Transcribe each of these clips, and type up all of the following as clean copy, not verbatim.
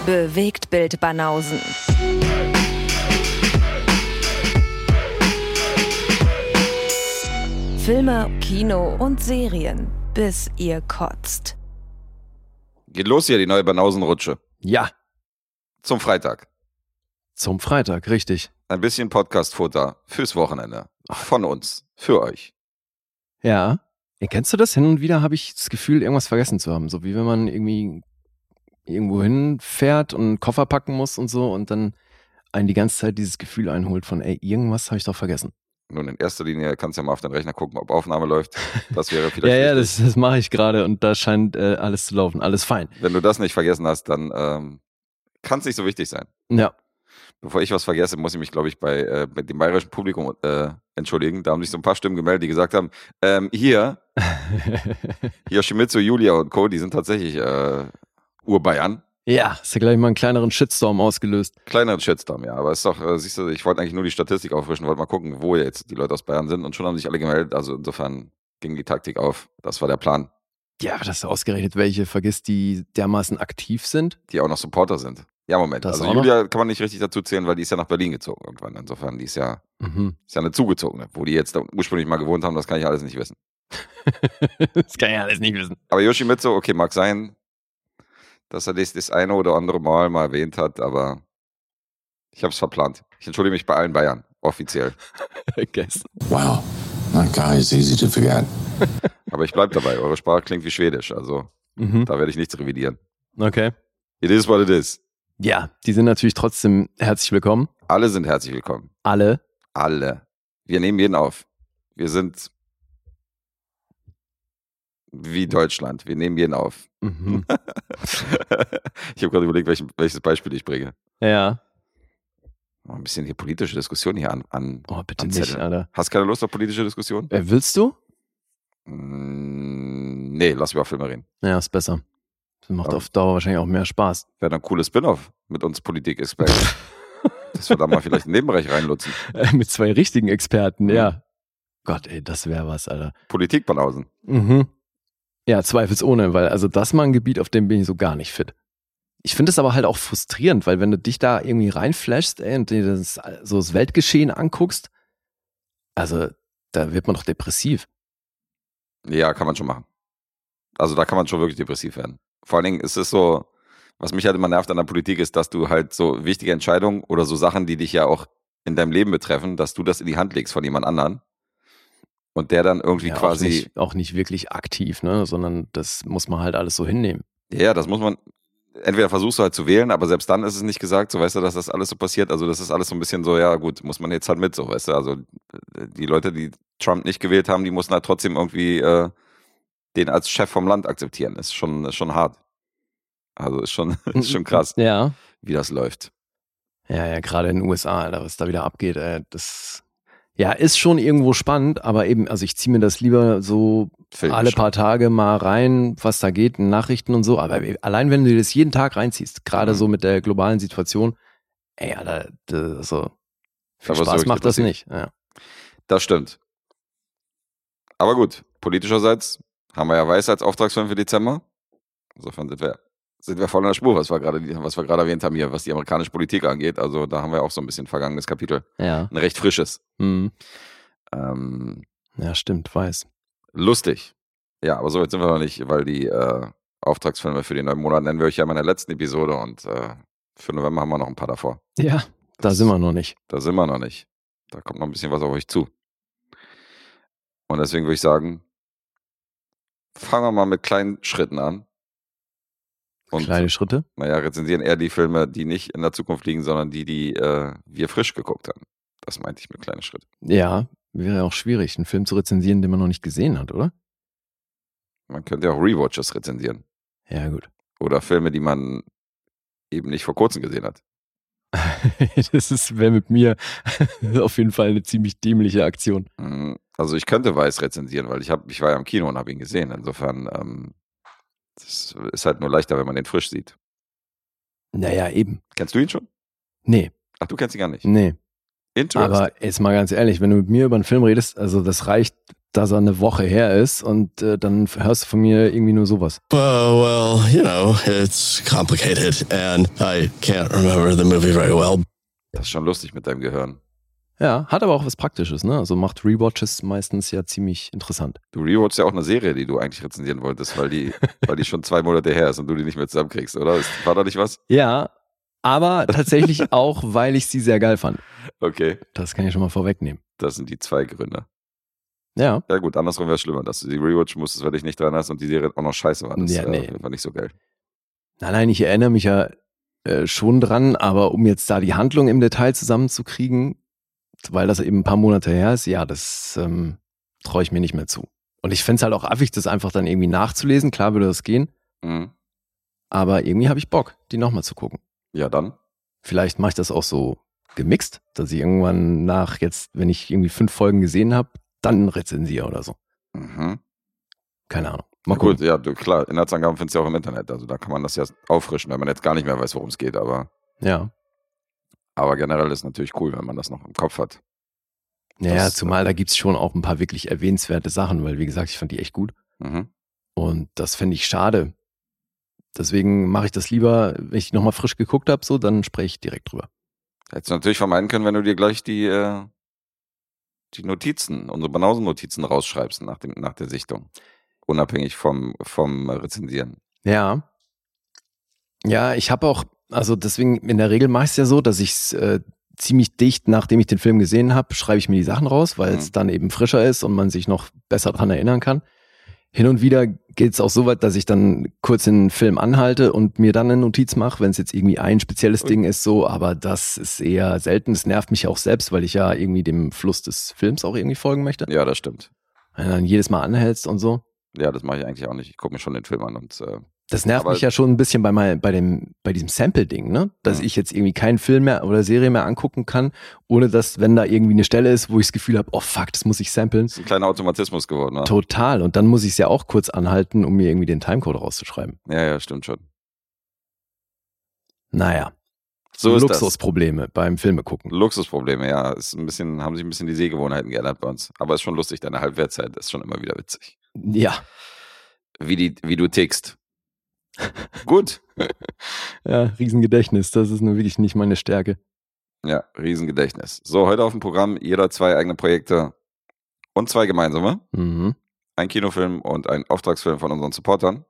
Bewegtbild Banausen. Filme, Kino und Serien, bis ihr kotzt. Geht los hier, die neue Banausenrutsche. Ja. Zum Freitag. Zum Freitag, richtig. Ein bisschen Podcast-Futter fürs Wochenende. Von uns. Für euch. Ja. Kennst du das? Hin und wieder habe ich das Gefühl, irgendwas vergessen zu haben. So wie wenn man irgendwie irgendwo hinfährt und einen Koffer packen muss und so und dann einen die ganze Zeit dieses Gefühl einholt von, ey, irgendwas habe ich doch vergessen. Nun, in erster Linie kannst du ja mal auf deinen Rechner gucken, ob Aufnahme läuft. Das wäre vielleicht Ja, das mache ich gerade und da scheint alles zu laufen. Alles fein. Wenn du das nicht vergessen hast, dann kann es nicht so wichtig sein. Ja. Bevor ich was vergesse, muss ich mich, glaube ich, bei dem bayerischen Publikum entschuldigen. Da haben sich so ein paar Stimmen gemeldet, die gesagt haben, hier Schmitzo, Julia und Co., die sind tatsächlich Urbayern. Ja, hast du gleich mal einen kleineren Shitstorm ausgelöst. Kleineren Shitstorm, ja. Aber ist doch, siehst du, ich wollte eigentlich nur die Statistik auffrischen, wollte mal gucken, wo jetzt die Leute aus Bayern sind. Und schon haben sich alle gemeldet. Also insofern ging die Taktik auf. Das war der Plan. Ja, aber dass du ausgerechnet welche vergisst, die dermaßen aktiv sind. Die auch noch Supporter sind. Ja, Moment. Das also Julia kann man nicht richtig dazu zählen, weil die ist ja nach Berlin gezogen irgendwann. Insofern, die ist ja eine zugezogene. Wo die jetzt ursprünglich mal gewohnt haben, das kann ich alles nicht wissen. Das kann ich alles nicht wissen. Aber Yoshimitsu, okay, mag sein, dass er das eine oder andere Mal erwähnt hat, aber ich habe es verplant. Ich entschuldige mich bei allen Bayern, offiziell. Wow, that guy is easy to forget. Aber ich bleibe dabei, eure Sprache klingt wie Schwedisch, also da werde ich nichts revidieren. Okay. It is what it is. Ja, die sind natürlich trotzdem herzlich willkommen. Alle sind herzlich willkommen. Alle. Wir nehmen jeden auf. Wir sind wie Deutschland. Wir nehmen jeden auf. Mhm. Ich habe gerade überlegt, welches Beispiel ich bringe. Ja. Ein bisschen hier politische Diskussion hier an. Oh, bitte nicht, Alter. Hast keine Lust auf politische Diskussion? Willst du? Nee, lass über Filme reden. Ja, ist besser. Das macht auf Dauer wahrscheinlich auch mehr Spaß. Wäre dann ein cooles Spin-off mit uns Politik-Experten. Dass wir da mal vielleicht in den Nebenbereich reinlutzen. Mit zwei richtigen Experten, ja. Gott, ey, das wäre was, Alter. Politik-Banausen. Ja, zweifelsohne, weil also das mal ein Gebiet, auf dem bin ich so gar nicht fit. Ich finde es aber halt auch frustrierend, weil wenn du dich da irgendwie reinflashst, ey, und dir das Weltgeschehen anguckst, also da wird man doch depressiv. Ja, kann man schon machen. Also da kann man schon wirklich depressiv werden. Vor allen Dingen ist es so, was mich halt immer nervt an der Politik ist, dass du halt so wichtige Entscheidungen oder so Sachen, die dich ja auch in deinem Leben betreffen, dass du das in die Hand legst von jemand anderen und der dann irgendwie ja, quasi... Auch nicht wirklich aktiv, ne, sondern das muss man halt alles so hinnehmen. Ja, das muss man... Entweder versuchst du halt zu wählen, aber selbst dann ist es nicht gesagt, so weißt du, dass das alles so passiert. Also das ist alles so ein bisschen so, ja gut, muss man jetzt halt mit, so weißt du. Also die Leute, die Trump nicht gewählt haben, die mussten halt trotzdem irgendwie den als Chef vom Land akzeptieren. Ist schon hart. Also ist schon krass, ja, wie das läuft. Ja, gerade in den USA, Alter, was da wieder abgeht, das ja, ist schon irgendwo spannend, aber eben, also ich ziehe mir das lieber so alle paar Tage mal rein, was da geht, in Nachrichten und so, aber allein wenn du dir das jeden Tag reinziehst, gerade so mit der globalen Situation, ey, Alter, so viel Spaß macht das nicht. Ja. Das stimmt. Aber gut, politischerseits haben wir ja Weiß als Auftragsfilm für Dezember. Insofern sind wir voll in der Spur, was wir gerade erwähnt haben hier, was die amerikanische Politik angeht. Also da haben wir auch so ein bisschen vergangenes Kapitel. Ja. Ein recht frisches. Ja, stimmt, Weiß. Lustig. Ja, aber so weit sind wir noch nicht, weil die Auftragsfilme für den neuen Monat nennen wir euch ja in meiner letzten Episode und für November haben wir noch ein paar davor. Ja, da sind wir noch nicht. Da sind wir noch nicht. Da kommt noch ein bisschen was auf euch zu. Und deswegen würde ich sagen, fangen wir mal mit kleinen Schritten an. Und, kleine Schritte? Naja, rezensieren eher die Filme, die nicht in der Zukunft liegen, sondern die wir frisch geguckt haben. Das meinte ich mit kleinen Schritten. Ja, wäre auch schwierig, einen Film zu rezensieren, den man noch nicht gesehen hat, oder? Man könnte ja auch Rewatches rezensieren. Ja, gut. Oder Filme, die man eben nicht vor kurzem gesehen hat. Das wäre mit mir auf jeden Fall eine ziemlich dämliche Aktion. Also ich könnte Weiß rezensieren, weil ich war ja im Kino und habe ihn gesehen. Insofern das ist halt nur leichter, wenn man den frisch sieht. Naja, eben. Kennst du ihn schon? Nee. Ach, du kennst ihn gar nicht? Nee. Interesting. Aber jetzt mal ganz ehrlich, wenn du mit mir über einen Film redest, also das reicht dass er eine Woche her ist und dann hörst du von mir irgendwie nur sowas. Well, it's complicated and I can't remember the movie very well. Das ist schon lustig mit deinem Gehirn. Ja, hat aber auch was Praktisches, ne? Also macht Rewatches meistens ja ziemlich interessant. Du rewatchst ja auch eine Serie, die du eigentlich rezensieren wolltest, weil die schon 2 Monate her ist und du die nicht mehr zusammenkriegst, oder? War da nicht was? Ja, aber tatsächlich auch, weil ich sie sehr geil fand. Okay. Das kann ich schon mal vorwegnehmen. Das sind die 2 Gründe. Ja. Ja gut, andersrum wäre es schlimmer, dass du die rewatchen musstest, weil dich nicht dran hast und die Serie auch noch scheiße war. Das war nicht so geil. Nein, ich erinnere mich ja schon dran, aber um jetzt da die Handlung im Detail zusammenzukriegen, weil das eben ein paar Monate her ist, ja, das traue ich mir nicht mehr zu. Und ich fände es halt auch affig, das einfach dann irgendwie nachzulesen. Klar würde das gehen. Mhm. Aber irgendwie habe ich Bock, die nochmal zu gucken. Ja, dann. Vielleicht mache ich das auch so gemixt, dass ich irgendwann wenn ich irgendwie 5 Folgen gesehen habe, dann rezensiere oder so. Mhm. Keine Ahnung. Mal gucken. Gut, ja, klar, Inhaltsangaben findest du ja auch im Internet. Also da kann man das ja auffrischen, wenn man jetzt gar nicht mehr weiß, worum es geht. Aber generell ist es natürlich cool, wenn man das noch im Kopf hat. Ja, zumal da gibt es schon auch ein paar wirklich erwähnenswerte Sachen, weil wie gesagt, ich fand die echt gut. Mhm. Und das fände ich schade. Deswegen mache ich das lieber, wenn ich nochmal frisch geguckt habe, so, dann spreche ich direkt drüber. Hättest du natürlich vermeiden können, wenn du dir gleich die Notizen, unsere Banausen-Notizen rausschreibst nach der Sichtung. Unabhängig vom Rezensieren. Ja. Ja, ich habe auch, also deswegen, in der Regel mache ich es ja so, dass ich es ziemlich dicht, nachdem ich den Film gesehen habe, schreibe ich mir die Sachen raus, weil es dann eben frischer ist und man sich noch besser dran erinnern kann. Hin und wieder geht es auch so weit, dass ich dann kurz den Film anhalte und mir dann eine Notiz mache, wenn es jetzt irgendwie ein spezielles Ding ist, so, aber das ist eher selten. Es nervt mich auch selbst, weil ich ja irgendwie dem Fluss des Films auch irgendwie folgen möchte. Ja, das stimmt. Wenn du dann jedes Mal anhältst und so. Ja, das mache ich eigentlich auch nicht. Ich gucke mir schon den Film an und das nervt mich ja schon ein bisschen bei diesem Sample-Ding, ne? Dass ich jetzt irgendwie keinen Film mehr oder Serie mehr angucken kann, ohne dass, wenn da irgendwie eine Stelle ist, wo ich das Gefühl habe, oh fuck, das muss ich samplen. Das ist ein kleiner Automatismus geworden, ne? Total. Und dann muss ich es ja auch kurz anhalten, um mir irgendwie den Timecode rauszuschreiben. Ja, stimmt schon. Naja. So ist Luxusprobleme beim Filme gucken. Luxusprobleme, ja. Haben sich ein bisschen die Sehgewohnheiten geändert bei uns. Aber ist schon lustig, deine Halbwertszeit ist schon immer wieder witzig. Ja. Wie du tickst. Gut. Ja, Riesengedächtnis, das ist nur wirklich nicht meine Stärke. Ja, Riesengedächtnis. So, heute auf dem Programm jeder 2 eigene Projekte und 2 gemeinsame. Mhm. Ein Kinofilm und ein Auftragsfilm von unseren Supportern.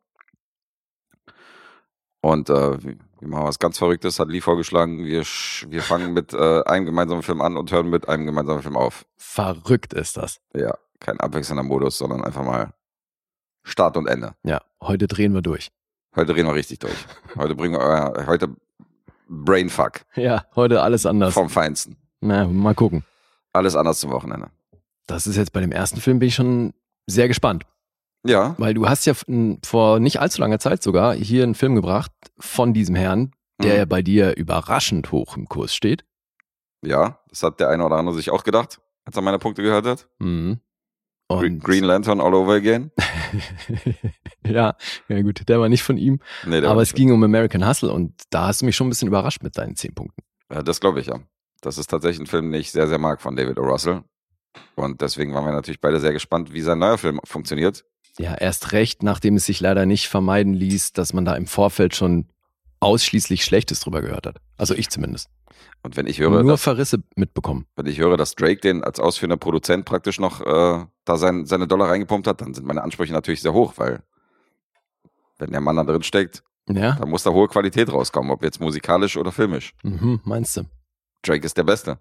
Und wir machen was ganz Verrücktes, hat Lee vorgeschlagen. Wir fangen mit einem gemeinsamen Film an und hören mit einem gemeinsamen Film auf. Verrückt ist das. Ja, kein abwechselnder Modus, sondern einfach mal Start und Ende. Ja, heute drehen wir durch. Heute drehen wir richtig durch. Heute heute Brainfuck. Ja, heute alles anders. Vom Feinsten. Na, mal gucken. Alles anders zum Wochenende. Das ist jetzt bei dem ersten Film, bin ich schon sehr gespannt. Ja. Weil du hast ja vor nicht allzu langer Zeit sogar hier einen Film gebracht von diesem Herrn, der bei dir überraschend hoch im Kurs steht. Ja, das hat der eine oder andere sich auch gedacht, als er meine Punkte gehört hat. Mhm. Green Lantern all over again. ja gut, der war nicht von ihm. Nee, aber es ging um American Hustle und da hast du mich schon ein bisschen überrascht mit deinen 10 Punkten. Ja, das glaube ich, ja. Das ist tatsächlich ein Film, den ich sehr, sehr mag von David O. Russell. Und deswegen waren wir natürlich beide sehr gespannt, wie sein neuer Film funktioniert. Ja, erst recht, nachdem es sich leider nicht vermeiden ließ, dass man da im Vorfeld schon ausschließlich Schlechtes drüber gehört hat. Also ich zumindest. Und wenn ich höre, nur Verrisse mitbekommen. Wenn ich höre, dass Drake den als ausführender Produzent praktisch noch da seine Dollar reingepumpt hat, dann sind meine Ansprüche natürlich sehr hoch, weil wenn der Mann da drin steckt, dann muss da hohe Qualität rauskommen, ob jetzt musikalisch oder filmisch. Mhm, meinst du? Drake ist der Beste.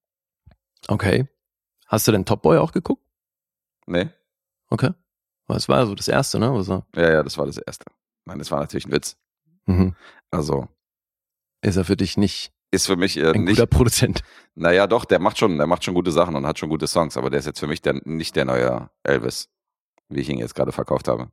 Okay. Hast du denn Top Boy auch geguckt? Nee. Okay. Das war so das Erste, ne? Also. Ja, das war das Erste. Nein, das war natürlich ein Witz. Mhm. Also. Ist er für dich nicht? Ist für mich ein nicht. Guter Produzent. Naja, doch, der macht schon gute Sachen und hat schon gute Songs, aber der ist jetzt für mich nicht der neue Elvis, wie ich ihn jetzt gerade verkauft habe.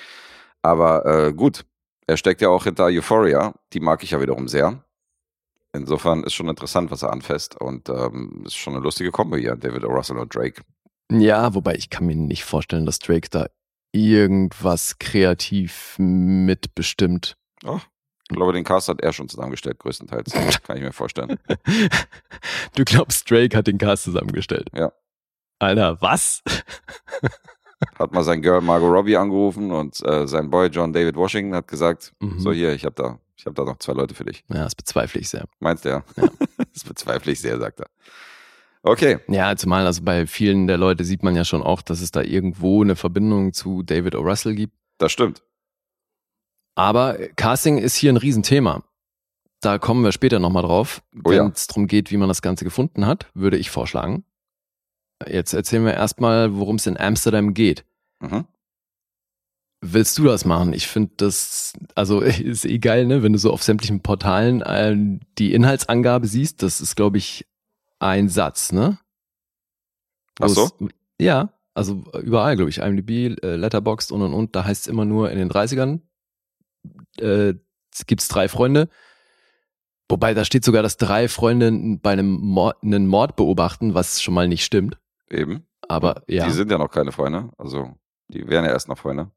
Aber gut, er steckt ja auch hinter Euphoria, die mag ich ja wiederum sehr. Insofern ist schon interessant, was er anfasst und ist schon eine lustige Kombo hier, David O. Russell und Drake. Ja, wobei ich kann mir nicht vorstellen, dass Drake da irgendwas kreativ mitbestimmt. Oh. Ich glaube, den Cast hat er schon zusammengestellt, größtenteils. Kann ich mir vorstellen. Du glaubst, Drake hat den Cast zusammengestellt? Ja. Alter, was? Hat mal sein Girl Margot Robbie angerufen und sein Boy John David Washington hat gesagt, so hier, ich hab da noch 2 Leute für dich. Ja, das bezweifle ich sehr. Meinst du ja? Das bezweifle ich sehr, sagt er. Okay. Ja, zumal also bei vielen der Leute sieht man ja schon auch, dass es da irgendwo eine Verbindung zu David O. Russell gibt. Das stimmt. Aber Casting ist hier ein Riesenthema. Da kommen wir später nochmal drauf. Wenn es darum geht, wie man das Ganze gefunden hat, würde ich vorschlagen. Jetzt erzählen wir erstmal, worum es in Amsterdam geht. Mhm. Willst du das machen? Ich finde das, also ist eh geil, ne? Wenn du so auf sämtlichen Portalen die Inhaltsangabe siehst, das ist, glaube ich, ein Satz, ne? Ach so? Ja, also überall, glaube ich, IMDb, Letterboxd und, da heißt es immer nur in den 30ern gibt's 3 Freunde. Wobei, da steht sogar, dass 3 Freunde bei einen Mord beobachten, was schon mal nicht stimmt. Eben. Aber ja. Die sind ja noch keine Freunde, also die wären ja erst noch Freunde.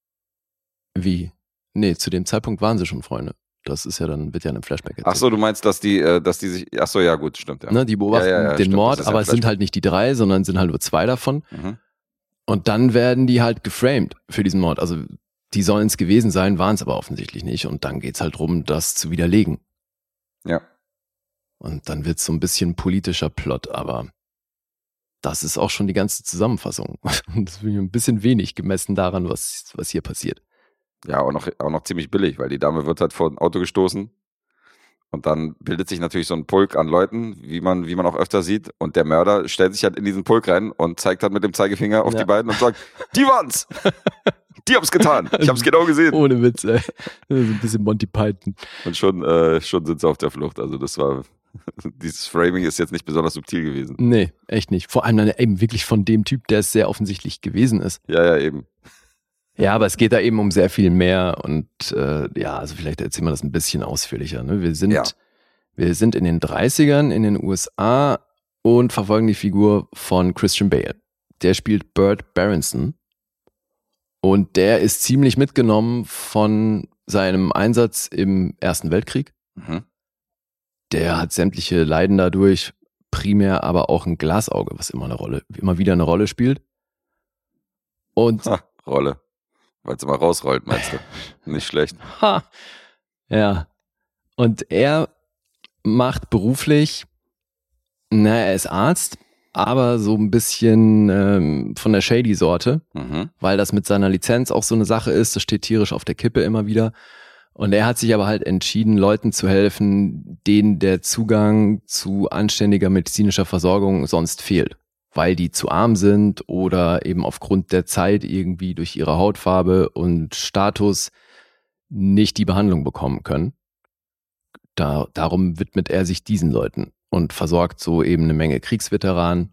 Wie? Nee, zu dem Zeitpunkt waren sie schon Freunde. Das ist ja dann, wird ja in einem Flashback erzählt. Ach so, du meinst, dass die sich, ach so, ja gut, stimmt, ja. Ne, die beobachten den stimmt, Mord, aber es sind halt nicht die 3, sondern sind halt nur 2 davon. Mhm. Und dann werden die halt geframed für diesen Mord. Also die sollen es gewesen sein, waren es aber offensichtlich nicht. Und dann geht's halt drum, das zu widerlegen. Ja. Und dann wird's so ein bisschen politischer Plot, aber das ist auch schon die ganze Zusammenfassung. Das ist ein bisschen wenig gemessen daran, was hier passiert. Ja, auch noch ziemlich billig, weil die Dame wird halt vor ein Auto gestoßen und dann bildet sich natürlich so ein Pulk an Leuten, wie man auch öfter sieht, und der Mörder stellt sich halt in diesen Pulk rein und zeigt halt mit dem Zeigefinger auf die beiden und sagt, die waren's! Die haben's getan! Ich hab's genau gesehen! Ohne Witz, ey. Das ist ein bisschen Monty Python. Und schon sind sie auf der Flucht, also das war, dieses Framing ist jetzt nicht besonders subtil gewesen. Nee, echt nicht. Vor allem dann eben wirklich von dem Typ, der es sehr offensichtlich gewesen ist. Ja, eben. Ja, aber es geht da eben um sehr viel mehr und also vielleicht erzählen wir das ein bisschen ausführlicher. Ne? Wir sind in den 30ern in den USA und verfolgen die Figur von Christian Bale. Der spielt Burt Berenson und der ist ziemlich mitgenommen von seinem Einsatz im Ersten Weltkrieg. Mhm. Der hat sämtliche Leiden dadurch, primär aber auch ein Glasauge, was immer wieder eine Rolle spielt. Und Rolle. Weil es immer rausrollt, meinst du? Nicht schlecht. Ha. Ja. Und er macht beruflich, er ist Arzt, aber so ein bisschen von der shady Sorte, weil das mit seiner Lizenz auch so eine Sache ist, das steht tierisch auf der Kippe immer wieder. Und er hat sich aber halt entschieden, Leuten zu helfen, denen der Zugang zu anständiger medizinischer Versorgung sonst fehlt. Weil die zu arm sind oder eben aufgrund der Zeit irgendwie durch ihre Hautfarbe und Status nicht die Behandlung bekommen können. Darum widmet er sich diesen Leuten und versorgt so eben eine Menge Kriegsveteranen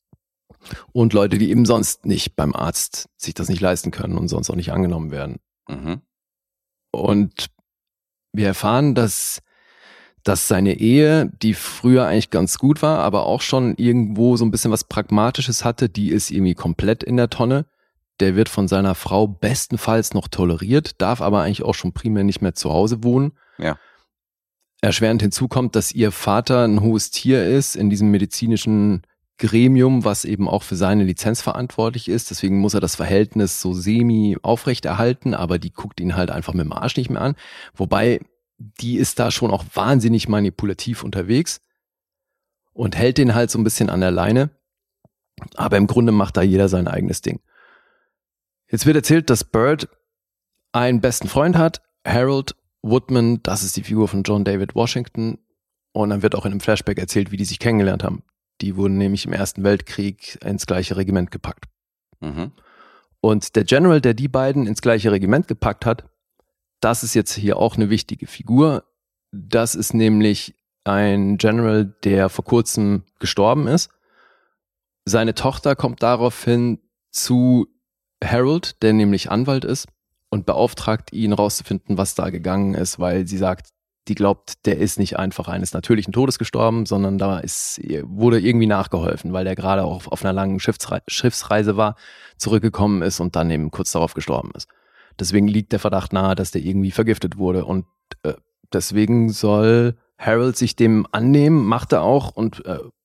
und Leute, die eben sonst nicht beim Arzt sich das nicht leisten können und sonst auch nicht angenommen werden. Mhm. Und wir erfahren, dass seine Ehe, die früher eigentlich ganz gut war, aber auch schon irgendwo so ein bisschen was Pragmatisches hatte, die ist irgendwie komplett in der Tonne. Der wird von seiner Frau bestenfalls noch toleriert, darf aber eigentlich auch schon primär nicht mehr zu Hause wohnen. Ja. Erschwerend hinzu kommt, dass ihr Vater ein hohes Tier ist in diesem medizinischen Gremium, was eben auch für seine Lizenz verantwortlich ist. Deswegen muss er das Verhältnis so semi aufrechterhalten, aber die guckt ihn halt einfach mit dem Arsch nicht mehr an. Wobei, die ist da schon auch wahnsinnig manipulativ unterwegs und hält den halt so ein bisschen an der Leine. Aber im Grunde macht da jeder sein eigenes Ding. Jetzt wird erzählt, dass Burt einen besten Freund hat, Harold Woodman, das ist die Figur von John David Washington. Und dann wird auch in einem Flashback erzählt, wie die sich kennengelernt haben. Die wurden nämlich im Ersten Weltkrieg ins gleiche Regiment gepackt. Mhm. Und der General, der die beiden ins gleiche Regiment gepackt hat, das ist jetzt hier auch eine wichtige Figur. Das ist nämlich ein General, der vor kurzem gestorben ist. Seine Tochter kommt daraufhin zu Harold, der nämlich Anwalt ist, und beauftragt ihn rauszufinden, was da gegangen ist, weil sie sagt, die glaubt, der ist nicht einfach eines natürlichen Todes gestorben, sondern wurde irgendwie nachgeholfen, weil der gerade auch auf einer langen Schiffsreise war, zurückgekommen ist und dann eben kurz darauf gestorben ist. Deswegen liegt der Verdacht nahe, dass der irgendwie vergiftet wurde und deswegen soll Harold sich dem annehmen, macht er auch und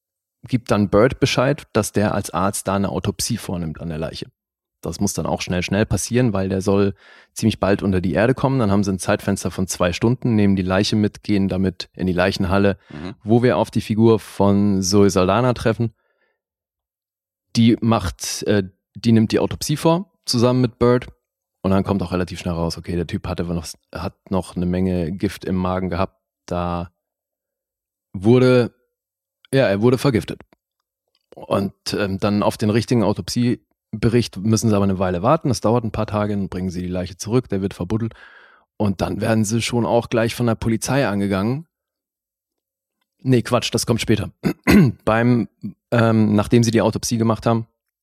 gibt dann Bird Bescheid, dass der als Arzt da eine Autopsie vornimmt an der Leiche. Das muss dann auch schnell passieren, weil der soll ziemlich bald unter die Erde kommen. Dann haben sie ein Zeitfenster von 2 Stunden, nehmen die Leiche mit, gehen damit in die Leichenhalle, wo wir auf die Figur von Zoe Saldana treffen. Die nimmt die Autopsie vor, zusammen mit Bird. Und dann kommt auch relativ schnell raus, okay, der Typ hat noch eine Menge Gift im Magen gehabt. Er wurde vergiftet. Und dann auf den richtigen Autopsiebericht müssen sie aber eine Weile warten. Das dauert ein paar Tage, dann bringen sie die Leiche zurück, der wird verbuddelt. Und dann werden sie schon auch gleich von der Polizei angegangen. Nee, Quatsch, das kommt später. Nachdem sie die Autopsie gemacht haben,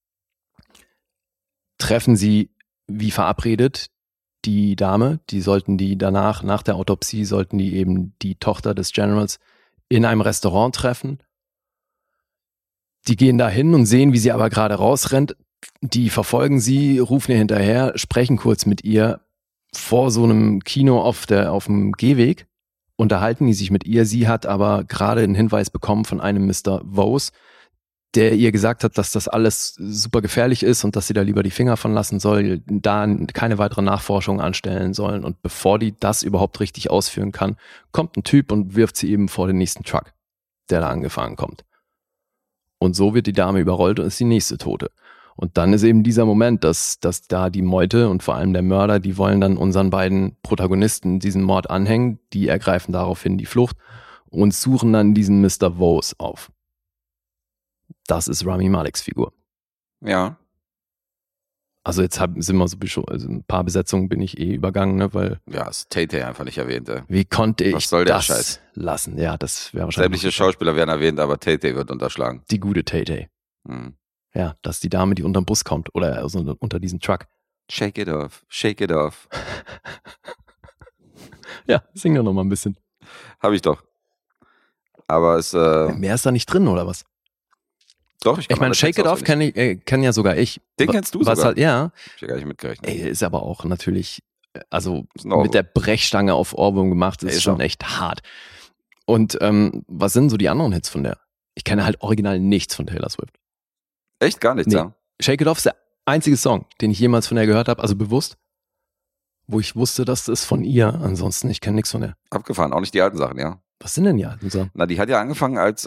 treffen sie, wie verabredet, die Dame. Nach der Autopsie sollten die eben die Tochter des Generals in einem Restaurant treffen. Die gehen da hin und sehen, wie sie aber gerade rausrennt. Die verfolgen sie, rufen ihr hinterher, sprechen kurz mit ihr vor so einem Kino auf dem Gehweg, unterhalten die sich mit ihr. Sie hat aber gerade einen Hinweis bekommen von einem Mr. Vose, der ihr gesagt hat, dass das alles super gefährlich ist und dass sie da lieber die Finger von lassen soll, da keine weitere Nachforschung anstellen sollen. Und bevor die das überhaupt richtig ausführen kann, kommt ein Typ und wirft sie eben vor den nächsten Truck, der da angefahren kommt. Und so wird die Dame überrollt und ist die nächste Tote. Und dann ist eben dieser Moment, dass da die Meute und vor allem der Mörder, die wollen dann unseren beiden Protagonisten diesen Mord anhängen, die ergreifen daraufhin die Flucht und suchen dann diesen Mr. Vose auf. Das ist Rami Maleks Figur. Ja. Also jetzt sind wir sowieso, also ein paar Besetzungen bin ich übergangen, ne, weil... Ja, ist Tay-Tay einfach nicht erwähnt. Wie konnte ich Was soll der das Scheiß? lassen? Ja, das wäre wahrscheinlich... Sämtliche Schauspieler werden erwähnt, aber Tay-Tay wird unterschlagen. Die gute Tay-Tay. Ja, das ist die Dame, die unterm Bus kommt oder also unter diesem Truck. Shake it off, shake it off. Ja, sing doch noch mal ein bisschen. Hab ich doch. Aber es... Mehr ist da nicht drin, oder was? Doch, ich meine, Shake It Off kenn ja sogar ich. Den kennst du sogar? Halt, ja. Hab ich ja gar nicht mitgerechnet. Ist aber auch natürlich, also mit der Brechstange auf Ohrwurm gemacht, ist schon echt hart. Und was sind so die anderen Hits von der? Ich kenne halt original nichts von Taylor Swift. Echt? Gar nichts, ja? Shake It Off ist der einzige Song, den ich jemals von der gehört habe, also bewusst, wo ich wusste, dass das von ihr. Ansonsten, ich kenne nichts von der. Abgefahren, auch nicht die alten Sachen, ja? Was sind denn die alten Sachen? Na, die hat ja angefangen als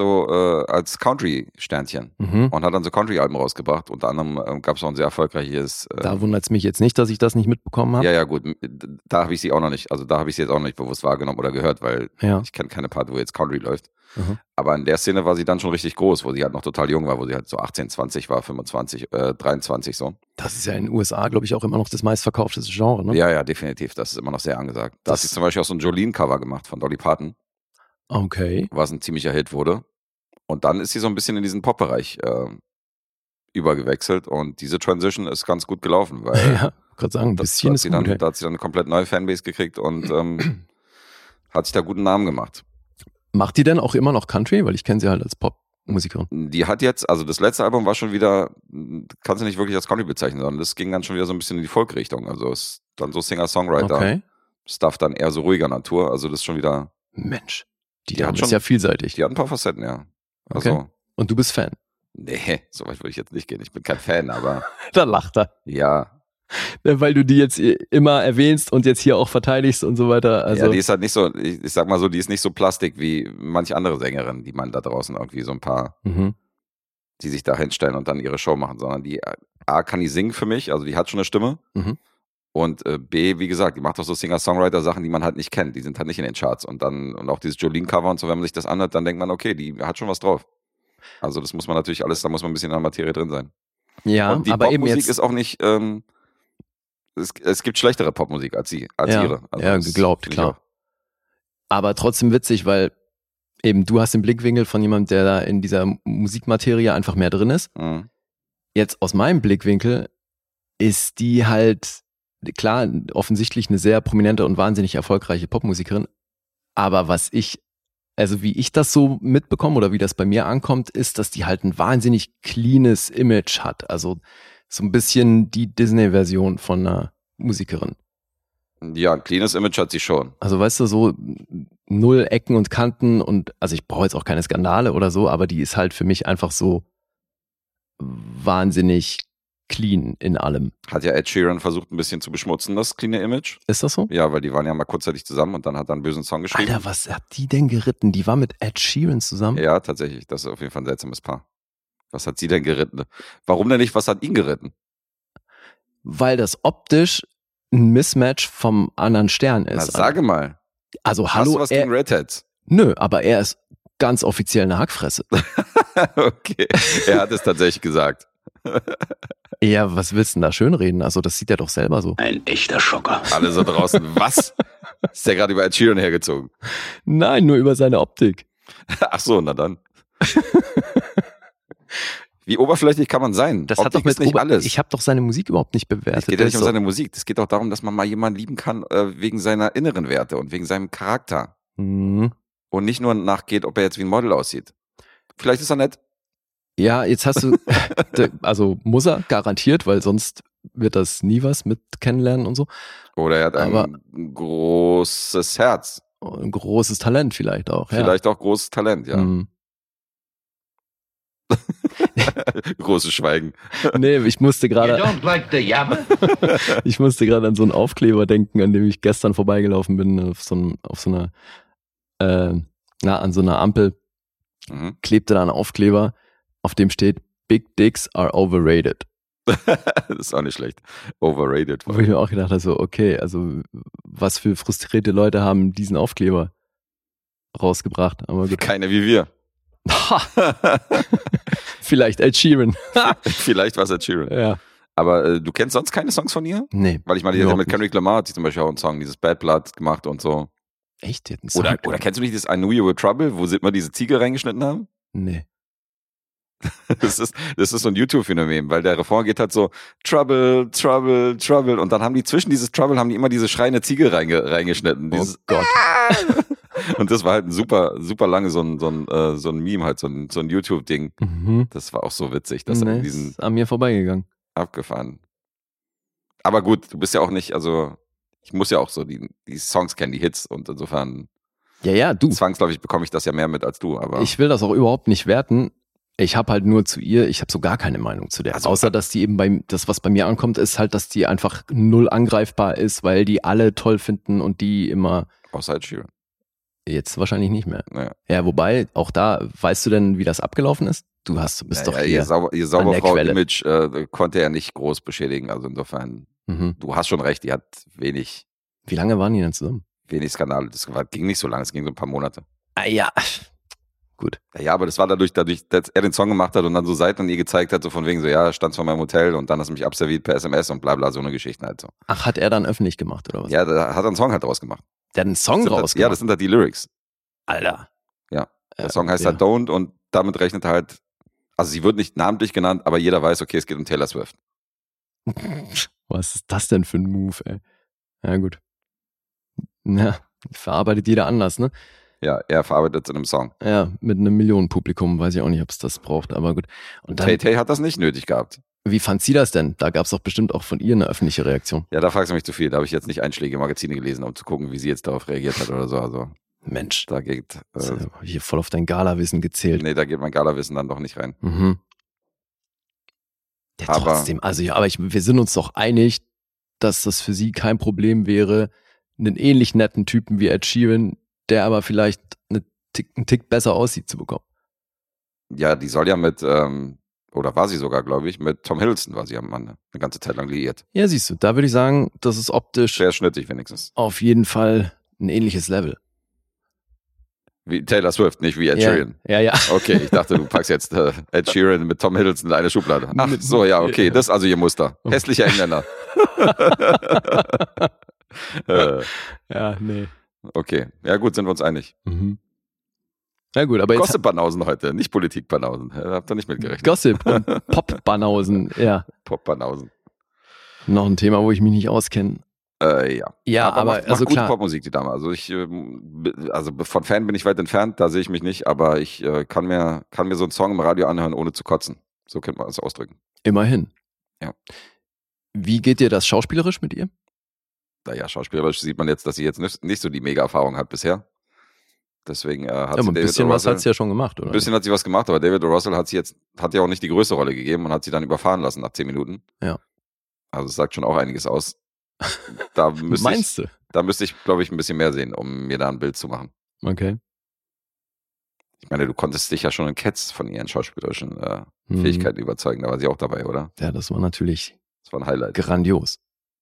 Country-Sternchen und hat dann so Country-Alben rausgebracht. Unter anderem gab es auch ein sehr erfolgreiches... da wundert es mich jetzt nicht, dass ich das nicht mitbekommen habe. Ja, gut. Da habe ich sie auch noch nicht, also da habe ich sie jetzt auch noch nicht bewusst wahrgenommen oder gehört, weil ich kenne keine Part, wo jetzt Country läuft. Aber in der Szene war sie dann schon richtig groß, wo sie halt noch total jung war, wo sie halt so 18, 20 war, 25, 23 so. Das ist ja in den USA, glaube ich, auch immer noch das meistverkaufteste Genre, ne? Ja, definitiv. Das ist immer noch sehr angesagt. Da hat sie zum Beispiel auch so ein Jolene-Cover gemacht von Dolly Parton. Okay. Was ein ziemlicher Hit wurde. Und dann ist sie so ein bisschen in diesen Pop-Bereich übergewechselt und diese Transition ist ganz gut gelaufen, weil ja, gerade sagen, ein bisschen ist gut. Da hat sie dann eine komplett neue Fanbase gekriegt und hat sich da guten Namen gemacht. Macht die denn auch immer noch Country? Weil ich kenne sie halt als Popmusikerin. Die hat jetzt, also das letzte Album war schon wieder, kannst du nicht wirklich als Country bezeichnen, sondern das ging dann schon wieder so ein bisschen in die Folk-Richtung. Also ist dann so Singer-Songwriter. Okay. Stuff dann eher so ruhiger Natur. Also das ist schon wieder... Mensch, die hat schon, ist ja vielseitig. Die hat ein paar Facetten, ja. Also, okay. Und du bist Fan? Nee, so weit würde ich jetzt nicht gehen. Ich bin kein Fan, aber... Da lacht er. Ja. Weil du die jetzt immer erwähnst und jetzt hier auch verteidigst und so weiter. Also ja, die ist halt nicht so, ich sag mal so, die ist nicht so Plastik wie manche andere Sängerinnen, die man da draußen irgendwie so ein paar, die sich da hinstellen und dann ihre Show machen, sondern die A, kann die singen für mich, also die hat schon eine Stimme und B, wie gesagt, die macht auch so Singer-Songwriter-Sachen, die man halt nicht kennt, die sind halt nicht in den Charts und auch dieses Jolene-Cover und so, wenn man sich das anhört, dann denkt man, okay, die hat schon was drauf. Also das muss man natürlich alles, da muss man ein bisschen in der Materie drin sein. Ja, und die aber Popmusik eben jetzt ist auch nicht, es gibt schlechtere Popmusik als ihre. Also ja, geglaubt, klar. Aber trotzdem witzig, weil eben du hast den Blickwinkel von jemandem, der da in dieser Musikmaterie einfach mehr drin ist. Jetzt aus meinem Blickwinkel ist die halt, klar, offensichtlich eine sehr prominente und wahnsinnig erfolgreiche Popmusikerin. Aber wie ich das so mitbekomme oder wie das bei mir ankommt, ist, dass die halt ein wahnsinnig cleanes Image hat. Also so ein bisschen die Disney-Version von einer Musikerin. Ja, ein cleanes Image hat sie schon. Also weißt du, so null Ecken und Kanten und also ich brauche jetzt auch keine Skandale oder so, aber die ist halt für mich einfach so wahnsinnig clean in allem. Hat ja Ed Sheeran versucht, ein bisschen zu beschmutzen, das cleane Image. Ist das so? Ja, weil die waren ja mal kurzzeitig zusammen und dann hat er einen bösen Song geschrieben. Alter, was hat die denn geritten? Die war mit Ed Sheeran zusammen? Ja, tatsächlich. Das ist auf jeden Fall ein seltsames Paar. Was hat sie denn geritten? Warum denn nicht? Was hat ihn geritten? Weil das optisch ein Mismatch vom anderen Stern ist. Na, sage mal. Also Hast hallo, du was gegen Redheads? Nö, aber er ist ganz offiziell eine Hackfresse. Okay, er hat es tatsächlich gesagt. Ja, was willst du denn da schönreden? Also das sieht er doch selber so. Ein echter Schocker. Alle so draußen, was? Ist der gerade über Ed Sheeran hergezogen? Nein, nur über seine Optik. Ach so, na dann. Wie oberflächlich kann man sein? Das Optik hat doch mit ist nicht alles. Ich habe doch seine Musik überhaupt nicht bewertet. Es geht ja nicht um seine Musik. Es geht auch darum, dass man mal jemanden lieben kann wegen seiner inneren Werte und wegen seinem Charakter. Mhm. Und nicht nur nachgeht, ob er jetzt wie ein Model aussieht. Vielleicht ist er nett. Ja, jetzt hast du, also muss er, garantiert, weil sonst wird das nie was mit kennenlernen und so. Oder er hat ein großes Herz. Ein großes Talent vielleicht auch. Vielleicht auch großes Talent, ja. Mhm. Großes Schweigen. Nee, ich musste gerade ich musste gerade an so einen Aufkleber denken, an dem ich gestern vorbeigelaufen bin, an so einer Ampel klebte da ein Aufkleber, auf dem steht Big Dicks are overrated. Das ist auch nicht schlecht. Overrated. Wo ich mir auch gedacht habe, so, okay, also was für frustrierte Leute haben diesen Aufkleber rausgebracht. Aber gut. Keine wie wir. Vielleicht Ed Sheeran. Vielleicht war es Ed Sheeran. Ja. Aber du kennst sonst keine Songs von ihr? Nee. Weil ich meine, die hat ja mit Kendrick Lamar hat sie zum Beispiel auch einen Song, dieses Bad Blood gemacht und so. Echt? Die hat einen Song oder kennst du nicht das I Knew You Were Trouble, wo sie immer diese Ziege reingeschnitten haben? Nee. Das ist so ein YouTube-Phänomen, weil der Refrain geht halt so Trouble, Trouble, Trouble und dann haben die zwischen dieses Trouble haben die immer diese schreiende Ziege reingeschnitten. Oh Gott. Und das war halt ein super, super lange so ein Meme halt, so ein YouTube-Ding. Mhm. Das war auch so witzig, dass Nee, diesen ist an mir vorbeigegangen. abgefahren. Aber gut, du bist ja auch nicht, also ich muss ja auch so die Songs kennen, die Hits und insofern Ja, du. zwangsläufig bekomme ich das ja mehr mit als du, aber Ich will das auch überhaupt nicht werten. Ich habe halt nur zu ihr, ich habe so gar keine Meinung zu der. Also, außer, dass die eben das, was bei mir ankommt, ist halt, dass die einfach null angreifbar ist, weil die alle toll finden und die immer, außer Ed Sheeran. jetzt wahrscheinlich nicht mehr. Naja. Ja, wobei, auch da, weißt du denn, wie das abgelaufen ist? Du bist doch hier ihr an der Sauberfrau-Image konnte er nicht groß beschädigen, also insofern, Mhm. du hast schon recht, die hat wenig Wie lange waren die denn zusammen? Skandale, ging nicht so lange, es ging so ein paar Monate. Ah ja, gut. Ja, aber das war dadurch, dass er den Song gemacht hat und dann so Seiten an ihr gezeigt hat, so von wegen so, ja, stand vor meinem Hotel und dann hast du mich abserviert per SMS und bla bla, so eine Geschichte halt so. Ach, hat er dann öffentlich gemacht, oder was? Ja, da hat er einen Song halt draus gemacht. Der hat einen Song rausgemacht? Ja, das sind halt die Lyrics. Alter. Ja, der Song heißt halt Don't und damit rechnet halt, also sie wird nicht namentlich genannt, aber jeder weiß, okay, es geht um Taylor Swift. Was ist das denn für ein Move, ey? Ja, gut. Ja, verarbeitet jeder anders, ne? Ja, er verarbeitet es in einem Song. Ja, mit einem Millionenpublikum, weiß ich auch nicht, ob es das braucht, aber gut. Und dann, Tay hat das nicht nötig gehabt. wie fand sie das denn? Da gab es doch bestimmt auch von ihr eine öffentliche Reaktion. Ja, da fragst du mich zu viel. Da habe ich jetzt nicht Einschläge in Magazine gelesen, um zu gucken, wie sie jetzt darauf reagiert hat oder so. Also Mensch, da geht hier voll auf dein Galawissen gezählt. nee, da geht mein Galawissen dann doch nicht rein. Mhm. Ja, Aber- trotzdem, also ja, aber wir sind uns doch einig, dass das für sie kein Problem wäre, einen ähnlich netten Typen wie Ed Sheeran, der aber vielleicht einen Tick besser aussieht, zu bekommen. Ja, die soll ja mit, oder war sie sogar, glaube ich, mit Tom Hiddleston war sie am Mann eine ganze Zeit lang liiert. Ja, siehst du, da würde ich sagen, das ist optisch Sehr schnittig wenigstens. auf jeden Fall ein ähnliches Level. Wie Taylor Swift, nicht wie Ed Sheeran. Ja. Okay, ich dachte, du packst jetzt Ed Sheeran mit Tom Hiddleston in eine Schublade. Ach so, ja, okay, das ist also ihr Muster. Hässliche Engländer. Ja, nee. Okay, ja gut, sind wir uns einig. Mhm. Ja gut, aber jetzt Gossip-Banausen heute, nicht Politik-Banausen. Habt ihr nicht mitgerechnet. Gossip und Pop-Banausen, ja. Pop-Banausen. Noch ein Thema, wo ich mich nicht auskenne. Ja. Ja, aber macht also gute klar. Popmusik, die Dame. Also also von Fan bin ich weit entfernt, da sehe ich mich nicht, aber ich kann mir so einen Song im Radio anhören, ohne zu kotzen. So könnte man es ausdrücken. Immerhin. Ja. Wie geht dir das schauspielerisch mit ihr? Naja, schauspielerisch sieht man jetzt, dass sie jetzt nicht so die Mega-Erfahrung hat bisher. Deswegen hat sie ein bisschen was hat sie ja schon gemacht, oder? Ein bisschen hat sie was gemacht, aber David O. Russell hat ja auch nicht die größte Rolle gegeben und hat sie dann überfahren lassen nach 10 Minuten. Ja. Also es sagt schon auch einiges aus. Meinst du? Da müsste ich, glaube ich, ein bisschen mehr sehen, um mir da ein Bild zu machen. Okay. Ich meine, du konntest dich ja schon in Cats von ihren schauspielerischen Fähigkeiten überzeugen. Da war sie auch dabei, oder? Ja, das war natürlich ein Highlight. Grandios.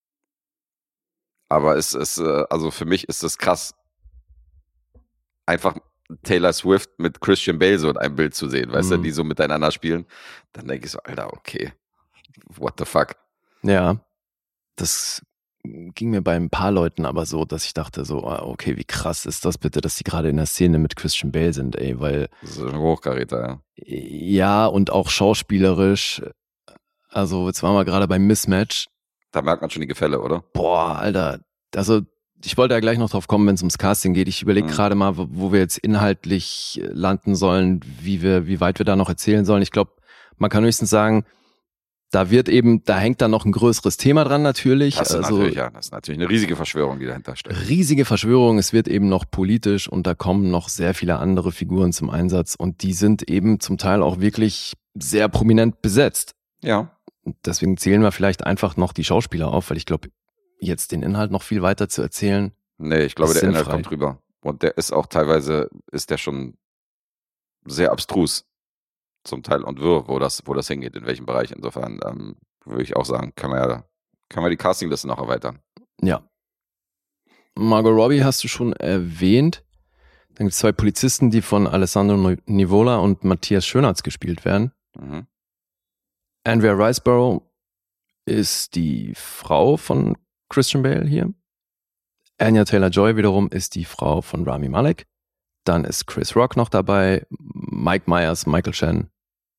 Aber also für mich ist es krass, einfach Taylor Swift mit Christian Bale so in einem Bild zu sehen, weißt du, die so miteinander spielen. Dann denke ich so, Alter, okay, what the fuck? Ja, das ging mir bei ein paar Leuten aber so, dass ich dachte so, okay, wie krass ist das bitte, dass die gerade in der Szene mit Christian Bale sind, ey, weil... Das ist ein Hochkaräter, ja. Ja, und auch schauspielerisch, also jetzt waren wir gerade beim Mismatch. Da merkt man schon die Gefälle, oder? Boah, Alter, also ich wollte ja gleich noch drauf kommen, wenn es ums Casting geht. Ich überlege gerade mal, wo wir jetzt inhaltlich landen sollen, wie weit wir da noch erzählen sollen. Ich glaube, man kann höchstens sagen, da hängt dann noch ein größeres Thema dran natürlich. Das ist natürlich eine riesige Verschwörung, die dahinter steckt. Riesige Verschwörung, es wird eben noch politisch und da kommen noch sehr viele andere Figuren zum Einsatz und die sind eben zum Teil auch wirklich sehr prominent besetzt. Ja. Deswegen zählen wir vielleicht einfach noch die Schauspieler auf, weil ich glaube, jetzt den Inhalt noch viel weiter zu erzählen. Nee, ich glaube, der Inhalt kommt rüber. Und der ist auch teilweise, ist der schon sehr abstrus zum Teil und wirr, wo das hingeht, in welchem Bereich. Insofern würde ich auch sagen, können wir die Castingliste noch erweitern. Ja. Margot Robbie hast du schon erwähnt. Dann gibt es 2 Polizisten, die von Alessandro Nivola und Matthias Schönertz gespielt werden. Mhm. Andrea Riseborough ist die Frau von Christian Bale hier. Anya Taylor-Joy wiederum ist die Frau von Rami Malek. Dann ist Chris Rock noch dabei, Mike Myers, Michael Shannon,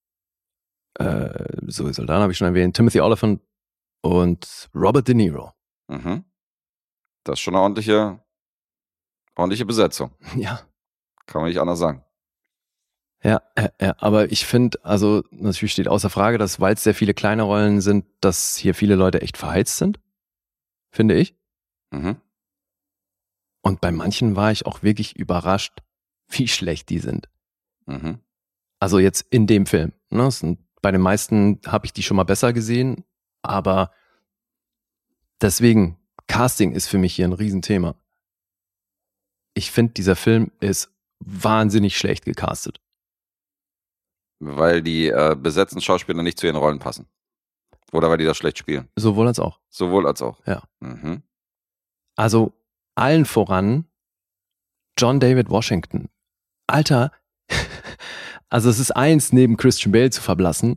Zoe Saldana habe ich schon erwähnt, Timothy Olyphant und Robert De Niro. Mhm. Das ist schon eine ordentliche Besetzung. Ja. Kann man nicht anders sagen. Ja, aber ich finde, also natürlich steht außer Frage, dass, weil es sehr viele kleine Rollen sind, dass hier viele Leute echt verheizt sind, finde ich. Mhm. Und bei manchen war ich auch wirklich überrascht, wie schlecht die sind. Mhm. Also jetzt in dem Film. Ne? Bei den meisten habe ich die schon mal besser gesehen, aber deswegen, Casting ist für mich hier ein Riesenthema. Ich finde, dieser Film ist wahnsinnig schlecht gecastet. Weil die besetzten Schauspieler nicht zu ihren Rollen passen. Oder weil die das schlecht spielen. Sowohl als auch. Sowohl als auch. Ja. Mhm. Also allen voran John David Washington. Alter, also es ist eins, neben Christian Bale zu verblassen,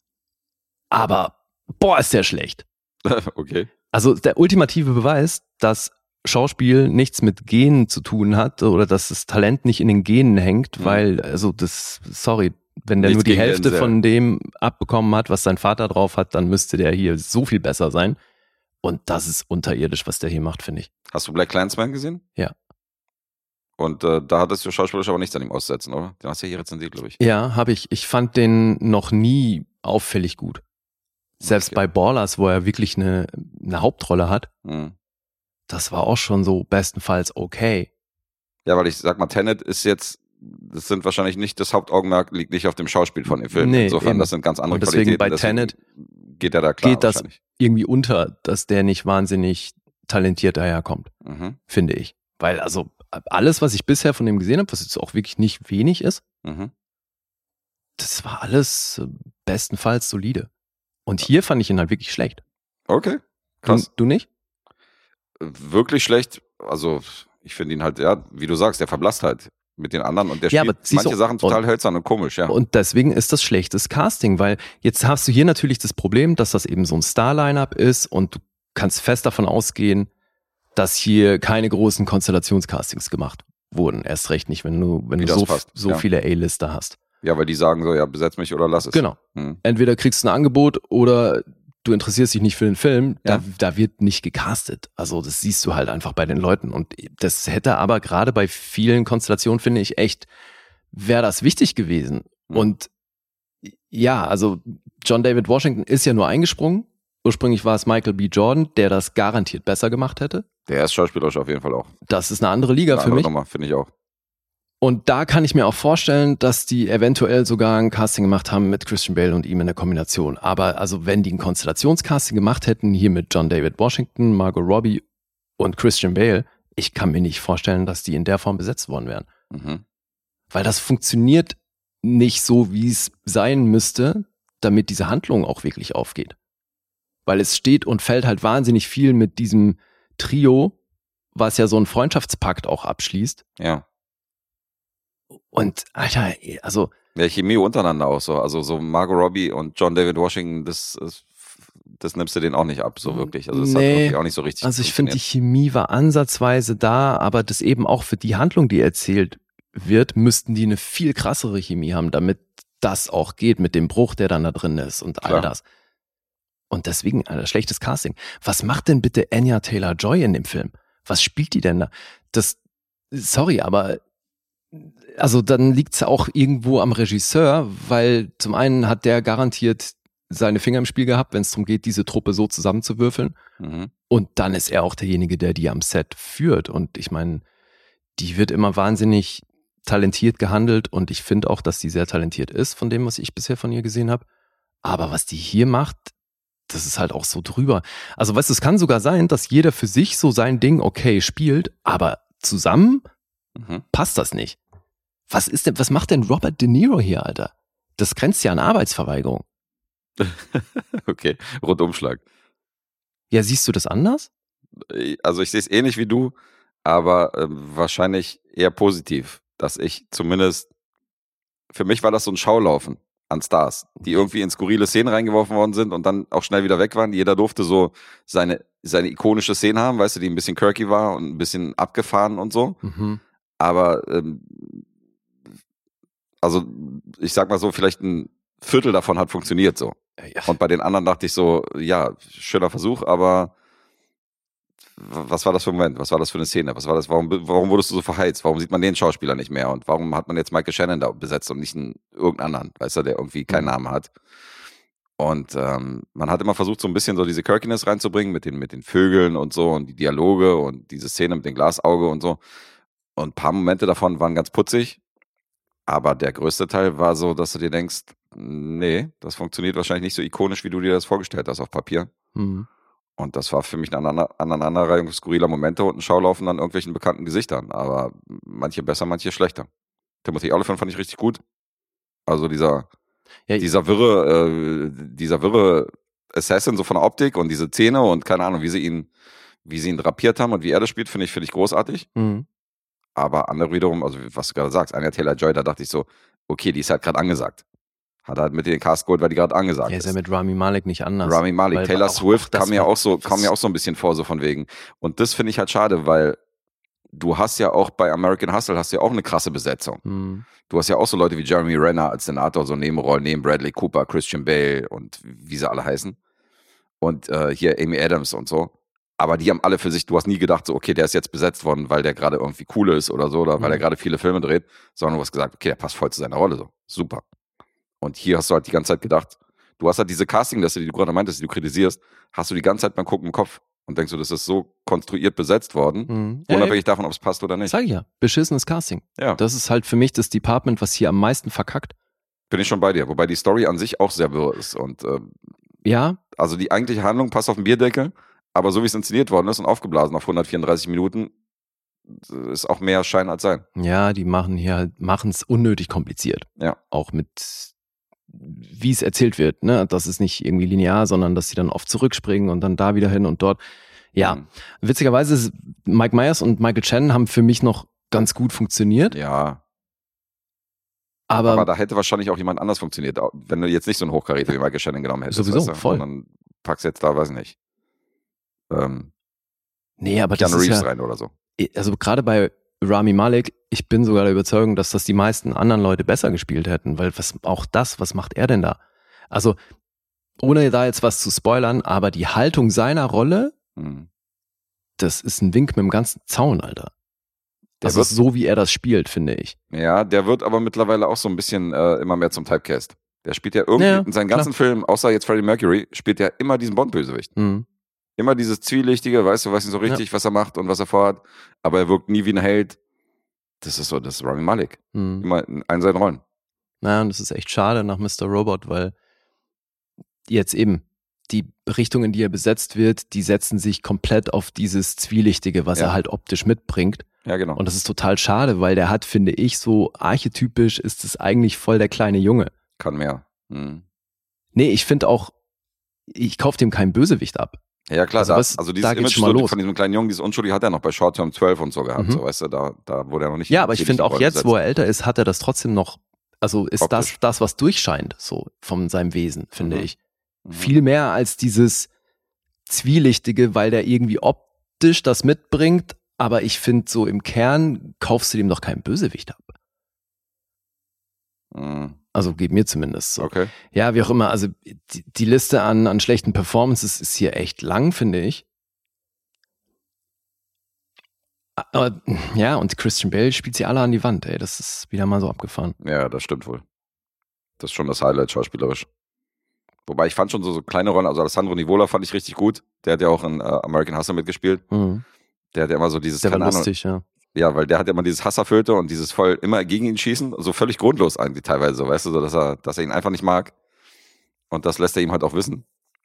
aber boah, ist der schlecht. Okay. Also der ultimative Beweis, dass Schauspiel nichts mit Genen zu tun hat oder dass das Talent nicht in den Genen hängt, weil, also wenn der Nichts nur die gegen Hälfte Denzel. von dem abbekommen hat, was sein Vater drauf hat, dann müsste der hier so viel besser sein. Und das ist unterirdisch, was der hier macht, finde ich. Hast du Black Klansman gesehen? Ja. Und da hattest du schauspielerisch aber nichts an ihm auszusetzen, oder? Den hast du ja hier rezensiert, glaube ich. Ja, habe ich. Ich fand den noch nie auffällig gut. Selbst Okay. bei Ballers, wo er wirklich eine Hauptrolle hat, Mhm. das war auch schon so bestenfalls okay. Ja, weil ich sag mal, Tenet ist jetzt, das sind wahrscheinlich nicht, das Hauptaugenmerk liegt nicht auf dem Schauspiel von dem Film. Nee, Insofern, eben. das sind ganz andere Und deswegen Qualitäten. bei Tenet geht er da klar geht das wahrscheinlich. irgendwie unter, dass der nicht wahnsinnig talentiert daherkommt, Mhm. finde ich. Weil also alles, was ich bisher von dem gesehen habe, was jetzt auch wirklich nicht wenig ist, Mhm. das war alles bestenfalls solide. Und hier fand ich ihn halt wirklich schlecht. Okay, krass. Du nicht? Wirklich schlecht, also ich finde ihn halt, ja, wie du sagst, der verblasst halt mit den anderen und der Ja, spielt aber siehst manche du, Sachen total hölzern und komisch, ja. Und deswegen ist das schlechtes Casting, weil jetzt hast du hier natürlich das Problem, dass das eben so ein Star-Line-Up ist und du kannst fest davon ausgehen, dass hier keine großen Konstellationscastings gemacht wurden. Erst recht nicht, wenn du so ja. viele A-Lister hast. Ja, weil die sagen so, ja, besetz mich oder lass es. Genau. Mhm. Entweder kriegst du ein Angebot oder du interessierst dich nicht für den Film, da wird nicht gecastet. Also das siehst du halt einfach bei den Leuten. Und das hätte aber gerade bei vielen Konstellationen, finde ich, echt, wäre das wichtig gewesen. Mhm. Und ja, also John David Washington ist ja nur eingesprungen. Ursprünglich war es Michael B. Jordan, der das garantiert besser gemacht hätte. Der ist schauspielerisch auf jeden Fall auch. Das ist eine andere Liga Eine für andere mich. Nummer, finde ich auch. Und da kann ich mir auch vorstellen, dass die eventuell sogar ein Casting gemacht haben mit Christian Bale und ihm in der Kombination. Aber also wenn die ein Konstellationscasting gemacht hätten, hier mit John David Washington, Margot Robbie und Christian Bale, ich kann mir nicht vorstellen, dass die in der Form besetzt worden wären. Mhm. Weil das funktioniert nicht so, wie es sein müsste, damit diese Handlung auch wirklich aufgeht. Weil es steht und fällt halt wahnsinnig viel mit diesem Trio, was ja so einen Freundschaftspakt auch abschließt. Ja. Und, Alter, also... Ja, Chemie untereinander auch so. Also so Margot Robbie und John David Washington, das nimmst du denen auch nicht ab, so wirklich. Also das hat irgendwie auch nicht so richtig Also ich finde, die Chemie war ansatzweise da, aber das eben auch für die Handlung, die erzählt wird, müssten die eine viel krassere Chemie haben, damit das auch geht mit dem Bruch, der dann da drin ist und all das. Und deswegen, Alter, schlechtes Casting. Was macht denn bitte Anya Taylor-Joy in dem Film? Was spielt die denn da? Sorry, aber also dann liegt's auch irgendwo am Regisseur, weil zum einen hat der garantiert seine Finger im Spiel gehabt, wenn es darum geht, diese Truppe so zusammenzuwürfeln. Mhm. Und dann ist er auch derjenige, der die am Set führt. Und ich meine, die wird immer wahnsinnig talentiert gehandelt und ich finde auch, dass die sehr talentiert ist, von dem, was ich bisher von ihr gesehen habe. Aber was die hier macht, das ist halt auch so drüber. Also weißt du, es kann sogar sein, dass jeder für sich so sein Ding okay spielt, aber zusammen passt das nicht. Was macht denn Robert De Niro hier, Alter? Das grenzt ja an Arbeitsverweigerung. Okay, Rundumschlag. Ja, siehst du das anders? Also ich sehe es ähnlich wie du, aber wahrscheinlich eher positiv, dass ich zumindest, für mich war das so ein Schaulaufen an Stars, die irgendwie in skurrile Szenen reingeworfen worden sind und dann auch schnell wieder weg waren. Jeder durfte so seine ikonische Szene haben, weißt du, die ein bisschen quirky war und ein bisschen abgefahren und so. Mhm. Aber also ich sag mal so, vielleicht ein Viertel davon hat funktioniert so. Ja. Und bei den anderen dachte ich so, ja, schöner Versuch, aber was war das für ein Moment? Was war das für eine Szene? Was war das? Warum wurdest du so verheizt? Warum sieht man den Schauspieler nicht mehr? Und warum hat man jetzt Michael Shannon da besetzt und nicht irgendeinen anderen, weißt du, der irgendwie keinen Namen hat? Und man hat immer versucht, so ein bisschen so diese Quirkiness reinzubringen mit den Vögeln und so und die Dialoge und diese Szene mit dem Glasauge und so. Und ein paar Momente davon waren ganz putzig. Aber der größte Teil war so, dass du dir denkst, nee, das funktioniert wahrscheinlich nicht so ikonisch, wie du dir das vorgestellt hast auf Papier. Mhm. Und das war für mich eine Aneinanderreihung skurriler Momente und ein Schaulaufen an irgendwelchen bekannten Gesichtern. Aber manche besser, manche schlechter. Timothy Olyphant fand ich richtig gut. Also dieser wirre Assassin so von der Optik und diese Zähne und keine Ahnung, wie sie ihn drapiert haben und wie er das spielt, finde ich großartig. Mhm. Aber andere wiederum, also was du gerade sagst, Anya Taylor-Joy, da dachte ich so, okay, die ist halt gerade angesagt. Hat halt mit den Cast geholt, weil die gerade angesagt ist. Ja, ist ja mit Rami Malek nicht anders. Rami Malek, Taylor Swift kam mir auch so ein bisschen vor, so von wegen. Und das finde ich halt schade, weil du hast ja auch bei American Hustle hast ja auch eine krasse Besetzung. Mhm. Du hast ja auch so Leute wie Jeremy Renner als Senator, so Nebenrollen, neben Bradley Cooper, Christian Bale und wie sie alle heißen. Und hier Amy Adams und so. Aber die haben alle für sich, du hast nie gedacht, so, okay, der ist jetzt besetzt worden, weil der gerade irgendwie cool ist oder so, oder weil er gerade viele Filme dreht, sondern du hast gesagt, okay, der passt voll zu seiner Rolle, so. Super. Und hier hast du halt die ganze Zeit gedacht, du hast halt diese Casting-Liste, die du gerade meintest, die du kritisierst, hast du die ganze Zeit beim Gucken im Kopf und denkst du, das ist so konstruiert besetzt worden, unabhängig davon, ob es passt oder nicht. Sag ich ja, beschissenes Casting. Ja. Das ist halt für mich das Department, was hier am meisten verkackt. Bin ich schon bei dir, wobei die Story an sich auch sehr wirr ist und ja. Also die eigentliche Handlung passt auf den Bierdeckel, aber so wie es inszeniert worden ist und aufgeblasen auf 134 Minuten, ist auch mehr Schein als Sein. Ja, die machen es unnötig kompliziert. Ja. Auch mit, wie es erzählt wird, ne? Das ist nicht irgendwie linear, sondern dass sie dann oft zurückspringen und dann da wieder hin und dort. Ja, witzigerweise ist Mike Myers und Michael Shannon haben für mich noch ganz gut funktioniert. Ja. Aber da hätte wahrscheinlich auch jemand anders funktioniert, wenn du jetzt nicht so einen Hochkaräter wie Michael Shannon genommen hättest. Sowieso, weißt du? voll. Und dann packst du jetzt da, weiß ich nicht. Nee, aber Keanu das ist Reeves ja, rein oder so. Also gerade bei Rami Malek, ich bin sogar der Überzeugung, dass das die meisten anderen Leute besser gespielt hätten, weil was macht er denn da? Also, ohne da jetzt was zu spoilern, aber die Haltung seiner Rolle, das ist ein Wink mit dem ganzen Zaun, Alter. Das ist so, wie er das spielt, finde ich. Ja, der wird aber mittlerweile auch so ein bisschen immer mehr zum Typecast. Der spielt ja irgendwie in seinen ganzen Filmen, außer jetzt Freddie Mercury, spielt er immer diesen Bond-Bösewicht. Immer dieses Zwielichtige, weißt du nicht so richtig, was er macht und was er vorhat, aber er wirkt nie wie ein Held. Das ist Rami Malek. Immer in allen seinen Rollen. Naja, und das ist echt schade nach Mr. Robot, weil jetzt eben die Richtung, in die er besetzt wird, die setzen sich komplett auf dieses Zwielichtige, was er halt optisch mitbringt. Ja, genau. Und das ist total schade, weil der hat, finde ich, so archetypisch ist es eigentlich voll der kleine Junge. Kann mehr. Nee, ich finde auch, ich kaufe dem keinen Bösewicht ab. Ja, klar, also dieses Image von diesem kleinen Jungen, dieses Unschuldige hat er noch bei Short Term 12 und so gehabt, so, weißt du, da wurde er noch nicht. Ja, aber ich finde auch jetzt, wo er älter ist, hat er das trotzdem noch, also ist optisch. das, was durchscheint, so von seinem Wesen, finde ich. Viel mehr als dieses Zwielichtige, weil der irgendwie optisch das mitbringt, aber ich finde so im Kern kaufst du dem doch keinen Bösewicht ab. Also geht mir zumindest so. Okay. Ja, wie auch immer, also die Liste an schlechten Performances ist hier echt lang, finde ich. Aber ja, und Christian Bale spielt sie alle an die Wand, ey, das ist wieder mal so abgefahren. Ja, das stimmt wohl. Das ist schon das Highlight schauspielerisch. Wobei ich fand schon so kleine Rollen, also Alessandro Nivola fand ich richtig gut. Der hat ja auch in American Hustle mitgespielt. Der hat ja immer so dieses... Der war lustig, ja. Ja, weil der hat ja immer dieses Hasserfüllte und dieses voll immer gegen ihn schießen, so völlig grundlos eigentlich teilweise, so, weißt du, so, dass er ihn einfach nicht mag. Und das lässt er ihm halt auch wissen.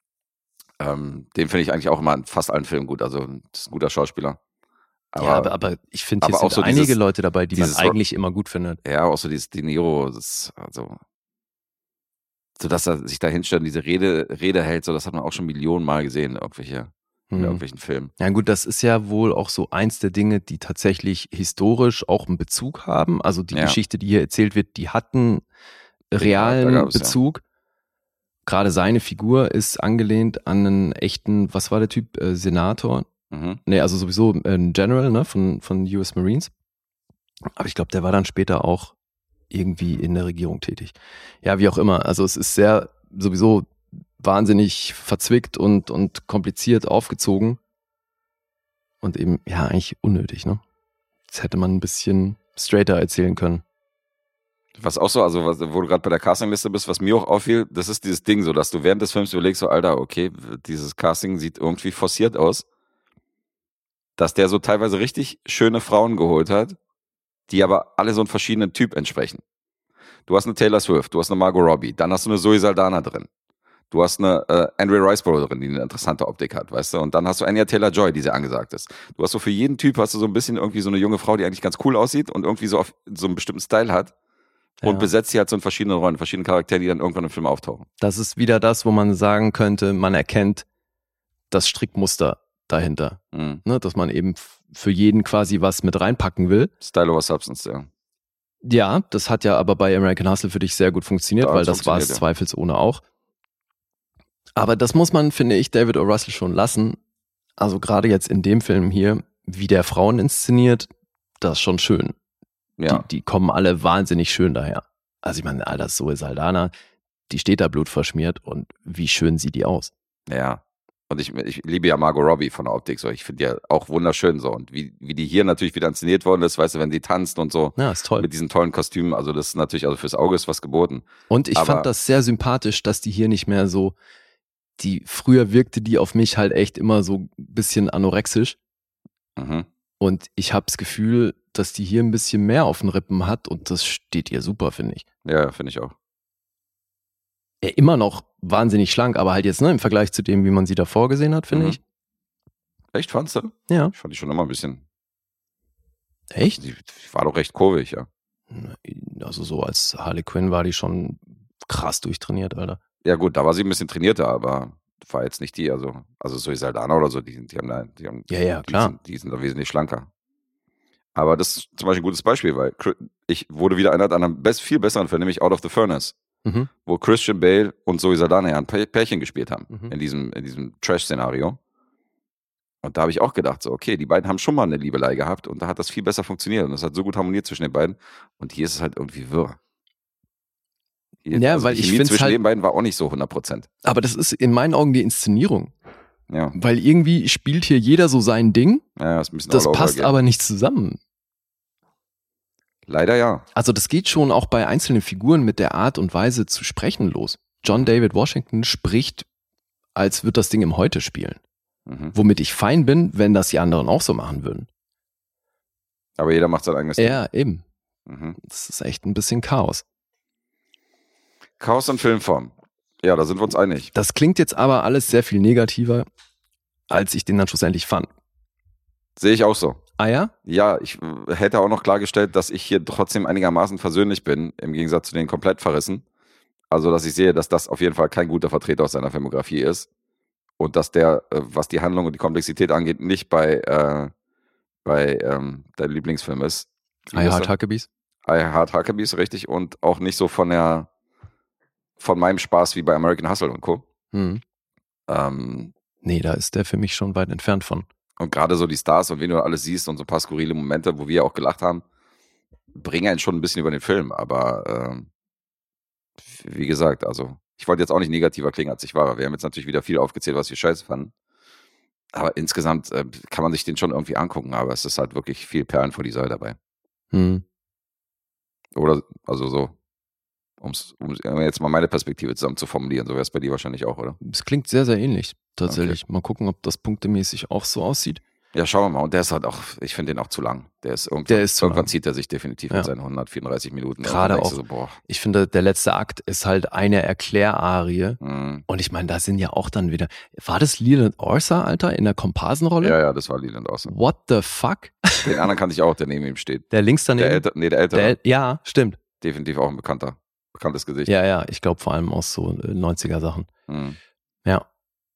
Den finde ich eigentlich auch immer in fast allen Filmen gut, also das ist ein guter Schauspieler. Aber ich finde, hier sind so einige Leute dabei, die man eigentlich immer gut findet. Ja, auch so dieses De Niro, das also so, dass er sich da hinstellt und diese Rede hält, so, das hat man auch schon Millionen Mal gesehen, in irgendwelchen Filmen. Ja gut, das ist ja wohl auch so eins der Dinge, die tatsächlich historisch auch einen Bezug haben. Also die Geschichte, die hier erzählt wird, die hat einen realen Bezug. Gerade seine Figur ist angelehnt an einen echten, was war der Typ? Senator? Nee, also sowieso ein General, ne, von US Marines. Aber ich glaube, der war dann später auch irgendwie in der Regierung tätig. Ja, wie auch immer. Also es ist sehr sowieso wahnsinnig verzwickt und kompliziert aufgezogen. Und eben, ja, eigentlich unnötig, ne? Das hätte man ein bisschen straighter erzählen können. Was auch so, also wo du gerade bei der Castingliste bist, was mir auch auffiel, das ist dieses Ding so, dass du während des Films überlegst, so, Alter, okay, dieses Casting sieht irgendwie forciert aus. Dass der so teilweise richtig schöne Frauen geholt hat, die aber alle so einen verschiedenen Typ entsprechen. Du hast eine Taylor Swift, du hast eine Margot Robbie, dann hast du eine Zoe Saldana drin. Du hast eine Andrea Riseborough drin, die eine interessante Optik hat, weißt du? Und dann hast du Anya Taylor-Joy, die sehr angesagt ist. Du hast so für jeden Typ hast du so ein bisschen irgendwie so eine junge Frau, die eigentlich ganz cool aussieht und irgendwie so einen bestimmten Style hat und besetzt sie halt so in verschiedenen Rollen, verschiedenen Charakteren, die dann irgendwann im Film auftauchen. Das ist wieder das, wo man sagen könnte, man erkennt das Strickmuster dahinter. Ne? Dass man eben für jeden quasi was mit reinpacken will. Style over Substance, ja. Ja, das hat ja aber bei American Hustle für dich sehr gut funktioniert, weil das war es zweifelsohne auch. Aber das muss man, finde ich, David O. Russell schon lassen. Also gerade jetzt in dem Film hier, wie der Frauen inszeniert, das ist schon schön. Ja. Die kommen alle wahnsinnig schön daher. Also ich meine, Alter, Zoe Saldana, die steht da blutverschmiert und wie schön sieht die aus. Ja. Und ich liebe ja Margot Robbie von der Optik so. Ich finde die ja auch wunderschön so. Und wie die hier natürlich wieder inszeniert worden ist, weißt du, wenn sie tanzt und so. Ja, ist toll. Mit diesen tollen Kostümen. Also das ist natürlich, also fürs Auge ist was geboten. Und ich fand das sehr sympathisch, dass die hier nicht mehr so, früher wirkte die auf mich halt echt immer so ein bisschen anorexisch. Und ich habe das Gefühl, dass die hier ein bisschen mehr auf den Rippen hat und das steht ihr super, finde ich. Ja, finde ich auch. Ja, immer noch wahnsinnig schlank, aber halt jetzt im Vergleich zu dem, wie man sie davor gesehen hat, finde ich. Echt, fandst du? Ja. Ich fand die schon immer ein bisschen. Echt? Die war doch recht kurvig, ja. Also so als Harley Quinn war die schon krass durchtrainiert, Alter. Ja gut, da war sie ein bisschen trainierter, aber war jetzt nicht die, also Zoe Saldana oder so, die haben ja, klar. Die sind da wesentlich schlanker. Aber das ist zum Beispiel ein gutes Beispiel, weil ich wurde wieder erinnert an einen viel besseren Film, nämlich Out of the Furnace, wo Christian Bale und Zoe Saldana ja ein Pärchen gespielt haben, in diesem Trash-Szenario. Und da habe ich auch gedacht, so okay, die beiden haben schon mal eine Liebelei gehabt und da hat das viel besser funktioniert und das hat so gut harmoniert zwischen den beiden. Und hier ist es halt irgendwie wirr. Ja, weil ich finde zwischen halt, den beiden war auch nicht so 100%. Aber das ist in meinen Augen die Inszenierung. Ja. Weil irgendwie spielt hier jeder so sein Ding. Ja, ist ein bisschen das passt aber nicht zusammen. Leider ja. Also das geht schon auch bei einzelnen Figuren mit der Art und Weise zu sprechen los. John David Washington spricht, als würde das Ding im Heute spielen. Womit ich fein bin, wenn das die anderen auch so machen würden. Aber jeder macht sein eigenes Ding. Ja, eben. Mhm. Das ist echt ein bisschen Chaos. Chaos in Filmform. Ja, da sind wir uns einig. Das klingt jetzt aber alles sehr viel negativer, als ich den dann schlussendlich fand. Sehe ich auch so. Ah ja? Ja, ich hätte auch noch klargestellt, dass ich hier trotzdem einigermaßen versöhnlich bin, im Gegensatz zu den komplett Verrissen. Also, dass ich sehe, dass das auf jeden Fall kein guter Vertreter aus seiner Filmografie ist. Und dass der, was die Handlung und die Komplexität angeht, nicht bei deinem Lieblingsfilm ist. I Heart Huckabees? I Heart Huckabees, richtig. Und auch nicht so von meinem Spaß wie bei American Hustle und Co. Nee, da ist der für mich schon weit entfernt von. Und gerade so die Stars und wen du alles siehst und so ein paar skurrile Momente, wo wir auch gelacht haben, bringen einen schon ein bisschen über den Film. Aber wie gesagt, also ich wollte jetzt auch nicht negativer klingen, als ich war. Wir haben jetzt natürlich wieder viel aufgezählt, was wir scheiße fanden. Aber insgesamt kann man sich den schon irgendwie angucken, aber es ist halt wirklich viel Perlen vor die Säule dabei. Oder, also so, um jetzt mal meine Perspektive zusammen zu formulieren, so wäre es bei dir wahrscheinlich auch, oder? Es klingt sehr, sehr ähnlich, tatsächlich. Okay. Mal gucken, ob das punktemäßig auch so aussieht. Ja, schauen wir mal. Und der ist halt auch, ich finde den auch zu lang. Irgendwann zieht er sich definitiv mit seinen 134 Minuten. Gerade auch. So, ich finde, der letzte Akt ist halt eine Erklärarie. Und ich meine, da sind ja auch dann wieder, war das Leland Orser, Alter, in der Komparsenrolle? Ja, das war Leland Orser. What the fuck? Den anderen kannte ich auch, der neben ihm steht. Der links daneben? Der Ältere. Ja, stimmt. Definitiv auch ein bekanntes Gesicht. Ja, ich glaube vor allem aus so 90er Sachen. Ja.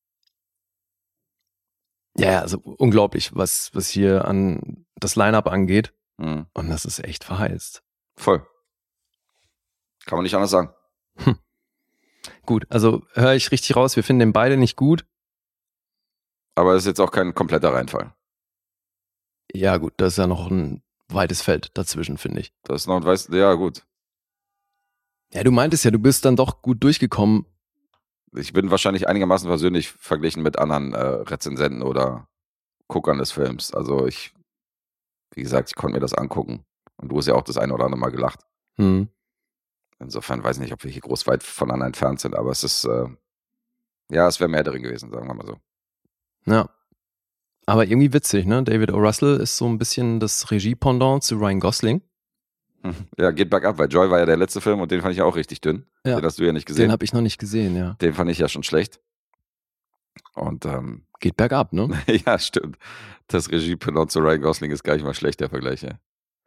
Ja, also unglaublich, was hier an das Line-Up angeht. Und das ist echt verheizt. Voll. Kann man nicht anders sagen. Gut, also höre ich richtig raus, wir finden den beide nicht gut. Aber es ist jetzt auch kein kompletter Reinfall. Ja gut, das ist ja noch ein weites Feld dazwischen, finde ich. Das ist noch ein weites, ja gut. Ja, du meintest ja, du bist dann doch gut durchgekommen. Ich bin wahrscheinlich einigermaßen versöhnlich verglichen mit anderen Rezensenten oder Guckern des Films. Also wie gesagt, ich konnte mir das angucken. Und du hast ja auch das eine oder andere Mal gelacht. Insofern weiß ich nicht, ob wir hier groß weit voneinander entfernt sind, aber es ist, es wäre mehr drin gewesen, sagen wir mal so. Ja. Aber irgendwie witzig, ne? David O. Russell ist so ein bisschen das Regie-Pendant zu Ryan Gosling. Ja, geht bergab, weil Joy war ja der letzte Film und den fand ich ja auch richtig dünn. Ja. Den hast du ja nicht gesehen. Den habe ich noch nicht gesehen, ja. Den fand ich ja schon schlecht. Und geht bergab, ne? Ja, stimmt. Das Regie-Pendant zu Ryan Gosling ist gar nicht mal schlecht, der Vergleich, ja.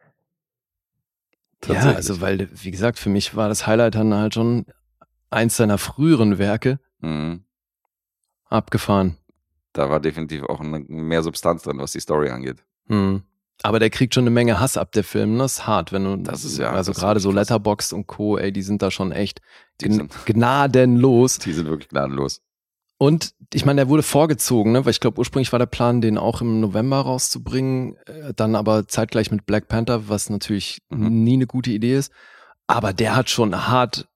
Ja, also weil, wie gesagt, für mich war das Highlight dann halt schon eins seiner früheren Werke. Abgefahren. Da war definitiv auch mehr Substanz drin, was die Story angeht. Aber der kriegt schon eine Menge Hass ab, der Film. Das ist hart, wenn du. Das ist ja. Also gerade so Letterboxd und Co., die sind da schon echt gnadenlos. Die sind wirklich gnadenlos. Und ich meine, der wurde vorgezogen, ne? Weil ich glaube, ursprünglich war der Plan, den auch im November rauszubringen, dann aber zeitgleich mit Black Panther, was natürlich nie eine gute Idee ist. Aber der hat schon hart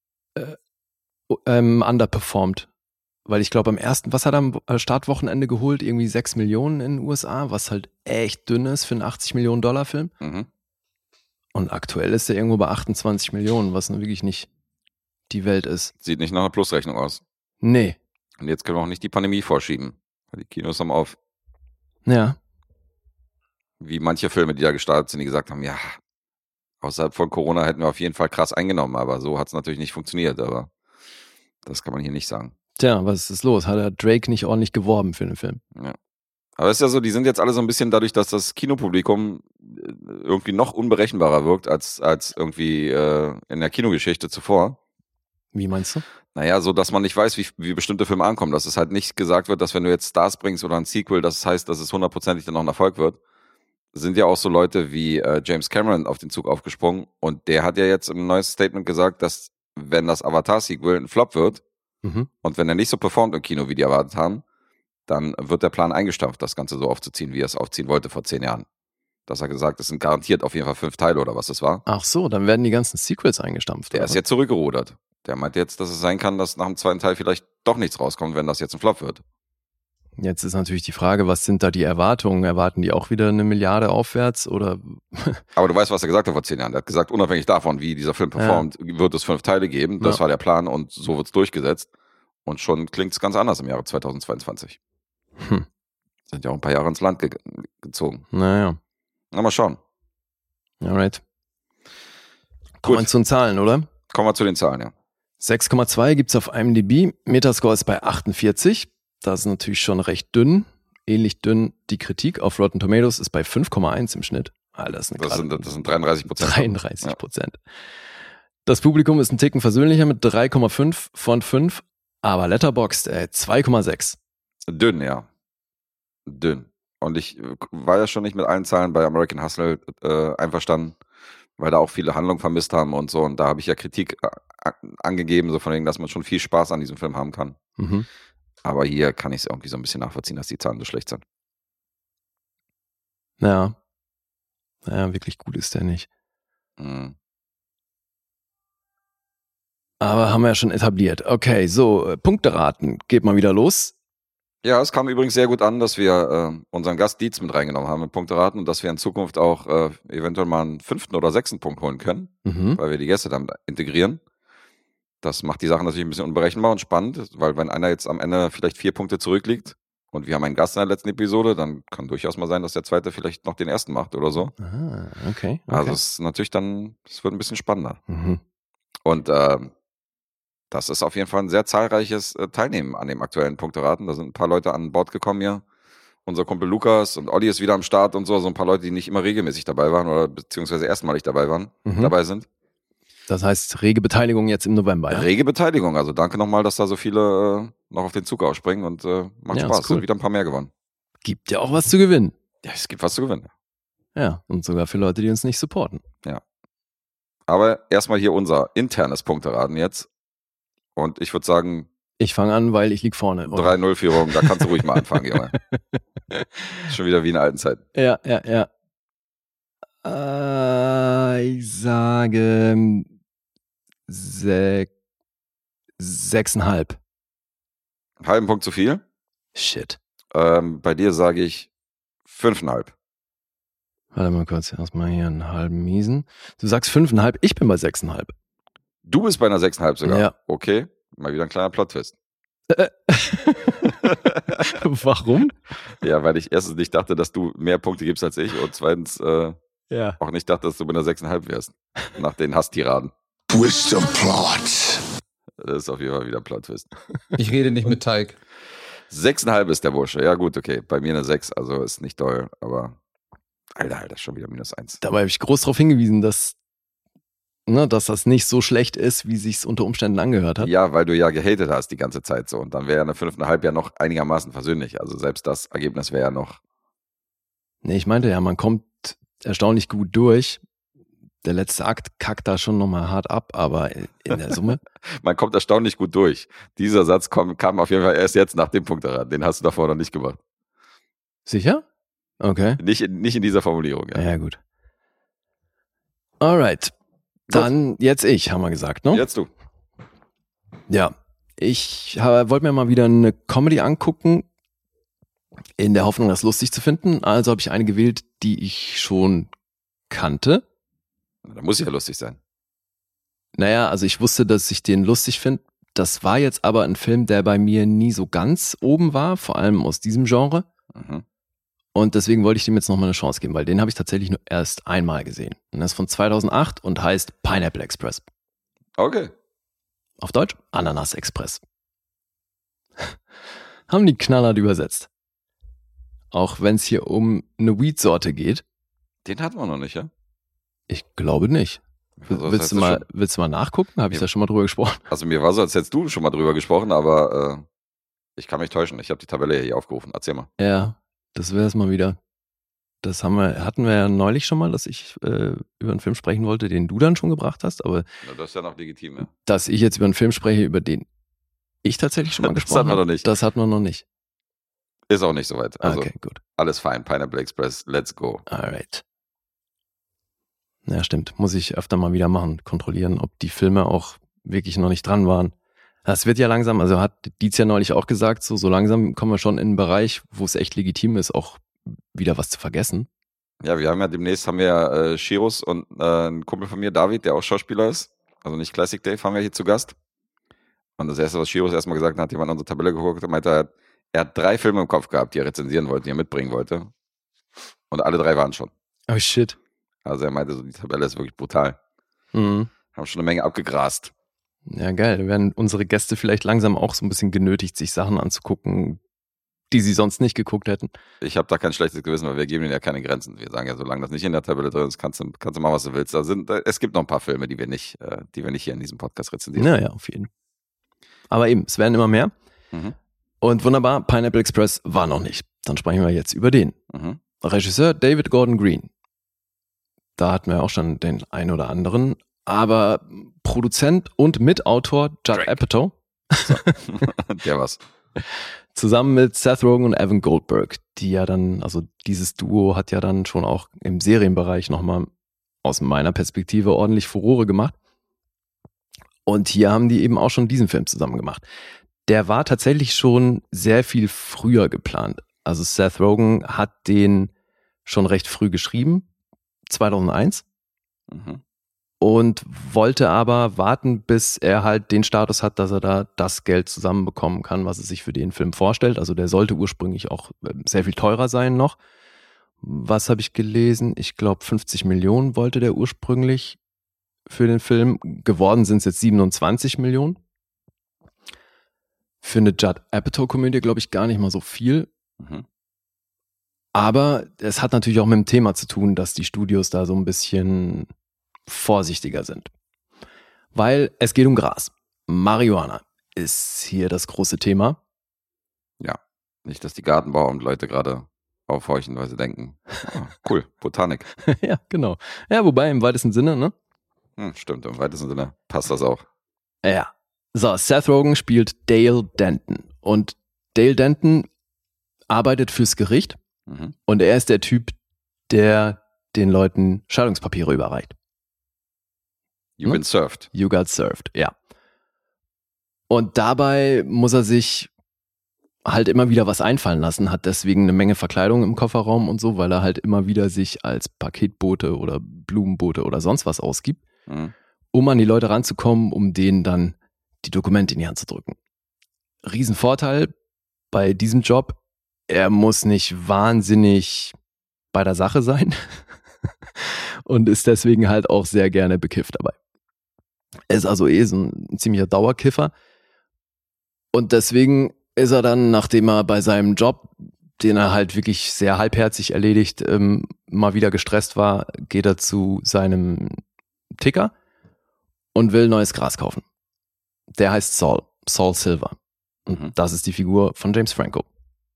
underperformed. Weil ich glaube, am ersten, was hat er am Startwochenende geholt? Irgendwie 6 Millionen in den USA, was halt echt dünn ist für einen 80 Millionen Dollar Film. Und aktuell ist er irgendwo bei 28 Millionen, was wirklich nicht die Welt ist. Sieht nicht nach einer Plusrechnung aus. Nee. Und jetzt können wir auch nicht die Pandemie vorschieben. Weil die Kinos haben auf. Ja. Wie manche Filme, die da gestartet sind, die gesagt haben, ja, außerhalb von Corona hätten wir auf jeden Fall krass eingenommen, aber so hat es natürlich nicht funktioniert, aber das kann man hier nicht sagen. Tja, was ist los? Hat er Drake nicht ordentlich geworben für den Film? Ja. Aber es ist ja so, die sind jetzt alle so ein bisschen dadurch, dass das Kinopublikum irgendwie noch unberechenbarer wirkt als irgendwie in der Kinogeschichte zuvor. Wie meinst du? Naja, so, dass man nicht weiß, wie bestimmte Filme ankommen. Dass es halt nicht gesagt wird, dass wenn du jetzt Stars bringst oder ein Sequel, das heißt, dass es 100%ig dann auch ein Erfolg wird. Sind ja auch so Leute wie James Cameron auf den Zug aufgesprungen und der hat ja jetzt im neues Statement gesagt, dass wenn das Avatar-Sequel ein Flop wird, und wenn er nicht so performt im Kino, wie die erwartet haben, dann wird der Plan eingestampft, das Ganze so aufzuziehen, wie er es aufziehen wollte vor 10 Jahren. Das hat gesagt, es sind garantiert auf jeden Fall 5 Teile oder was es war. Ach so, dann werden die ganzen Sequels eingestampft. Der ist jetzt zurückgerudert. Der meint jetzt, dass es sein kann, dass nach dem zweiten Teil vielleicht doch nichts rauskommt, wenn das jetzt ein Flop wird. Jetzt ist natürlich die Frage, was sind da die Erwartungen? Erwarten die auch wieder 1 Milliarde aufwärts oder? Aber du weißt, was er gesagt hat vor 10 Jahren. Er hat gesagt, unabhängig davon, wie dieser Film performt, wird es 5 Teile geben. Das war der Plan und so wird es durchgesetzt. Und schon klingt es ganz anders im Jahre 2022. Sind ja auch ein paar Jahre ins Land gezogen. Naja. Na, mal schauen. Alright. Kommen wir zu den Zahlen, oder? Kommen wir zu den Zahlen, ja. 6,2 gibt's auf IMDb. Metascore ist bei 48. Das ist natürlich schon recht dünn. Ähnlich dünn die Kritik auf Rotten Tomatoes ist bei 5,1 im Schnitt. Alter, das sind 33%. 33%. Ja. Das Publikum ist ein Ticken versöhnlicher mit 3,5 von 5, aber Letterboxd 2,6. Dünn, ja. Dünn. Und ich war ja schon nicht mit allen Zahlen bei American Hustle einverstanden, weil da auch viele Handlungen vermisst haben und so. Und da habe ich ja Kritik angegeben, so von wegen, dass man schon viel Spaß an diesem Film haben kann. Mhm. Aber hier kann ich es irgendwie so ein bisschen nachvollziehen, dass die Zahlen so schlecht sind. Ja. Naja, wirklich gut ist der nicht. Mhm. Aber haben wir ja schon etabliert. Okay, so, Punkteraten. Geht mal wieder los. Ja, es kam übrigens sehr gut an, dass wir unseren Gast Dietz mit reingenommen haben mit Punkteraten und dass wir in Zukunft auch eventuell mal einen 5. oder 6. Punkt holen können, weil wir die Gäste dann integrieren. Das macht die Sache natürlich ein bisschen unberechenbar und spannend, weil wenn einer jetzt am Ende vielleicht 4 Punkte zurückliegt und wir haben einen Gast in der letzten Episode, dann kann durchaus mal sein, dass der Zweite vielleicht noch den ersten macht oder so. Ah, okay. Also es ist natürlich dann, es wird ein bisschen spannender. Mhm. Und das ist auf jeden Fall ein sehr zahlreiches Teilnehmen an dem aktuellen Punkteraten. Da sind ein paar Leute an Bord gekommen hier. Unser Kumpel Lukas und Olli ist wieder am Start und so. So ein paar Leute, die nicht immer regelmäßig dabei waren oder beziehungsweise erstmalig dabei sind. Das heißt, rege Beteiligung jetzt im November. Ja? Rege Beteiligung. Also danke nochmal, dass da so viele noch auf den Zug aufspringen und macht Spaß. Ist cool. Sind wieder ein paar mehr gewonnen. Gibt ja auch was zu gewinnen. Ja, es gibt was zu gewinnen. Ja, und sogar für Leute, die uns nicht supporten. Ja. Aber erstmal hier unser internes Punkteraten jetzt. Und ich würde sagen, ich fange an, weil ich lieg vorne. 3-0-Führung, da kannst du ruhig mal anfangen, Junge. Schon wieder wie in alten Zeiten. Ja. Ich sage 6,5. Einen halben Punkt zu viel. Shit. Bei dir sage ich 5,5. Warte mal kurz, erstmal hier einen halben Miesen. Du sagst 5,5, ich bin bei 6,5. Du bist bei einer 6,5 sogar? Ja. Okay, mal wieder ein kleiner Plot-Twist. Warum? Ja, weil ich erstens nicht dachte, dass du mehr Punkte gibst als ich und zweitens auch nicht dachte, dass du bei einer 6,5 wärst. Nach den Hasstiraden. Twist of Plot. Das ist auf jeden Fall wieder ein Plot-Twist. Ich rede nicht mit Teig. 6,5 ist der Bursche. Ja gut, okay. Bei mir eine 6, also ist nicht doll, aber Alter, schon wieder -1. Dabei habe ich groß darauf hingewiesen, dass das nicht so schlecht ist, wie sich's unter Umständen angehört hat. Ja, weil du ja gehatet hast die ganze Zeit so. Und dann wäre eine 5,5 ja noch einigermaßen versöhnlich. Also selbst das Ergebnis wäre ja noch. Nee, ich meinte ja, man kommt erstaunlich gut durch. Der letzte Akt kackt da schon nochmal hart ab, aber in der Summe. Man kommt erstaunlich gut durch. Dieser Satz kam auf jeden Fall erst jetzt nach dem Punkt daran. Den hast du davor noch nicht gemacht. Sicher? Okay. Nicht in dieser Formulierung, ja. Ja, gut. Alright. Dann jetzt haben wir gesagt, ne? Jetzt du. Ja. Ich wollte mir mal wieder eine Comedy angucken, in der Hoffnung, das lustig zu finden. Also habe ich eine gewählt, die ich schon kannte. Da muss ja lustig sein. Naja, also ich wusste, dass ich den lustig finde. Das war jetzt aber ein Film, der bei mir nie so ganz oben war, vor allem aus diesem Genre. Mhm. Und deswegen wollte ich dem jetzt nochmal eine Chance geben, weil den habe ich tatsächlich nur erst einmal gesehen. Und das ist von 2008 und heißt Pineapple Express. Okay. Auf Deutsch Ananas Express. Haben die knallhart übersetzt. Auch wenn es hier um eine Weed-Sorte geht. Den hatten wir noch nicht, ja? Ich glaube nicht. Also, willst du mal nachgucken? Habe ich da schon mal drüber gesprochen? Also mir war so, als hättest du schon mal drüber gesprochen, aber ich kann mich täuschen. Ich habe die Tabelle hier aufgerufen. Erzähl mal. Ja, das wäre es mal wieder. Das hatten wir ja neulich schon mal, dass ich über einen Film sprechen wollte, den du dann schon gebracht hast, aber Na, das ist ja noch legitim, ja. dass ich jetzt über einen Film spreche, über den ich tatsächlich schon mal gesprochen habe. Das hatten wir noch nicht. Das hatten wir noch nicht. Ist auch nicht so weit. Also okay, gut. Alles fein. Pineapple Express, let's go. Alright. Ja, stimmt. Muss ich öfter mal wieder machen. Kontrollieren, ob die Filme auch wirklich noch nicht dran waren. Das wird ja langsam, also hat Dietz ja neulich auch gesagt, so langsam kommen wir schon in einen Bereich, wo es echt legitim ist, auch wieder was zu vergessen. Ja, wir haben ja demnächst Shiros und ein Kumpel von mir, David, der auch Schauspieler ist, also nicht Classic Dave, haben wir hier zu Gast. Und das erste, was Shiros erstmal gesagt hat, jemand unsere Tabelle geguckt und meinte, er hat 3 Filme im Kopf gehabt, die er rezensieren wollte, die er mitbringen wollte. Und alle 3 waren schon. Oh shit. Also er meinte, so die Tabelle ist wirklich brutal. Mhm. Haben schon eine Menge abgegrast. Ja, geil. Da werden unsere Gäste vielleicht langsam auch so ein bisschen genötigt, sich Sachen anzugucken, die sie sonst nicht geguckt hätten. Ich habe da kein schlechtes Gewissen, weil wir geben ihnen ja keine Grenzen. Wir sagen ja, solange das nicht in der Tabelle drin ist, kannst du machen, was du willst. Es gibt noch ein paar Filme, die wir nicht hier in diesem Podcast rezensieren. Naja, auf jeden Fall. Aber eben, es werden immer mehr. Mhm. Und wunderbar, Pineapple Express war noch nicht. Dann sprechen wir jetzt über den. Mhm. Regisseur David Gordon Green. Da hatten wir auch schon den einen oder anderen. Aber Produzent und Mitautor Judd Drake. Apatow. So. Der was. Zusammen mit Seth Rogen und Evan Goldberg, die ja dann, also dieses Duo hat ja dann schon auch im Serienbereich nochmal aus meiner Perspektive ordentlich Furore gemacht. Und hier haben die eben auch schon diesen Film zusammen gemacht. Der war tatsächlich schon sehr viel früher geplant. Also Seth Rogen hat den schon recht früh geschrieben, 2001. Mhm. Und wollte aber warten, bis er halt den Status hat, dass er da das Geld zusammenbekommen kann, was er sich für den Film vorstellt. Also der sollte ursprünglich auch sehr viel teurer sein noch. Was habe ich gelesen? Ich glaube 50 Millionen wollte der ursprünglich für den Film. Geworden sind es jetzt 27 Millionen. Für eine Judd Apatow-Komödie glaube ich gar nicht mal so viel. Mhm. Aber es hat natürlich auch mit dem Thema zu tun, dass die Studios da so ein bisschen vorsichtiger sind. Weil es geht um Gras. Marihuana ist hier das große Thema. Ja, nicht, dass die Gartenbauer und Leute gerade aufhorchen, weil sie denken, cool, Botanik. Ja, genau. Ja, wobei im weitesten Sinne, ne? Stimmt, im weitesten Sinne passt das auch. Ja. So, Seth Rogen spielt Dale Denton. Und Dale Denton arbeitet fürs Gericht. Mhm. Und er ist der Typ, der den Leuten Scheidungspapiere überreicht. You've been served. You got served, ja. Und dabei muss er sich halt immer wieder was einfallen lassen, hat deswegen eine Menge Verkleidung im Kofferraum und so, weil er halt immer wieder sich als Paketbote oder Blumenbote oder sonst was ausgibt, um an die Leute ranzukommen, um denen dann die Dokumente in die Hand zu drücken. Riesenvorteil bei diesem Job, er muss nicht wahnsinnig bei der Sache sein und ist deswegen halt auch sehr gerne bekifft dabei. Er ist also so ein ziemlicher Dauerkiffer und deswegen ist er dann, nachdem er bei seinem Job, den er halt wirklich sehr halbherzig erledigt, mal wieder gestresst war, geht er zu seinem Ticker und will neues Gras kaufen. Der heißt Saul Silver. Und das ist die Figur von James Franco.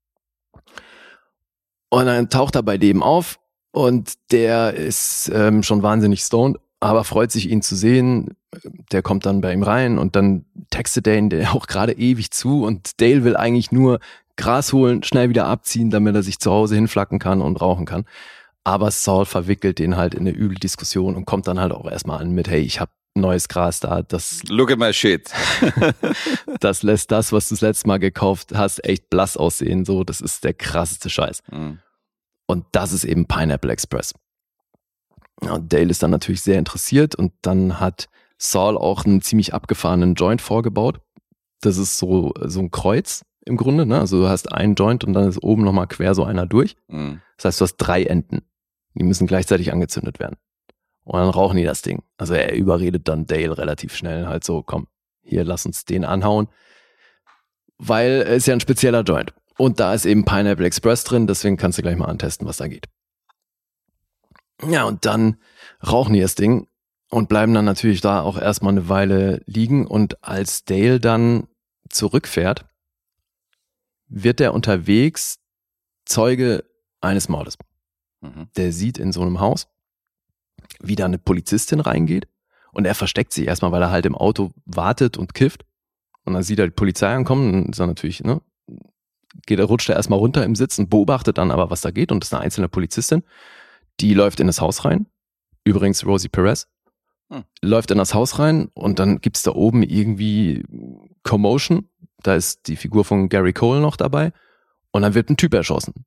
Und dann taucht er bei dem auf und der ist schon wahnsinnig stoned, aber freut sich, ihn zu sehen. Der kommt dann bei ihm rein und dann textet er ihn der auch gerade ewig zu und Dale will eigentlich nur Gras holen, schnell wieder abziehen, damit er sich zu Hause hinflacken kann und rauchen kann. Aber Saul verwickelt den halt in eine üble Diskussion und kommt dann halt auch erstmal an mit, hey, ich habe neues Gras da, das Look at my shit. das lässt das, was du das letzte Mal gekauft hast, echt blass aussehen. So, das ist der krasseste Scheiß. Und das ist eben Pineapple Express. Ja, und Dale ist dann natürlich sehr interessiert und dann hat Saul auch einen ziemlich abgefahrenen Joint vorgebaut. Das ist so ein Kreuz im Grunde, ne? Also du hast einen Joint und dann ist oben nochmal quer so einer durch. Das heißt, du hast 3 Enden. Die müssen gleichzeitig angezündet werden. Und dann rauchen die das Ding. Also er überredet dann Dale relativ schnell halt so, komm, hier, lass uns den anhauen. Weil es ist ja ein spezieller Joint. Und da ist eben Pineapple Express drin, deswegen kannst du gleich mal antesten, was da geht. Ja, und dann rauchen die das Ding und bleiben dann natürlich da auch erstmal eine Weile liegen. Und als Dale dann zurückfährt, wird er unterwegs Zeuge eines Mordes. Der sieht in so einem Haus, wie da eine Polizistin reingeht und er versteckt sich erstmal, weil er halt im Auto wartet und kifft. Und dann sieht er die Polizei ankommen, dann ist er natürlich, ne, rutscht er erstmal runter im Sitz und beobachtet dann aber, was da geht. Und das ist eine einzelne Polizistin, die läuft in das Haus rein. Übrigens Rosie Perez. Läuft in das Haus rein und dann gibt's da oben irgendwie Commotion. Da ist die Figur von Gary Cole noch dabei. Und dann wird ein Typ erschossen.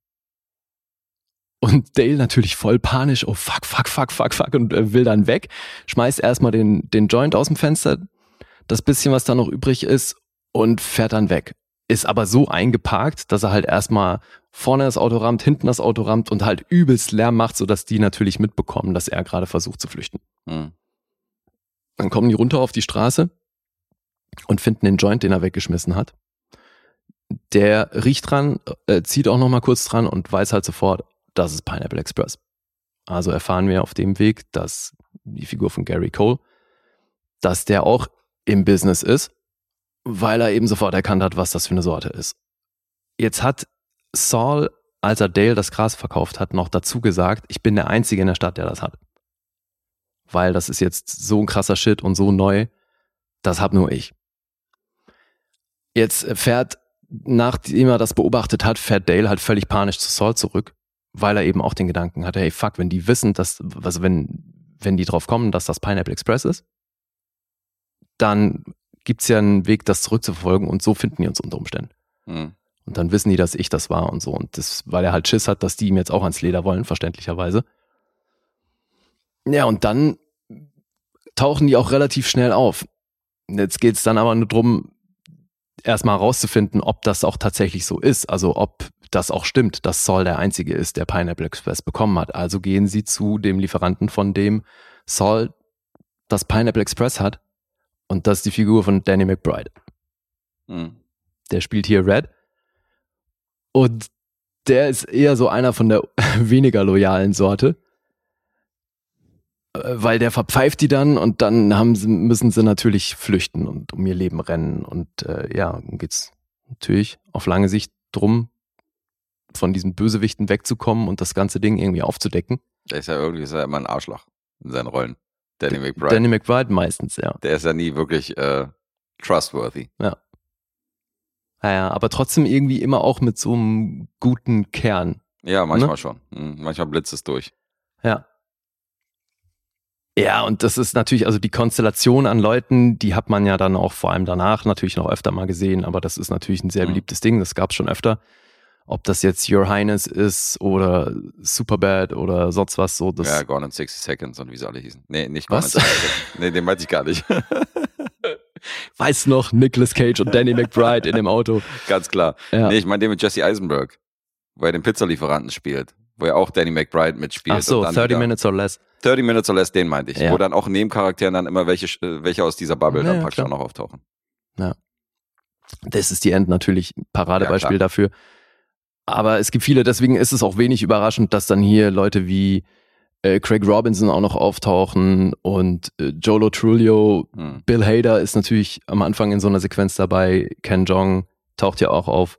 Und Dale natürlich voll panisch, oh fuck, und will dann weg, schmeißt erstmal den Joint aus dem Fenster, das bisschen, was da noch übrig ist, und fährt dann weg. Ist aber so eingeparkt, dass er halt erstmal vorne das Auto rammt, hinten das Auto rammt und halt übelst Lärm macht, sodass die natürlich mitbekommen, dass er gerade versucht zu flüchten. Mhm. Dann kommen die runter auf die Straße und finden den Joint, den er weggeschmissen hat. Der riecht dran, zieht auch nochmal kurz dran und weiß halt sofort, das ist Pineapple Express. Also erfahren wir auf dem Weg, dass die Figur von Gary Cole, dass der auch im Business ist, weil er eben sofort erkannt hat, was das für eine Sorte ist. Jetzt hat Saul, als er Dale das Gras verkauft hat, noch dazu gesagt, ich bin der Einzige in der Stadt, der das hat. Weil das ist jetzt so ein krasser Shit und so neu, das hab nur ich. Jetzt nachdem er das beobachtet hat, fährt Dale halt völlig panisch zu Saul zurück, weil er eben auch den Gedanken hatte, hey fuck, wenn die wissen, dass, also wenn die drauf kommen, dass das Pineapple Express ist, dann gibt's ja einen Weg, das zurückzuverfolgen und so finden die uns unter Umständen. Mhm. Und dann wissen die, dass ich das war und so. Und das, weil er halt Schiss hat, dass die ihm jetzt auch ans Leder wollen, verständlicherweise. Ja, und dann tauchen die auch relativ schnell auf. Jetzt geht's dann aber nur drum, erstmal rauszufinden, ob das auch tatsächlich so ist. Also ob das auch stimmt, dass Saul der Einzige ist, der Pineapple Express bekommen hat. Also gehen sie zu dem Lieferanten, von dem Saul das Pineapple Express hat. Und das ist die Figur von Danny McBride. Mhm. Der spielt hier Red. Und der ist eher so einer von der weniger loyalen Sorte. Weil der verpfeift die dann und dann müssen sie natürlich flüchten und um ihr Leben rennen. Und dann geht's natürlich auf lange Sicht drum, von diesen Bösewichten wegzukommen und das ganze Ding irgendwie aufzudecken. Der ist ja immer ein Arschloch in seinen Rollen. Danny McBride. Danny McBride meistens, ja. Der ist ja nie wirklich trustworthy. Ja. Naja, aber trotzdem irgendwie immer auch mit so einem guten Kern. Ja, manchmal schon. Manchmal blitzt es durch. Ja. Ja, und das ist natürlich, also die Konstellation an Leuten, die hat man ja dann auch vor allem danach natürlich noch öfter mal gesehen, aber das ist natürlich ein sehr beliebtes Ding, das gab es schon öfter. Ob das jetzt Your Highness ist oder Superbad oder sonst was so. Das ja, Gone in 60 Seconds und wie sie alle hießen. Nee, nicht Gone was? in 60 Seconds. Nee, den meinte ich gar nicht. Weiß noch, Nicolas Cage und Danny McBride in dem Auto. Ganz klar. Ja. Nee, ich meine den mit Jesse Eisenberg, wo er den Pizzalieferanten spielt, wo er auch Danny McBride mitspielt. Ach so, 30 Minutes or Less. 30 Minutes or Less, den meinte ich. Ja. Wo dann auch neben Charakteren dann immer welche aus dieser Bubble dann praktisch klar. auch noch auftauchen. Ja. Das ist die End natürlich ein Paradebeispiel dafür. Aber es gibt viele, deswegen ist es auch wenig überraschend, dass dann hier Leute wie Craig Robinson auch noch auftauchen und Jolo Trulio, Bill Hader ist natürlich am Anfang in so einer Sequenz dabei, Ken Jeong taucht ja auch auf.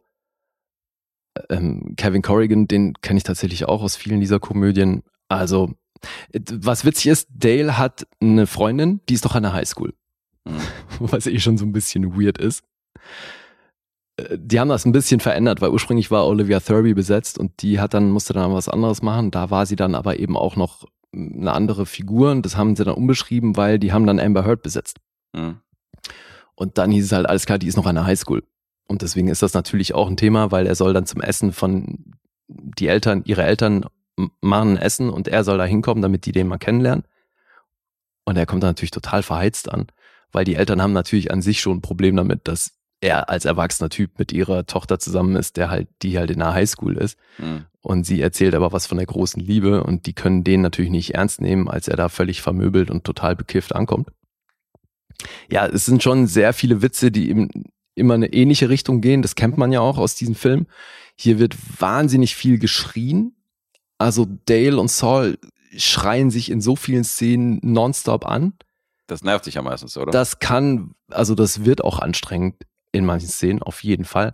Kevin Corrigan, den kenne ich tatsächlich auch aus vielen dieser Komödien. Also, was witzig ist, Dale hat eine Freundin, die ist doch an der Highschool. Was schon so ein bisschen weird ist. Die haben das ein bisschen verändert, weil ursprünglich war Olivia Thirlby besetzt und musste dann was anderes machen. Da war sie dann aber eben auch noch eine andere Figur und das haben sie dann umbeschrieben, weil die haben dann Amber Heard besetzt. Und dann hieß es halt, alles klar, die ist noch an der Highschool. Und deswegen ist das natürlich auch ein Thema, weil er soll dann zum Essen ihre Eltern machen ein Essen und er soll da hinkommen, damit die den mal kennenlernen. Und er kommt dann natürlich total verheizt an, weil die Eltern haben natürlich an sich schon ein Problem damit, dass er als erwachsener Typ mit ihrer Tochter zusammen ist, die halt in der Highschool ist. Und sie erzählt aber was von der großen Liebe und die können den natürlich nicht ernst nehmen, als er da völlig vermöbelt und total bekifft ankommt. Ja, es sind schon sehr viele Witze, die eben immer eine ähnliche Richtung gehen. Das kennt man ja auch aus diesem Film. Hier wird wahnsinnig viel geschrien. Also Dale und Saul schreien sich in so vielen Szenen nonstop an. Das nervt dich ja meistens, oder? Das wird auch anstrengend in manchen Szenen, auf jeden Fall.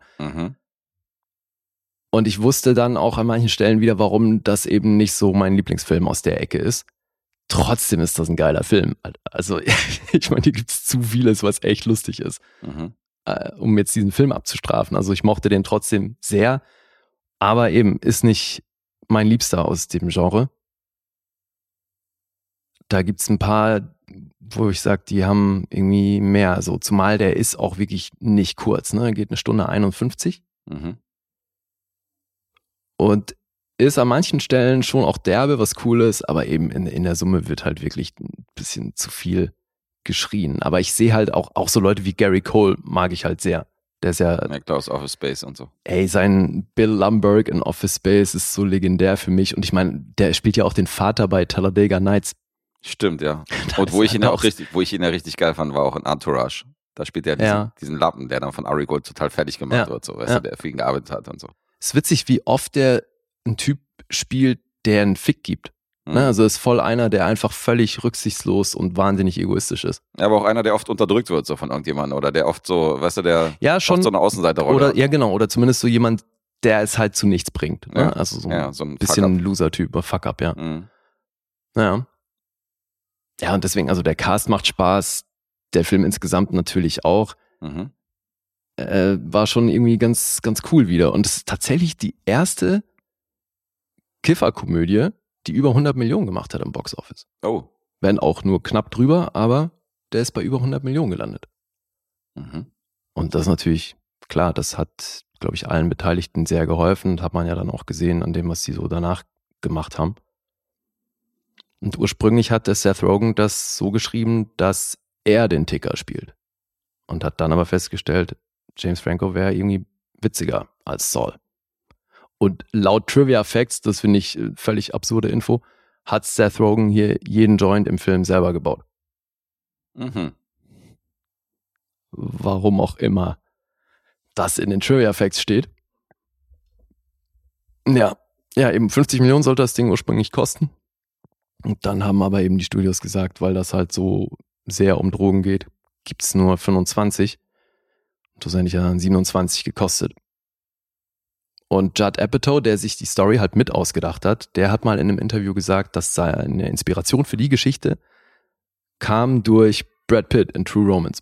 Und ich wusste dann auch an manchen Stellen wieder, warum das eben nicht so mein Lieblingsfilm aus der Ecke ist. Trotzdem ist das ein geiler Film. Also ich meine, hier gibt es zu vieles, was echt lustig ist, um jetzt diesen Film abzustrafen. Also ich mochte den trotzdem sehr, aber eben ist nicht mein Liebster aus dem Genre. Da gibt's ein paar, wo ich sage, die haben irgendwie mehr. Also zumal der ist auch wirklich nicht kurz, ne? Geht 1 Stunde 51. Und ist an manchen Stellen schon auch derbe, was cool ist, aber eben in der Summe wird halt wirklich ein bisschen zu viel geschrien. Aber ich sehe halt auch so Leute wie Gary Cole mag ich halt sehr. Der ist ja... Klaus Office Space und so. Ey, sein Bill Lumbergh in Office Space ist so legendär für mich. Und ich meine, der spielt ja auch den Vater bei Talladega Nights. Stimmt, ja. Und wo ich ihn ja richtig geil fand, war auch in Entourage. Da spielt er diesen Lappen, der dann von Ari Gold total fertig gemacht wird, so, weißt du, der für ihn gearbeitet hat und so. Es ist witzig, wie oft der ein Typ spielt, der einen Fick gibt. Ne? Also ist voll einer, der einfach völlig rücksichtslos und wahnsinnig egoistisch ist. Ja, aber auch einer, der oft unterdrückt wird so von irgendjemandem oder der oft so, weißt du, der schon, oft so eine Außenseiterrolle oder hat. Ja, genau. Oder zumindest so jemand, der es halt zu nichts bringt. Ne? Ja. Also so ein ein bisschen Loser-Typ, Fuck-up, ja. Naja. Ja, und deswegen, also der Cast macht Spaß, der Film insgesamt natürlich auch. War schon irgendwie ganz, ganz cool wieder. Und es ist tatsächlich die erste Kiffer-Komödie, die über 100 Millionen gemacht hat im Boxoffice. Oh. Wenn auch nur knapp drüber, aber der ist bei über 100 Millionen gelandet. Und das ist natürlich, klar, das hat, glaube ich, allen Beteiligten sehr geholfen. Das hat man ja dann auch gesehen an dem, was sie so danach gemacht haben. Und ursprünglich hat der Seth Rogen das so geschrieben, dass er den Ticker spielt. Und hat dann aber festgestellt, James Franco wäre irgendwie witziger als Saul. Und laut Trivia Facts, das finde ich völlig absurde Info, hat Seth Rogen hier jeden Joint im Film selber gebaut. Warum auch immer das in den Trivia Facts steht. Ja, eben 50 Millionen sollte das Ding ursprünglich kosten. Und dann haben aber eben die Studios gesagt, weil das halt so sehr um Drogen geht, gibt es nur 25. Und schlussendlich hat dann 27 gekostet. Und Judd Apatow, der sich die Story halt mit ausgedacht hat, der hat mal in einem Interview gesagt, dass seine Inspiration für die Geschichte kam durch Brad Pitt in True Romance.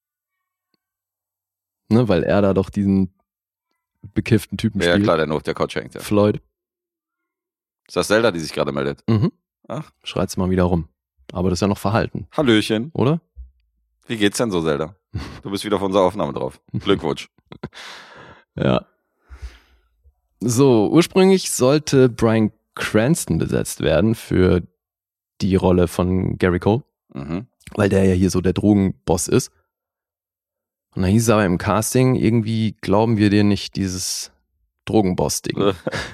Ne, weil er da doch diesen bekifften Typen spielt. Ja, klar, der nur auf der Couch hängt. Ja. Floyd. Ist das Zelda, die sich gerade meldet? Ach. Schreit's mal wieder rum. Aber das ist ja noch verhalten. Hallöchen. Oder? Wie geht's denn so, Zelda? Du bist wieder auf unserer Aufnahme drauf. Glückwunsch. Ja. So, ursprünglich sollte Bryan Cranston besetzt werden für die Rolle von Gary Cole, weil der ja hier so der Drogenboss ist. Und dann hieß es aber im Casting, irgendwie glauben wir dir nicht dieses Drogenboss-Ding.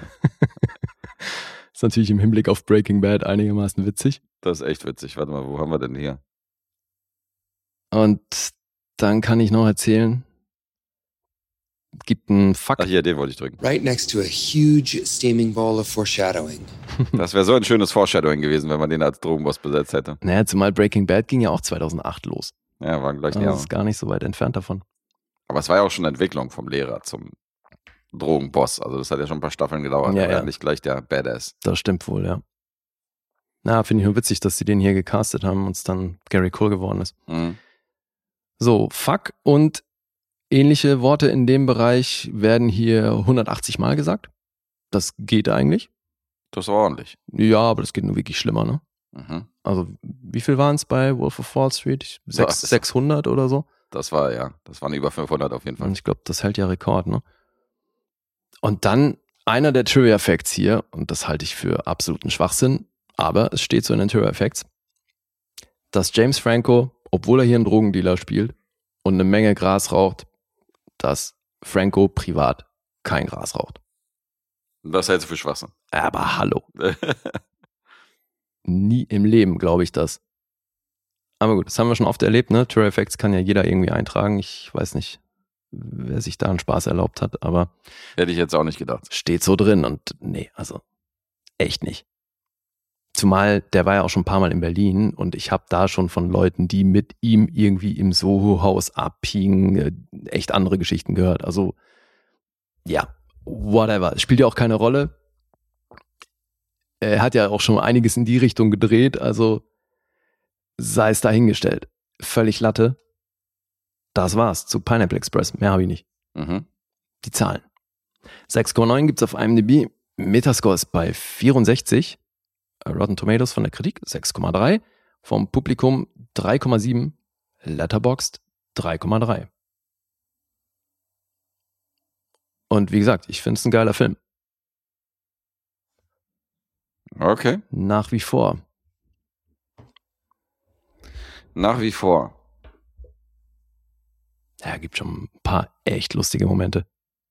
Ist natürlich im Hinblick auf Breaking Bad einigermaßen witzig. Das ist echt witzig. Warte mal, wo haben wir denn hier? Und dann kann ich noch erzählen, gibt einen Fakt. Ach, hier, den wollte ich drücken. Right next to a huge steaming ball of foreshadowing. Das wäre so ein schönes Foreshadowing gewesen, wenn man den als Drogenboss besetzt hätte. Naja, zumal Breaking Bad ging ja auch 2008 los. Ja, waren gleich Das ist gar nicht so weit entfernt davon. Aber es war ja auch schon eine Entwicklung vom Lehrer zum Drogenboss. Also das hat ja schon ein paar Staffeln gedauert. Ja, war ja nicht gleich der Badass. Das stimmt wohl, ja. Na, finde ich nur witzig, dass sie den hier gecastet haben und es dann Gary Cole geworden ist. So, fuck und ähnliche Worte in dem Bereich werden hier 180 Mal gesagt. Das geht eigentlich. Das war ordentlich. Ja, aber das geht nur wirklich schlimmer, ne? Also, wie viel waren es bei Wolf of Wall Street? 600 oder so? Das waren über 500 auf jeden Fall. Und ich glaube, das hält ja Rekord, ne? Und dann einer der Trivia Facts hier, und das halte ich für absoluten Schwachsinn, aber es steht so in den Trivia Facts, dass James Franco, obwohl er hier einen Drogendealer spielt und eine Menge Gras raucht, dass Franco privat kein Gras raucht. Was hältst du für Schwachsinn? Aber hallo. Nie im Leben glaube ich das. Aber gut, das haben wir schon oft erlebt, ne? Trivia Facts kann ja jeder irgendwie eintragen. Ich weiß nicht, wer sich da einen Spaß erlaubt hat, aber hätte ich jetzt auch nicht gedacht. Steht so drin und nee, also echt nicht. Zumal der war ja auch schon ein paar Mal in Berlin und ich habe da schon von Leuten, die mit ihm irgendwie im Soho-Haus abhingen, echt andere Geschichten gehört. Also ja, whatever. Spielt ja auch keine Rolle. Er hat ja auch schon einiges in die Richtung gedreht, also sei es dahingestellt. Völlig Latte. Das war's zu Pineapple Express. Mehr habe ich nicht. Die Zahlen. 6,9 gibt's auf IMDb. Metascore ist bei 64. Rotten Tomatoes von der Kritik 6,3. Vom Publikum 3,7. Letterboxd 3,3. Und wie gesagt, ich finde es ein geiler Film. Okay. Nach wie vor. Nach wie vor. Ja, Ja, gibt schon ein paar echt lustige Momente.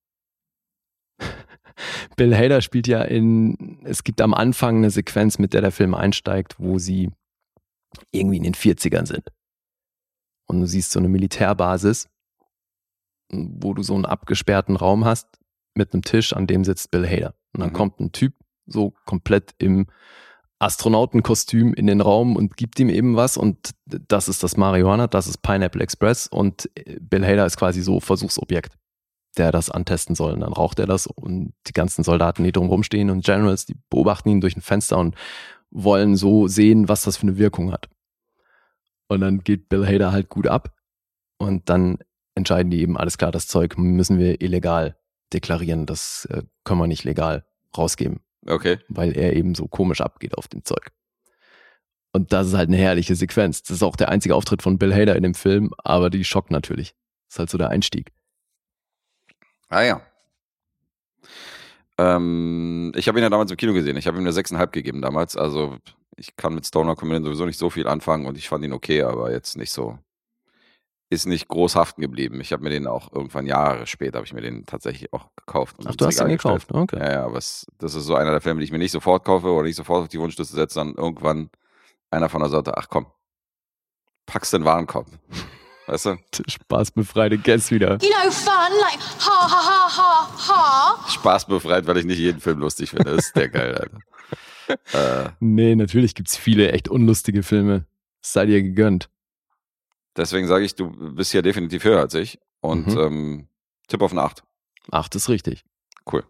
Bill Hader spielt ja es gibt am Anfang eine Sequenz, mit der Film einsteigt, wo sie irgendwie in den 40ern sind. Und du siehst so eine Militärbasis, wo du so einen abgesperrten Raum hast mit einem Tisch, an dem sitzt Bill Hader. Und dann kommt ein Typ so komplett im Astronautenkostüm in den Raum und gibt ihm eben was und das ist das Marihuana, das ist Pineapple Express und Bill Hader ist quasi so Versuchsobjekt, der das antesten soll. Und dann raucht er das und die ganzen Soldaten, die drumherum stehen und Generals, die beobachten ihn durch ein Fenster und wollen so sehen, was das für eine Wirkung hat. Und dann geht Bill Hader halt gut ab und dann entscheiden die eben, alles klar, das Zeug müssen wir illegal deklarieren, das können wir nicht legal rausgeben. Okay. Weil er eben so komisch abgeht auf dem Zeug. Und das ist halt eine herrliche Sequenz. Das ist auch der einzige Auftritt von Bill Hader in dem Film, aber die schockt natürlich. Das ist halt so der Einstieg. Ah ja. Ich habe ihn ja damals im Kino gesehen. Ich habe ihm eine 6,5 gegeben damals. Also ich kann mit Stoner Comedian sowieso nicht so viel anfangen und ich fand ihn okay, aber jetzt nicht so. Ist nicht groß haften geblieben. Ich habe mir den auch irgendwann Jahre später, habe ich mir den tatsächlich auch gekauft. Ach, du hast den gekauft? Okay. Ja, aber das ist so einer der Filme, die ich mir nicht sofort kaufe oder nicht sofort auf die Wunschliste setze, dann irgendwann einer von der Sorte, ach komm, packst den Warenkorb. Weißt du? Spaßbefreite Guess wieder. You know, fun, like ha, ha, ha, ha, ha. Spaßbefreit, weil ich nicht jeden Film lustig finde. Das ist der geil, Alter. Nee, natürlich gibt's viele echt unlustige Filme. Es sei dir gegönnt. Deswegen sage ich, du bist ja definitiv höher als ich. Und Tipp auf eine 8. 8 ist richtig. Cool.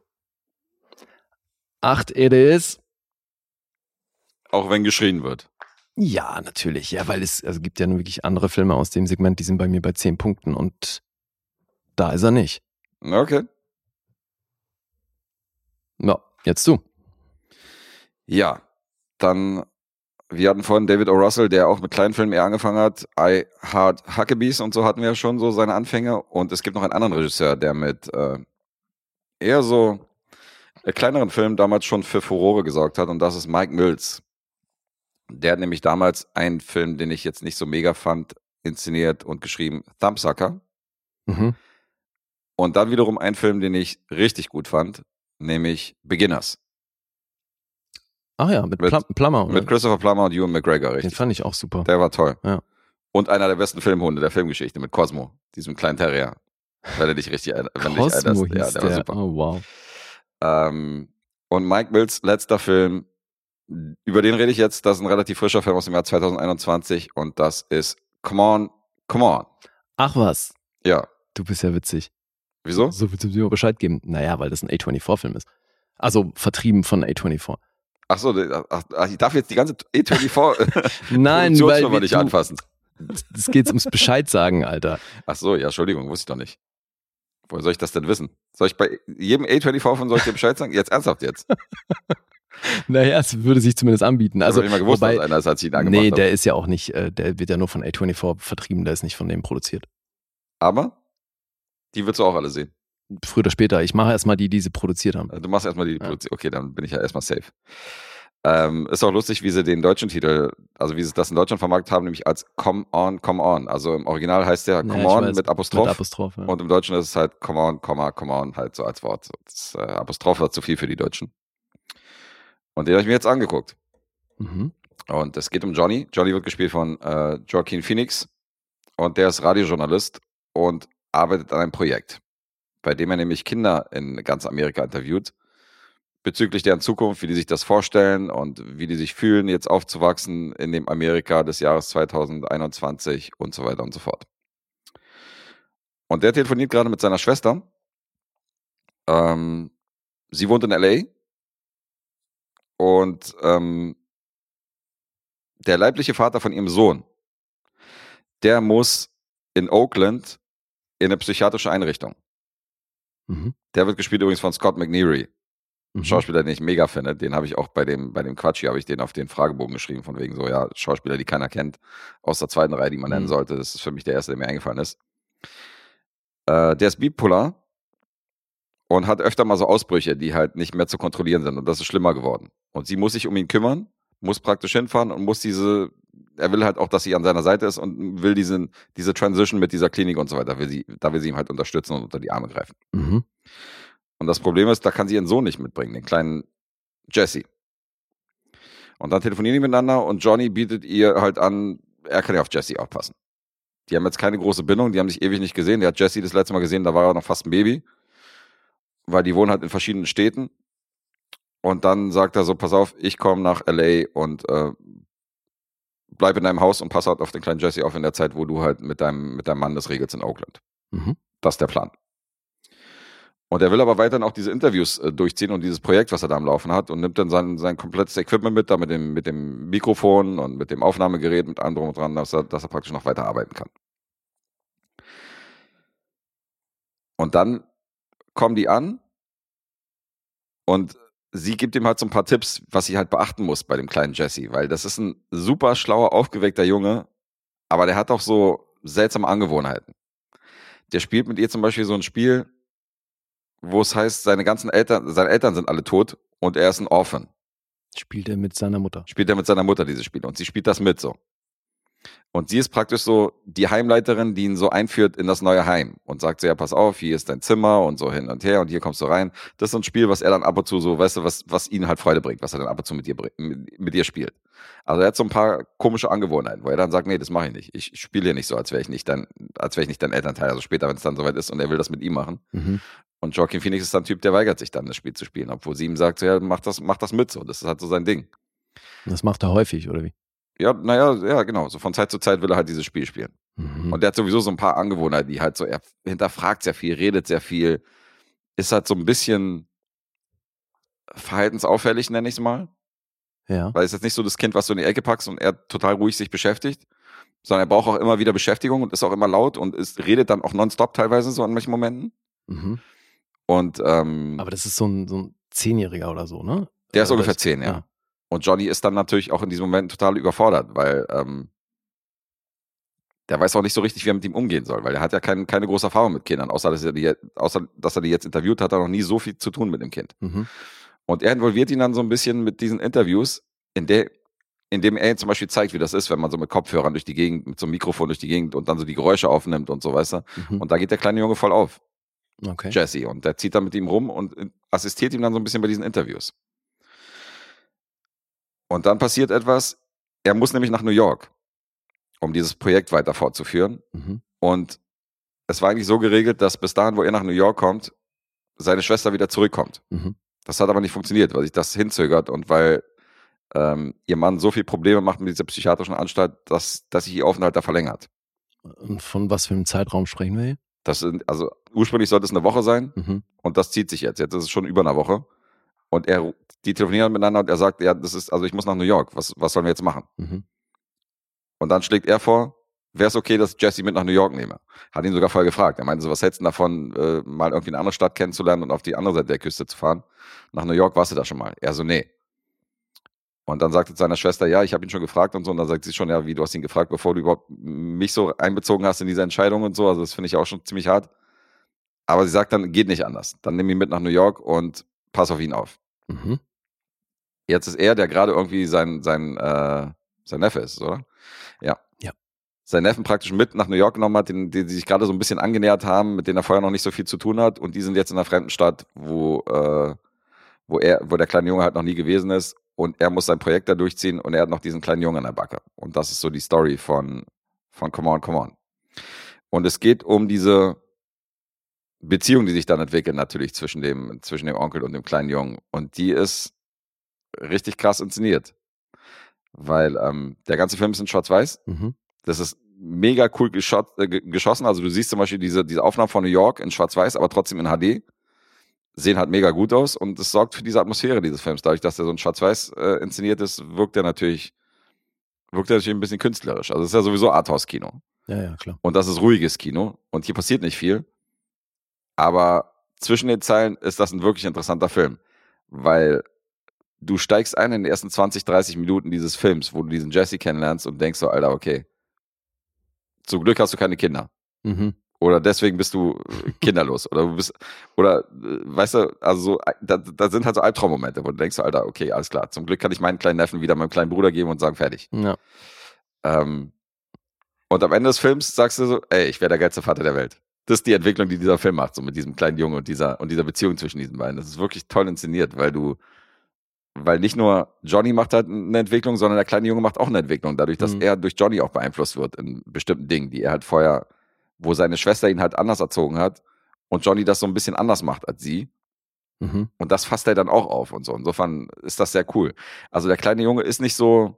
8 it is. Auch wenn geschrien wird. Ja, natürlich. Ja, weil es gibt ja nun wirklich andere Filme aus dem Segment, die sind bei mir bei 10 Punkten und da ist er nicht. Okay. Ja, jetzt du. Ja, dann, wir hatten vorhin David O. Russell, der auch mit kleinen Filmen eher angefangen hat. I Heart Huckabees und so hatten wir ja schon so seine Anfänge. Und es gibt noch einen anderen Regisseur, der mit eher so kleineren Filmen damals schon für Furore gesorgt hat. Und das ist Mike Mills. Der hat nämlich damals einen Film, den ich jetzt nicht so mega fand, inszeniert und geschrieben, Thumbsucker. Mhm. Und dann wiederum einen Film, den ich richtig gut fand, nämlich Beginners. Ach ja, mit Plummer. Oder? Mit Christopher Plummer und Ewan McGregor, richtig. Den fand ich auch super. Der war toll. Ja. Und einer der besten Filmhunde der Filmgeschichte mit Cosmo, diesem kleinen Terrier. Wenn er dich richtig Cosmo hieß ja, der war super. Oh, wow. Und Mike Mills letzter Film, über den rede ich jetzt, das ist ein relativ frischer Film aus dem Jahr 2021 und das ist Come On, Come On. Ach was. Ja. Du bist ja witzig. Wieso? So willst du mir Bescheid geben. Naja, weil das ein A24-Film ist. Also vertrieben von A24. Ach so, ich darf jetzt die ganze A24 Nein, weil nicht anfassen. Es geht ums Bescheid sagen, Alter. Ach so, ja, Entschuldigung, wusste ich doch nicht. Woher soll ich das denn wissen? Soll ich bei jedem A24 von dir Bescheid sagen? Jetzt ernsthaft jetzt? Naja, es würde sich zumindest anbieten. Also, ich habe nicht mal gewusst, dass einer das als ihn angemacht nee, hat. der ist ja auch nicht, der wird ja nur von A24 vertrieben, der ist nicht von dem produziert. Aber die willst du auch alle sehen. Früher oder später. Ich mache erstmal die sie produziert haben. Du machst erstmal die produziert. Okay, dann bin ich ja erstmal safe. Ist auch lustig, wie sie den deutschen Titel, also wie sie das in Deutschland vermarktet haben, nämlich als Come On, Come On. Also im Original heißt der Come On mit Apostroph. Mit Apostroph, ja. Und im Deutschen ist es halt Come On, Come On, halt so als Wort. Das Apostroph war zu viel für die Deutschen. Und den habe ich mir jetzt angeguckt. Mhm. Und es geht um Johnny. Johnny wird gespielt von Joaquin Phoenix. Und der ist Radiojournalist und arbeitet an einem Projekt, bei dem er nämlich Kinder in ganz Amerika interviewt, bezüglich deren Zukunft, wie die sich das vorstellen und wie die sich fühlen, jetzt aufzuwachsen in dem Amerika des Jahres 2021 und so weiter und so fort. Und der telefoniert gerade mit seiner Schwester. Sie wohnt in L.A. Und der leibliche Vater von ihrem Sohn, der muss in Oakland in eine psychiatrische Einrichtung. Mhm. Der wird gespielt übrigens von Scott McNeary. Mhm. Schauspieler, den ich mega finde. Den habe ich auch bei dem Quatschi, habe ich den auf den Fragebogen geschrieben, von wegen so, ja, Schauspieler, die keiner kennt, aus der zweiten Reihe, die man nennen sollte. Das ist für mich der erste, der mir eingefallen ist. Der ist bipolar und hat öfter mal so Ausbrüche, die halt nicht mehr zu kontrollieren sind. Und das ist schlimmer geworden. Und sie muss sich um ihn kümmern, muss praktisch hinfahren und muss diese er will halt auch, dass sie an seiner Seite ist und will diese Transition mit dieser Klinik und so weiter, will sie ihm halt unterstützen und unter die Arme greifen. Mhm. Und das Problem ist, da kann sie ihren Sohn nicht mitbringen, den kleinen Jesse. Und dann telefonieren die miteinander und Johnny bietet ihr halt an, er kann ja auf Jesse aufpassen. Die haben jetzt keine große Bindung, die haben sich ewig nicht gesehen. Der hat Jesse das letzte Mal gesehen, da war er noch fast ein Baby, weil die wohnen halt in verschiedenen Städten. Und dann sagt er so, pass auf, ich komme nach L.A. und bleib in deinem Haus und pass halt auf den kleinen Jesse auf in der Zeit, wo du halt mit deinem Mann das regelst in Oakland. Mhm. Das ist der Plan. Und er will aber weiterhin auch diese Interviews durchziehen und dieses Projekt, was er da am Laufen hat, und nimmt dann sein komplettes Equipment mit, da mit dem Mikrofon und mit dem Aufnahmegerät, mit allem drum und dran, dass er praktisch noch weiter arbeiten kann. Und dann kommen die an und sie gibt ihm halt so ein paar Tipps, was sie halt beachten muss bei dem kleinen Jesse, weil das ist ein super schlauer, aufgeweckter Junge, aber der hat auch so seltsame Angewohnheiten. Der spielt mit ihr zum Beispiel so ein Spiel, wo es heißt, seine Eltern sind alle tot und er ist ein Orphan. Spielt er mit seiner Mutter Dieses Spiel und sie spielt das mit so. Und sie ist praktisch so die Heimleiterin, die ihn so einführt in das neue Heim und sagt so, ja, pass auf, hier ist dein Zimmer und so hin und her und hier kommst du rein. Das ist so ein Spiel, was er dann ab und zu so, weißt du, was ihn halt Freude bringt, was er dann ab und zu mit dir spielt. Also er hat so ein paar komische Angewohnheiten, wo er dann sagt, nee, das mache ich nicht. Ich spiele hier nicht so, als wäre ich nicht dein Elternteil. Also später, wenn es dann soweit ist und er will das mit ihm machen. Mhm. Und Joaquin Phoenix ist dann ein Typ, der weigert sich dann, das Spiel zu spielen, obwohl sie ihm sagt, so, ja, mach das mit so. Das ist halt so sein Ding. Das macht er häufig, oder wie? Ja, ja, genau. So von Zeit zu Zeit will er halt dieses Spiel spielen. Mhm. Und der hat sowieso so ein paar Angewohnheiten, die halt so, er hinterfragt sehr viel, redet sehr viel, ist halt so ein bisschen verhaltensauffällig, nenne ich es mal. Ja. Weil es ist jetzt nicht so das Kind, was du in die Ecke packst und er total ruhig sich beschäftigt, sondern er braucht auch immer wieder Beschäftigung und ist auch immer laut und redet dann auch nonstop teilweise so an manchen Momenten. Mhm. Und, aber das ist so ein 10-Jähriger oder so, ne? Der ist ungefähr 10, ja. Und Johnny ist dann natürlich auch in diesem Moment total überfordert, weil der weiß auch nicht so richtig, wie er mit ihm umgehen soll, weil er hat ja keine große Erfahrung mit Kindern, außer dass er die jetzt interviewt hat, er noch nie so viel zu tun mit dem Kind. Mhm. Und er involviert ihn dann so ein bisschen mit diesen Interviews, indem er ihm zum Beispiel zeigt, wie das ist, wenn man so mit Kopfhörern durch die Gegend, mit so einem Mikrofon durch die Gegend und dann so die Geräusche aufnimmt und so, weißt du. Mhm. Und da geht der kleine Junge voll auf. Okay. Jesse. Und der zieht dann mit ihm rum und assistiert ihm dann so ein bisschen bei diesen Interviews. Und dann passiert etwas, er muss nämlich nach New York, um dieses Projekt weiter fortzuführen. Mhm. Und es war eigentlich so geregelt, dass bis dahin, wo er nach New York kommt, seine Schwester wieder zurückkommt. Mhm. Das hat aber nicht funktioniert, weil sich das hinzögert und weil ihr Mann so viel Probleme macht mit dieser psychiatrischen Anstalt, dass sich ihr Aufenthalt da verlängert. Und von was für einem Zeitraum sprechen wir hier? Also ursprünglich sollte es eine Woche sein und das zieht sich jetzt. Jetzt ist es schon über eine Woche. Und die telefonieren miteinander und er sagt, ja, ich muss nach New York, was sollen wir jetzt machen? Mhm. Und dann schlägt er vor, wäre es okay, dass ich Jesse mit nach New York nehme. Hat ihn sogar vorher gefragt. Er meinte so, was hältst du davon, mal irgendwie eine andere Stadt kennenzulernen und auf die andere Seite der Küste zu fahren? Nach New York warst du da schon mal. Er so, nee. Und dann sagt seine Schwester, ja, ich habe ihn schon gefragt und so. Und dann sagt sie schon, ja, wie, du hast ihn gefragt, bevor du überhaupt mich so einbezogen hast in diese Entscheidung und so. Also das finde ich auch schon ziemlich hart. Aber sie sagt dann, geht nicht anders. Dann nimm ihn mit nach New York und pass auf ihn auf. Mhm. Jetzt ist er, der gerade irgendwie sein Neffe ist, oder? Ja. Sein Neffen praktisch mit nach New York genommen hat, den sie sich gerade so ein bisschen angenähert haben, mit denen er vorher noch nicht so viel zu tun hat. Und die sind jetzt in einer fremden Stadt, wo der kleine Junge halt noch nie gewesen ist. Und er muss sein Projekt da durchziehen und er hat noch diesen kleinen Jungen an der Backe. Und das ist so die Story von Come On, Come On. Und es geht um diese Beziehung, die sich dann entwickelt, natürlich zwischen dem Onkel und dem kleinen Jungen. Und die ist richtig krass inszeniert. Weil der ganze Film ist in Schwarz-Weiß. Mhm. Das ist mega cool geschossen. Also du siehst zum Beispiel diese Aufnahmen von New York in Schwarz-Weiß, aber trotzdem in HD. Sehen halt mega gut aus und es sorgt für diese Atmosphäre dieses Films. Dadurch, dass der so in Schwarz-Weiß inszeniert ist, wirkt er natürlich ein bisschen künstlerisch. Also es ist ja sowieso Arthouse-Kino. Ja, klar. Und das ist ruhiges Kino und hier passiert nicht viel. Aber zwischen den Zeilen ist das ein wirklich interessanter Film, weil du steigst ein in den ersten 20, 30 Minuten dieses Films, wo du diesen Jesse kennenlernst und denkst so, Alter, okay, zum Glück hast du keine Kinder. Mhm. Oder deswegen bist du kinderlos. Weißt du, also so, da sind halt so Albtraummomente, wo du denkst, Alter, okay, alles klar. Zum Glück kann ich meinen kleinen Neffen wieder meinem kleinen Bruder geben und sagen, fertig. Ja. Und am Ende des Films sagst du so, ey, ich wäre der geilste Vater der Welt. Das ist die Entwicklung, die dieser Film macht, so mit diesem kleinen Jungen und dieser Beziehung zwischen diesen beiden. Das ist wirklich toll inszeniert, weil nicht nur Johnny macht halt eine Entwicklung, sondern der kleine Junge macht auch eine Entwicklung, dadurch, dass er durch Johnny auch beeinflusst wird in bestimmten Dingen, die er halt vorher, wo seine Schwester ihn halt anders erzogen hat und Johnny das so ein bisschen anders macht als sie. Und das fasst er dann auch auf und so. Insofern ist das sehr cool. Also der kleine Junge ist nicht so,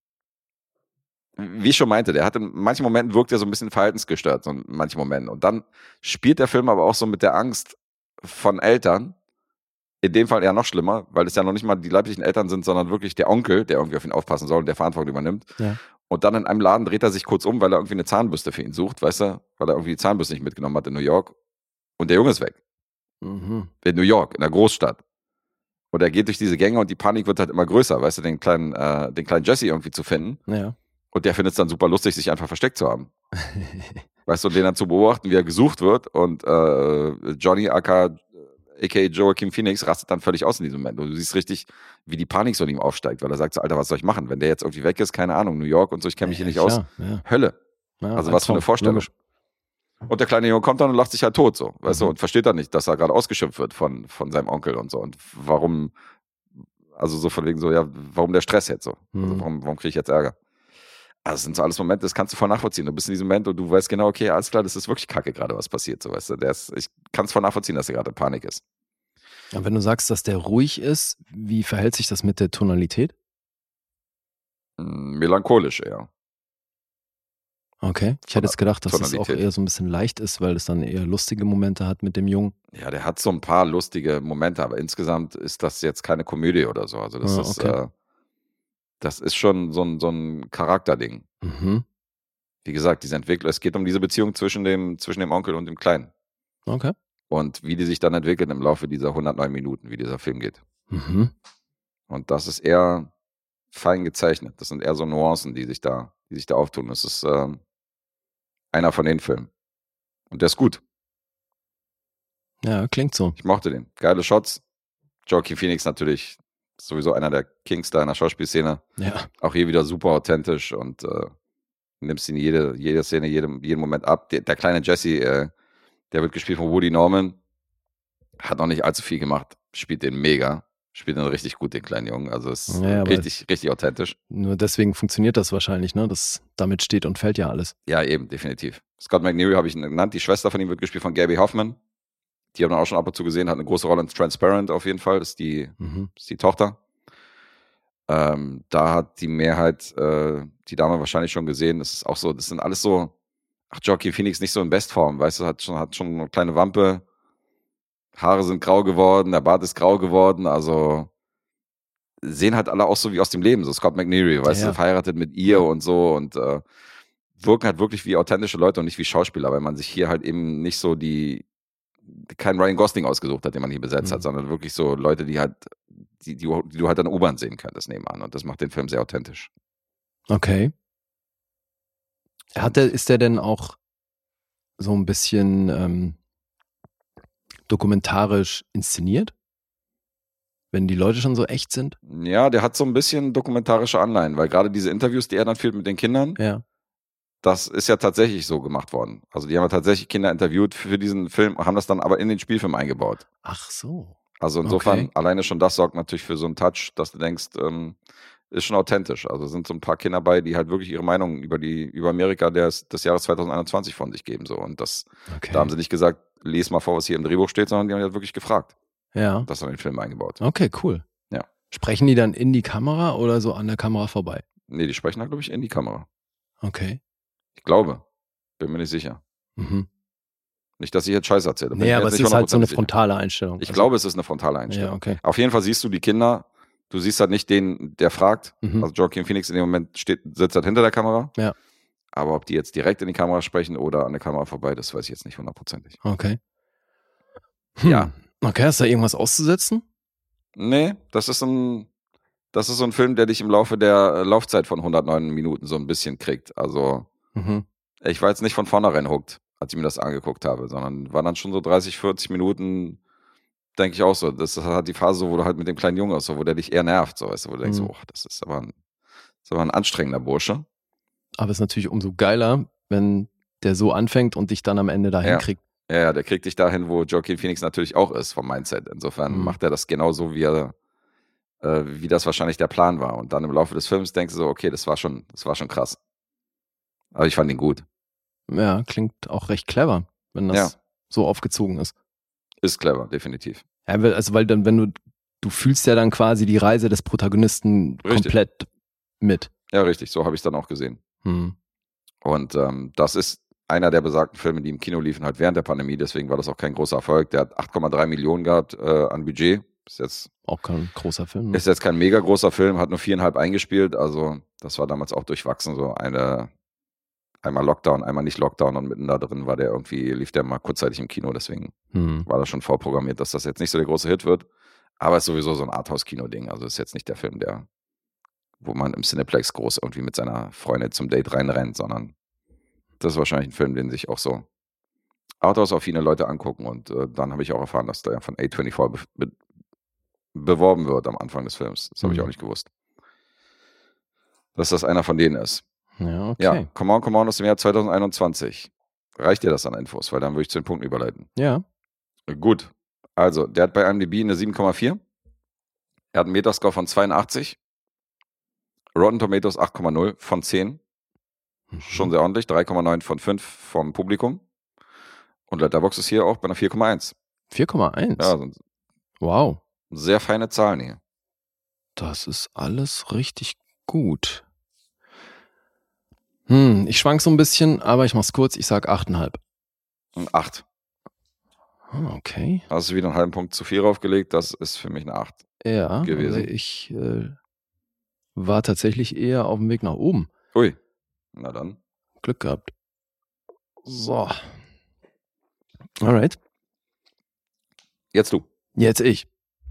wie ich schon meinte, der hat in manchen Momenten wirkt er so ein bisschen verhaltensgestört, so in manchen Momenten. Und dann spielt der Film aber auch so mit der Angst von Eltern, in dem Fall eher noch schlimmer, weil es ja noch nicht mal die leiblichen Eltern sind, sondern wirklich der Onkel, der irgendwie auf ihn aufpassen soll und der Verantwortung übernimmt. Ja. Und dann in einem Laden dreht er sich kurz um, weil er irgendwie eine Zahnbürste für ihn sucht, weißt du? Weil er irgendwie die Zahnbürste nicht mitgenommen hat in New York. Und der Junge ist weg. In New York, in der Großstadt. Und er geht durch diese Gänge und die Panik wird halt immer größer, weißt du, den kleinen Jesse irgendwie zu finden. Ja. Und der findet es dann super lustig, sich einfach versteckt zu haben. Weißt du, und den dann zu beobachten, wie er gesucht wird. Und Johnny aka Joaquin Phoenix rastet dann völlig aus in diesem Moment. Und du siehst richtig, wie die Panik so in ihm aufsteigt, weil er sagt so, Alter, was soll ich machen? Wenn der jetzt irgendwie weg ist, keine Ahnung, New York und so, ich kenne mich hier nicht aus. Ja. Hölle. Ja, also was für eine Vorstellung. Logisch. Und der kleine Junge kommt dann und lacht sich halt tot, so, weißt du, und versteht dann nicht, dass er gerade ausgeschimpft wird von seinem Onkel und so. Und warum, also so von wegen so, ja, warum der Stress jetzt so? Also warum kriege ich jetzt Ärger? Also das sind so alles Momente, das kannst du voll nachvollziehen. Du bist in diesem Moment und du weißt genau, okay, alles klar, das ist wirklich kacke gerade, was passiert, so, weißt du. Ich kann es voll nachvollziehen, dass er gerade in Panik ist. Und wenn du sagst, dass der ruhig ist, wie verhält sich das mit der Tonalität? Melancholisch eher. Okay, ich hätte jetzt gedacht, dass es auch eher so ein bisschen leicht ist, weil es dann eher lustige Momente hat mit dem Jungen. Ja, der hat so ein paar lustige Momente, aber insgesamt ist das jetzt keine Komödie oder so. Also das ist schon so ein Charakterding. Wie gesagt, diese Entwicklung, es geht um diese Beziehung zwischen dem Onkel und dem Kleinen. Okay. Und wie die sich dann entwickelt im Laufe dieser 109 Minuten, wie dieser Film geht. Und das ist eher fein gezeichnet. Das sind eher so Nuancen, die sich da auftun. Das ist einer von den Filmen. Und der ist gut. Ja, klingt so. Ich mochte den. Geile Shots. Joaquin Phoenix natürlich sowieso einer der Kings da in der Schauspielszene. Ja. Auch hier wieder super authentisch und nimmst ihn jede Szene, jeden Moment ab. Der kleine Jesse, der wird gespielt von Woody Norman. Hat noch nicht allzu viel gemacht. Spielt den mega. Spielt den richtig gut, den kleinen Jungen. Also ist richtig authentisch. Nur deswegen funktioniert das wahrscheinlich, ne? Damit steht und fällt ja alles. Ja, eben, definitiv. Scott McNeary habe ich genannt. Die Schwester von ihm wird gespielt von Gaby Hoffman. Die haben wir auch schon ab und zu gesehen. Hat eine große Rolle in Transparent auf jeden Fall. Das ist die Tochter. Da hat die Mehrheit die Dame wahrscheinlich schon gesehen. Das ist auch so, das sind alles so, Joaquin Phoenix nicht so in Bestform, weißt du, hat schon eine kleine Wampe. Haare sind grau geworden, der Bart ist grau geworden, also sehen halt alle auch so wie aus dem Leben, so Scott McNeary, weißt du, verheiratet mit ihr und so und wirken halt wirklich wie authentische Leute und nicht wie Schauspieler, weil man sich hier halt eben nicht so kein Ryan Gosling ausgesucht hat, den man hier besetzt hat, sondern wirklich so Leute, die halt, die du halt an der U-Bahn sehen könntest nebenan und das macht den Film sehr authentisch. Okay. Ist der denn auch so ein bisschen dokumentarisch inszeniert? Wenn die Leute schon so echt sind? Ja, der hat so ein bisschen dokumentarische Anleihen, weil gerade diese Interviews, die er dann führt mit den Kindern, das ist ja tatsächlich so gemacht worden. Also die haben ja tatsächlich Kinder interviewt für diesen Film, haben das dann aber in den Spielfilm eingebaut. Ach so. Also insofern, alleine schon das sorgt natürlich für so einen Touch, dass du denkst, ist schon authentisch. Also sind so ein paar Kinder bei, die halt wirklich ihre Meinung über Amerika des Jahres 2021 von sich geben. So. Und da haben sie nicht gesagt, les mal vor, was hier im Drehbuch steht, sondern die haben halt wirklich gefragt. Ja. Das haben den Film eingebaut. Okay, cool. Ja. Sprechen die dann in die Kamera oder so an der Kamera vorbei? Nee, die sprechen halt, glaube ich, in die Kamera. Okay. Ich glaube. Bin mir nicht sicher. Nicht, dass ich jetzt Scheiße erzähle. Nee, aber es ist halt so eine frontale Einstellung. Ich glaube, es ist eine frontale Einstellung. Ja, okay. Auf jeden Fall siehst du die Kinder, du siehst halt nicht den, der fragt. Also Joaquin Phoenix in dem Moment sitzt halt hinter der Kamera. Ja. Aber ob die jetzt direkt in die Kamera sprechen oder an der Kamera vorbei, das weiß ich jetzt nicht 100%. Okay. Ja. Okay, ist da irgendwas auszusetzen? Nee, das ist so ein Film, der dich im Laufe der Laufzeit von 109 Minuten so ein bisschen kriegt. Also ich war jetzt nicht von vornherein hooked, als ich mir das angeguckt habe, sondern war dann schon so 30, 40 Minuten, denke ich auch so. Das hat die Phase, wo du halt mit dem kleinen Jungen so, wo der dich eher nervt, so, weißt du, wo du denkst, das ist aber ein anstrengender Bursche. Aber es ist natürlich umso geiler, wenn der so anfängt und dich dann am Ende dahin kriegt. Ja, der kriegt dich dahin, wo Joaquin Phoenix natürlich auch ist vom Mindset. Insofern macht er das genauso, wie das wahrscheinlich der Plan war. Und dann im Laufe des Films denkst du so, okay, das war schon krass. Aber ich fand ihn gut. Ja, klingt auch recht clever, wenn das so aufgezogen ist. Ist clever, definitiv. Ja, also weil dann, wenn du fühlst ja dann quasi die Reise des Protagonisten komplett mit. Ja, richtig, so habe ich es dann auch gesehen. Und das ist einer der besagten Filme, die im Kino liefen, halt während der Pandemie, deswegen war das auch kein großer Erfolg. Der hat 8,3 Millionen gehabt an Budget. Ist jetzt auch kein großer Film. Ne? Ist jetzt kein mega großer Film, hat nur 4,5 eingespielt, also das war damals auch durchwachsen, so einmal Lockdown, einmal nicht Lockdown und mitten da drin lief der mal kurzzeitig im Kino, deswegen war das schon vorprogrammiert, dass das jetzt nicht so der große Hit wird, aber ist sowieso so ein Arthouse-Kino-Ding, also ist jetzt nicht der Film, wo man im Cineplex groß irgendwie mit seiner Freundin zum Date reinrennt, sondern das ist wahrscheinlich ein Film, den sich auch so Arthouse-affine Leute angucken und dann habe ich auch erfahren, dass der ja von A24 beworben wird am Anfang des Films. Das habe ich auch nicht gewusst. Dass das einer von denen ist. Ja, okay. Ja, Come On aus dem Jahr 2021. Reicht dir das an Infos? Weil dann würde ich zu den Punkten überleiten. Ja. Gut. Also, der hat bei IMDb eine 7,4. Er hat einen Metascore von 82. Rotten Tomatoes 8,0 von 10. Schon sehr ordentlich. 3,9 von 5 vom Publikum. Und Letterboxd ist hier auch bei einer 4,1. 4,1? Ja, wow. Sehr feine Zahlen hier. Das ist alles richtig gut. Ich schwank so ein bisschen, aber ich mach's kurz. Ich sag 8,5. 8. Okay. Hast du wieder einen halben Punkt zu viel draufgelegt? Das ist für mich eine 8 gewesen. Also ich war tatsächlich eher auf dem Weg nach oben. Ui. Na dann. Glück gehabt. So. Alright. Jetzt du. Jetzt ich.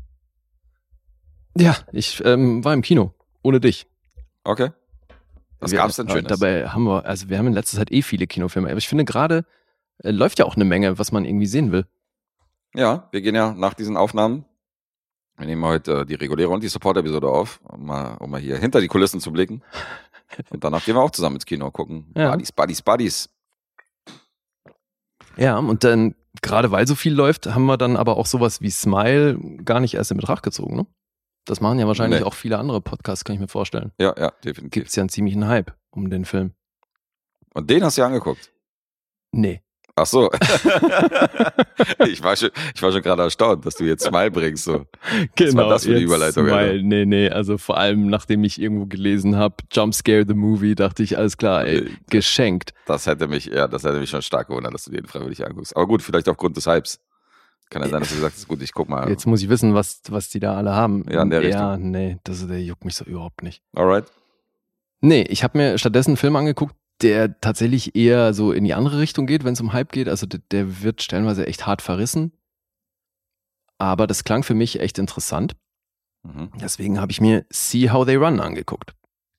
Ja, ich war im Kino. Ohne dich. Okay. Was gab's denn Schönes? Dabei haben wir haben in letzter Zeit viele Kinofilme. Aber ich finde gerade, läuft ja auch eine Menge, was man irgendwie sehen will. Ja, wir gehen ja nach diesen Aufnahmen. Wir nehmen heute die reguläre und die Support-Episode auf, um mal hier hinter die Kulissen zu blicken. Und danach gehen wir auch zusammen ins Kino gucken. Ja. Buddies. Ja, und dann, gerade weil so viel läuft, haben wir dann aber auch sowas wie Smile gar nicht erst in Betracht gezogen, ne? Das machen ja wahrscheinlich auch viele andere Podcasts, kann ich mir vorstellen. Ja, definitiv. Gibt's ja einen ziemlichen Hype um den Film. Und den hast du ja angeguckt? Nee. Ach so. ich war schon gerade erstaunt, dass du jetzt Smile bringst. So. Genau. Was war das für eine Überleitung? Smile. Nee, also vor allem, nachdem ich irgendwo gelesen habe, Jumpscare the Movie, dachte ich, alles klar, geschenkt. Das hätte mich schon stark gewundert, dass du den freiwillig anguckst. Aber gut, vielleicht aufgrund des Hypes. Kann ja sein, dass du gesagt hast, gut, ich guck mal. Jetzt muss ich wissen, was die da alle haben. Ja, in der Richtung. Ja, nee, der juckt mich so überhaupt nicht. Alright. Nee, ich habe mir stattdessen einen Film angeguckt, der tatsächlich eher so in die andere Richtung geht, wenn es um Hype geht. Also der wird stellenweise echt hart verrissen. Aber das klang für mich echt interessant. Deswegen habe ich mir See How They Run angeguckt.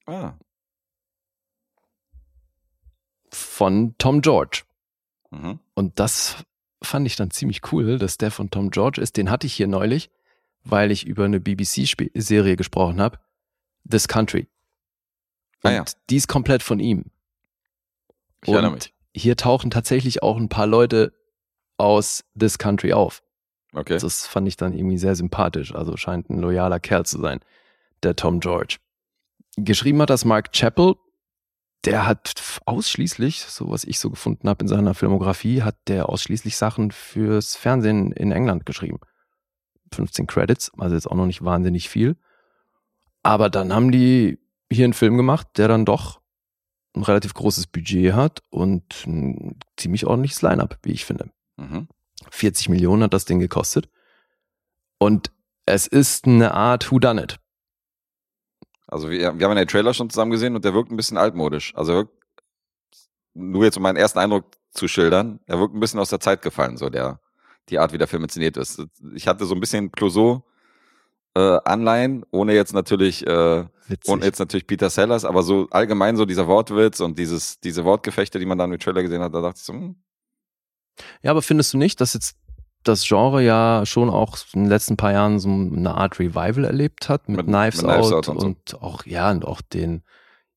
Von Tom George. Und das fand ich dann ziemlich cool, dass der von Tom George ist. Den hatte ich hier neulich, weil ich über eine BBC-Serie gesprochen habe. This Country. Und die ist komplett von ihm. Ich erinnere mich. Hier tauchen tatsächlich auch ein paar Leute aus This Country auf. Okay. Das fand ich dann irgendwie sehr sympathisch. Also scheint ein loyaler Kerl zu sein, der Tom George. Geschrieben hat das Mark Chappell. Der hat ausschließlich, so was ich so gefunden habe in seiner Filmografie, hat der ausschließlich Sachen fürs Fernsehen in England geschrieben. 15 Credits, also jetzt auch noch nicht wahnsinnig viel. Aber dann haben die hier einen Film gemacht, der dann doch ein relativ großes Budget hat und ein ziemlich ordentliches Line-Up, wie ich finde. 40 Millionen hat das Ding gekostet. Und es ist eine Art Whodunit. Also wir haben den Trailer schon zusammen gesehen und der wirkt ein bisschen altmodisch. Also er wirkt, nur jetzt um meinen ersten Eindruck zu schildern, er wirkt ein bisschen aus der Zeit gefallen, so die Art, wie der Film inszeniert ist. Ich hatte so ein bisschen Clouseau Anleihen, ohne jetzt natürlich Peter Sellers, aber so allgemein so dieser Wortwitz und diese Wortgefechte, die man dann im Trailer gesehen hat, da dachte ich so, Ja, aber findest du nicht, dass jetzt das Genre ja schon auch in den letzten paar Jahren so eine Art Revival erlebt hat mit Knives Out und auch, ja, und auch den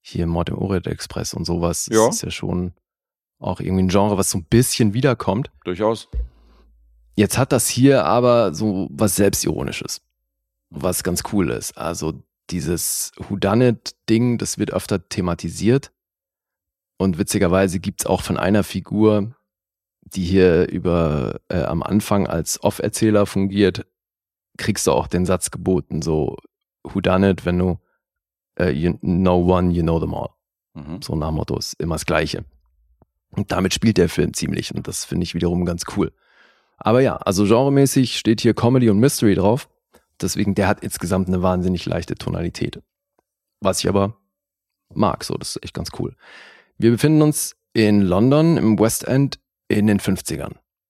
hier Mord im Orient Express und sowas. Ja. Das ist ja schon auch irgendwie ein Genre, was so ein bisschen wiederkommt. Durchaus. Jetzt hat das hier aber so was Selbstironisches, was ganz cool ist. Also dieses Whodunit-Ding, das wird öfter thematisiert. Und witzigerweise gibt's auch von einer Figur, die hier am Anfang als Off-Erzähler fungiert, kriegst du auch den Satz geboten, so Whodunit, wenn du you know one, you know them all. So nach Motto, ist immer das Gleiche. Und damit spielt der Film ziemlich und das finde ich wiederum ganz cool. Aber ja, also genremäßig steht hier Comedy und Mystery drauf. Deswegen, der hat insgesamt eine wahnsinnig leichte Tonalität. Was ich aber mag, so, das ist echt ganz cool. Wir befinden uns in London, im West End, in den 50ern.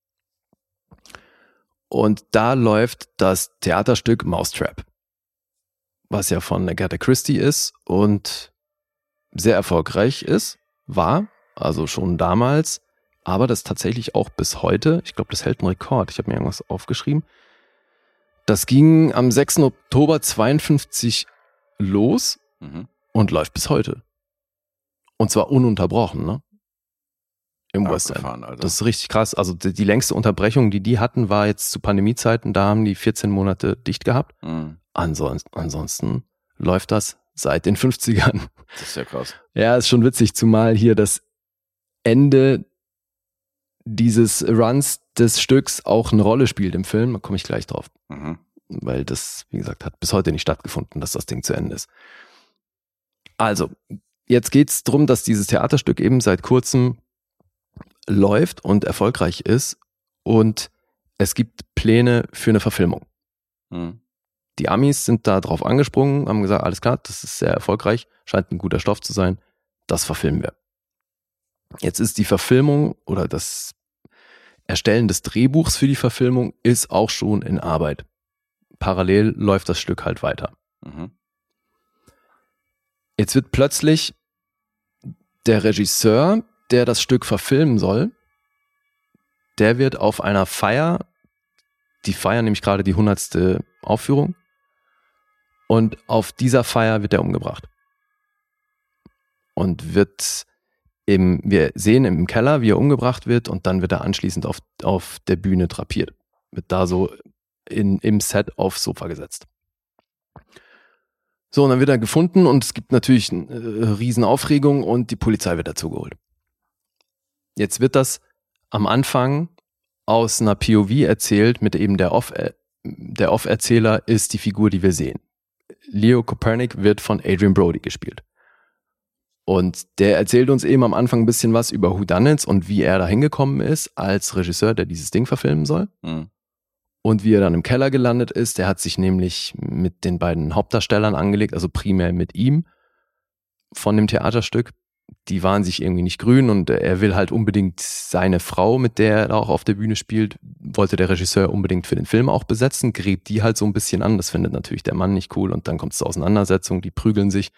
Und da läuft das Theaterstück Mousetrap, was ja von Agatha Christie ist und sehr erfolgreich war, also schon damals, aber das tatsächlich auch bis heute, ich glaube, das hält einen Rekord, ich habe mir irgendwas aufgeschrieben. Das ging am 6. Oktober 52 los und läuft bis heute. Und zwar ununterbrochen, ne? Im West End. Das ist richtig krass. Also die längste Unterbrechung, die hatten, war jetzt zu Pandemiezeiten. Da haben die 14 Monate dicht gehabt. Ansonsten läuft das seit den 50ern. Das ist ja krass. Ja, ist schon witzig, zumal hier das Ende dieses Runs des Stücks auch eine Rolle spielt im Film. Da komme ich gleich drauf. Weil das, wie gesagt, hat bis heute nicht stattgefunden, dass das Ding zu Ende ist. Also, jetzt geht's drum, dass dieses Theaterstück eben seit kurzem läuft und erfolgreich ist und es gibt Pläne für eine Verfilmung. Die Amis sind da drauf angesprungen, haben gesagt, alles klar, das ist sehr erfolgreich, scheint ein guter Stoff zu sein, das verfilmen wir. Jetzt ist die Verfilmung oder das Erstellen des Drehbuchs für die Verfilmung ist auch schon in Arbeit. Parallel läuft das Stück halt weiter. Jetzt wird plötzlich der Regisseur, der das Stück verfilmen soll, der wird auf einer Feier, die feiern nämlich gerade die 100. Aufführung, und auf dieser Feier wird er umgebracht. Und wir sehen im Keller, wie er umgebracht wird, und dann wird er anschließend auf der Bühne drapiert. Wird da so im Set aufs Sofa gesetzt. So, und dann wird er gefunden und es gibt natürlich eine Riesenaufregung und die Polizei wird dazu geholt. Jetzt wird das am Anfang aus einer POV erzählt, mit eben der Off-Erzähler ist die Figur, die wir sehen. Leo Kopernik wird von Adrien Brody gespielt. Und der erzählt uns eben am Anfang ein bisschen was über Whodunits und wie er da hingekommen ist als Regisseur, der dieses Ding verfilmen soll. Und wie er dann im Keller gelandet ist. Der hat sich nämlich mit den beiden Hauptdarstellern angelegt, also primär mit ihm von dem Theaterstück. Die waren sich irgendwie nicht grün und er will halt unbedingt seine Frau, mit der er auch auf der Bühne spielt, wollte der Regisseur unbedingt für den Film auch besetzen, gräbt die halt so ein bisschen an. Das findet natürlich der Mann nicht cool und dann kommt es zur Auseinandersetzung, die prügeln sich.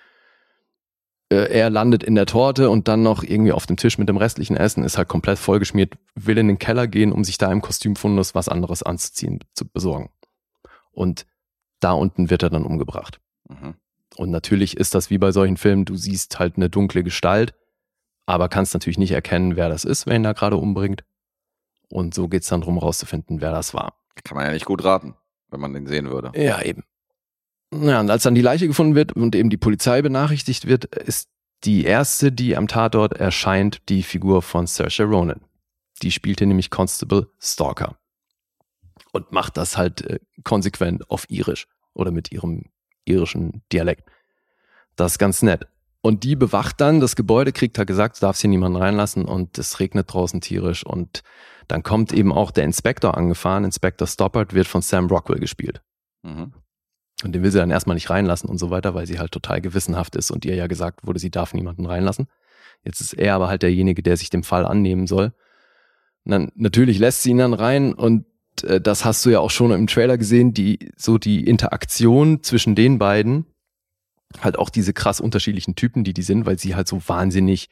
Er landet in der Torte und dann noch irgendwie auf dem Tisch mit dem restlichen Essen, ist halt komplett vollgeschmiert, will in den Keller gehen, um sich da im Kostümfundus was anderes anzuziehen, zu besorgen. Und da unten wird er dann umgebracht. Und natürlich ist das wie bei solchen Filmen, du siehst halt eine dunkle Gestalt, aber kannst natürlich nicht erkennen, wer das ist, wer ihn da gerade umbringt. Und so geht's dann drum rauszufinden, wer das war. Kann man ja nicht gut raten, wenn man den sehen würde. Ja, eben. Ja, und als dann die Leiche gefunden wird und eben die Polizei benachrichtigt wird, ist die erste, die am Tatort erscheint, die Figur von Saoirse Ronan. Die spielte nämlich Constable Stalker. Und macht das halt konsequent auf Irisch oder mit ihrem irischen Dialekt. Das ist ganz nett. Und die bewacht dann das Gebäude, kriegt halt gesagt, du darfst hier niemanden reinlassen und es regnet draußen tierisch. Und dann kommt eben auch der Inspektor angefahren. Inspektor Stoppard wird von Sam Rockwell gespielt. Und den will sie dann erstmal nicht reinlassen und so weiter, weil sie halt total gewissenhaft ist und ihr ja gesagt wurde, sie darf niemanden reinlassen. Jetzt ist er aber halt derjenige, der sich dem Fall annehmen soll. Und dann natürlich lässt sie ihn dann rein und das hast du ja auch schon im Trailer gesehen, die Interaktion zwischen den beiden, halt auch diese krass unterschiedlichen Typen, die sind, weil sie halt so wahnsinnig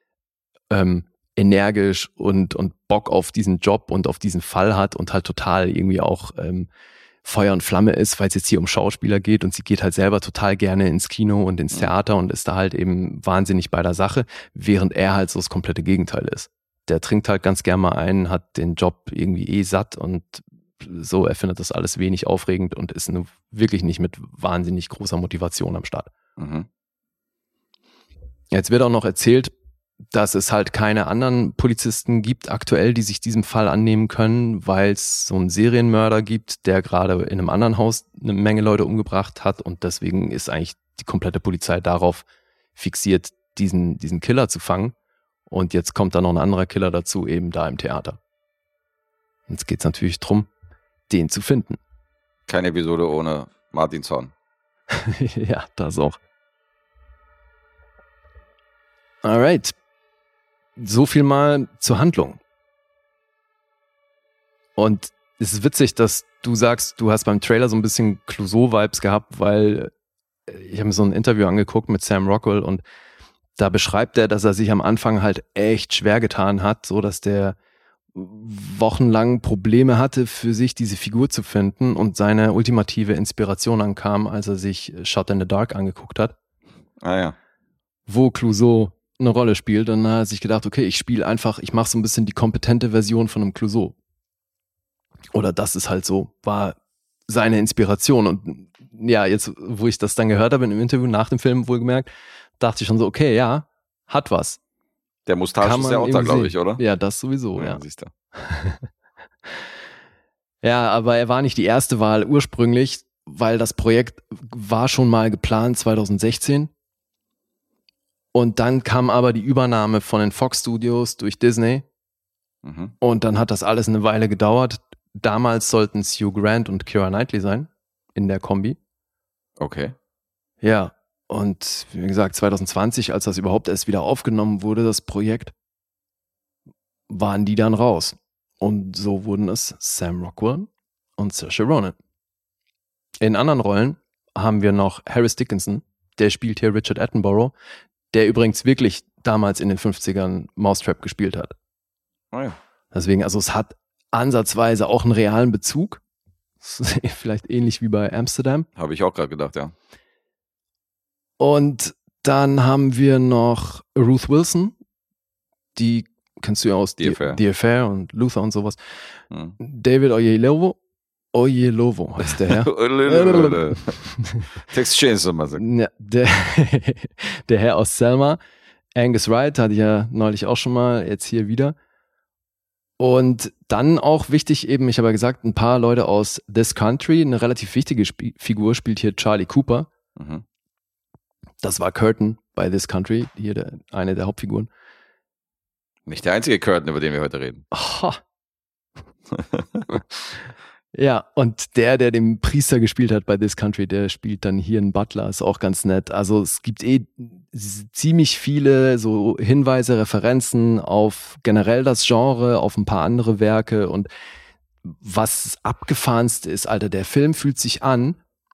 energisch und Bock auf diesen Job und auf diesen Fall hat und halt total irgendwie auch Feuer und Flamme ist, weil es jetzt hier um Schauspieler geht und sie geht halt selber total gerne ins Kino und ins Theater und ist da halt eben wahnsinnig bei der Sache, während er halt so das komplette Gegenteil ist. Der trinkt halt ganz gern mal ein, hat den Job irgendwie satt und so, er findet das alles wenig aufregend und ist wirklich nicht mit wahnsinnig großer Motivation am Start. Mhm. Jetzt wird auch noch erzählt, dass es halt keine anderen Polizisten gibt aktuell, die sich diesem Fall annehmen können, weil es so einen Serienmörder gibt, der gerade in einem anderen Haus eine Menge Leute umgebracht hat und deswegen ist eigentlich die komplette Polizei darauf fixiert, diesen Killer zu fangen. Und jetzt kommt da noch ein anderer Killer dazu, eben da im Theater. Jetzt geht's natürlich drum, den zu finden. Keine Episode ohne Martin Zorn. Ja, das auch. Alright. So viel mal zur Handlung. Und es ist witzig, dass du sagst, du hast beim Trailer so ein bisschen Clouseau-Vibes gehabt, weil ich habe mir so ein Interview angeguckt mit Sam Rockwell und da beschreibt er, dass er sich am Anfang halt echt schwer getan hat, so dass der wochenlang Probleme hatte, für sich diese Figur zu finden und seine ultimative Inspiration ankam, als er sich Shot in the Dark angeguckt hat. Ah ja. Wo Clouseau eine Rolle spielt und dann hat er sich gedacht, okay, ich mache so ein bisschen die kompetente Version von einem Clouseau. Oder das ist halt so, war seine Inspiration und ja, jetzt, wo ich das dann gehört habe in einem Interview nach dem Film wohlgemerkt, dachte ich schon so, okay, ja, hat was. Der Mustache ist ja auch da, glaube ich, oder? Ja, das sowieso, ja. Siehst du. Ja, aber er war nicht die erste Wahl ursprünglich, weil das Projekt war schon mal geplant 2016. Und dann kam aber die Übernahme von den Fox Studios durch Disney. Mhm. Und dann hat das alles eine Weile gedauert. Damals sollten es Hugh Grant und Keira Knightley sein, in der Kombi. Okay. Ja, und wie gesagt, 2020, als das überhaupt erst wieder aufgenommen wurde, das Projekt, waren die dann raus. Und so wurden es Sam Rockwell und Saoirse Ronan. In anderen Rollen haben wir noch Harris Dickinson, der spielt hier Richard Attenborough, der übrigens wirklich damals in den 50ern Mousetrap gespielt hat. Oh ja. Deswegen, also es hat ansatzweise auch einen realen Bezug. Vielleicht ähnlich wie bei Amsterdam. Habe ich auch gerade gedacht, ja. Und dann haben wir noch Ruth Wilson, die kennst du ja aus The Affair und Luther und sowas. Hm. David Oyelowo heißt der Herr. Text Chainsaw Massacre. Ja, der Herr aus Selma. Angus Wright hatte ich ja neulich auch schon mal, jetzt hier wieder. Und dann auch wichtig eben, ich habe ja gesagt, ein paar Leute aus This Country, eine relativ wichtige Figur spielt hier Charlie Cooper. Mhm. Das war Curtin bei This Country, hier eine der Hauptfiguren. Nicht der einzige Curtin, über den wir heute reden. Oh. Ja, und der den Priester gespielt hat bei This Country, der spielt dann hier einen Butler, ist auch ganz nett. Also es gibt ziemlich viele so Hinweise, Referenzen auf generell das Genre, auf ein paar andere Werke und was abgefahrenste ist, Alter, der Film fühlt sich an,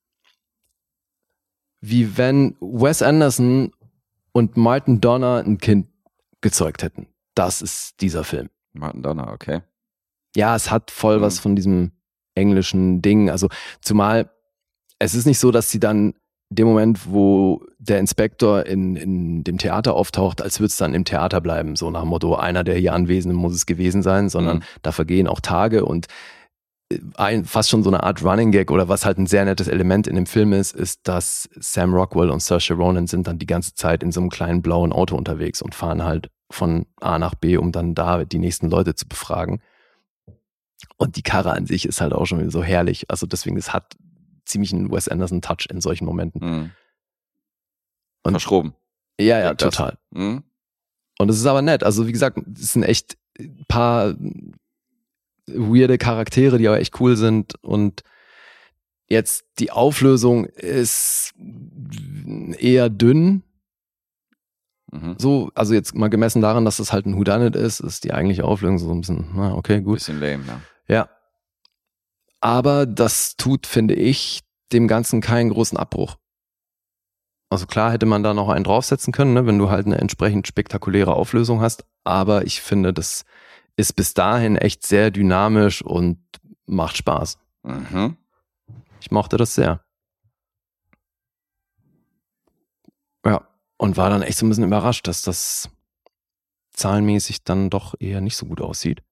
wie wenn Wes Anderson und Martin Donner ein Kind gezeugt hätten. Das ist dieser Film. Martin Donner, okay. Ja, es hat voll was von diesem englischen Ding. Also zumal es ist nicht so, dass sie dann in dem Moment, wo der Inspektor in dem Theater auftaucht, als würde es dann im Theater bleiben. So nach dem Motto, einer der hier Anwesenden muss es gewesen sein, sondern da vergehen auch Tage und fast schon so eine Art Running Gag oder was halt ein sehr nettes Element in dem Film ist, dass Sam Rockwell und Saoirse Ronan sind dann die ganze Zeit in so einem kleinen blauen Auto unterwegs und fahren halt von A nach B, um dann da die nächsten Leute zu befragen. Und die Karre an sich ist halt auch schon wieder so herrlich. Also deswegen, es hat ziemlich einen Wes Anderson-Touch in solchen Momenten. Und verschroben. Ja, total. Und es ist aber nett. Also wie gesagt, es sind echt ein paar weirde Charaktere, die aber echt cool sind. Und jetzt die Auflösung ist eher dünn. So, also jetzt mal gemessen daran, dass das halt ein Whodunit ist die eigentliche Auflösung so ein bisschen, na okay, gut. Bisschen lame, ja. Ja. Aber das tut, finde ich, dem Ganzen keinen großen Abbruch. Also klar hätte man da noch einen draufsetzen können, ne, wenn du halt eine entsprechend spektakuläre Auflösung hast. Aber ich finde, das ist bis dahin echt sehr dynamisch und macht Spaß. Ich mochte das sehr. Ja, und war dann echt so ein bisschen überrascht, dass das zahlenmäßig dann doch eher nicht so gut aussieht.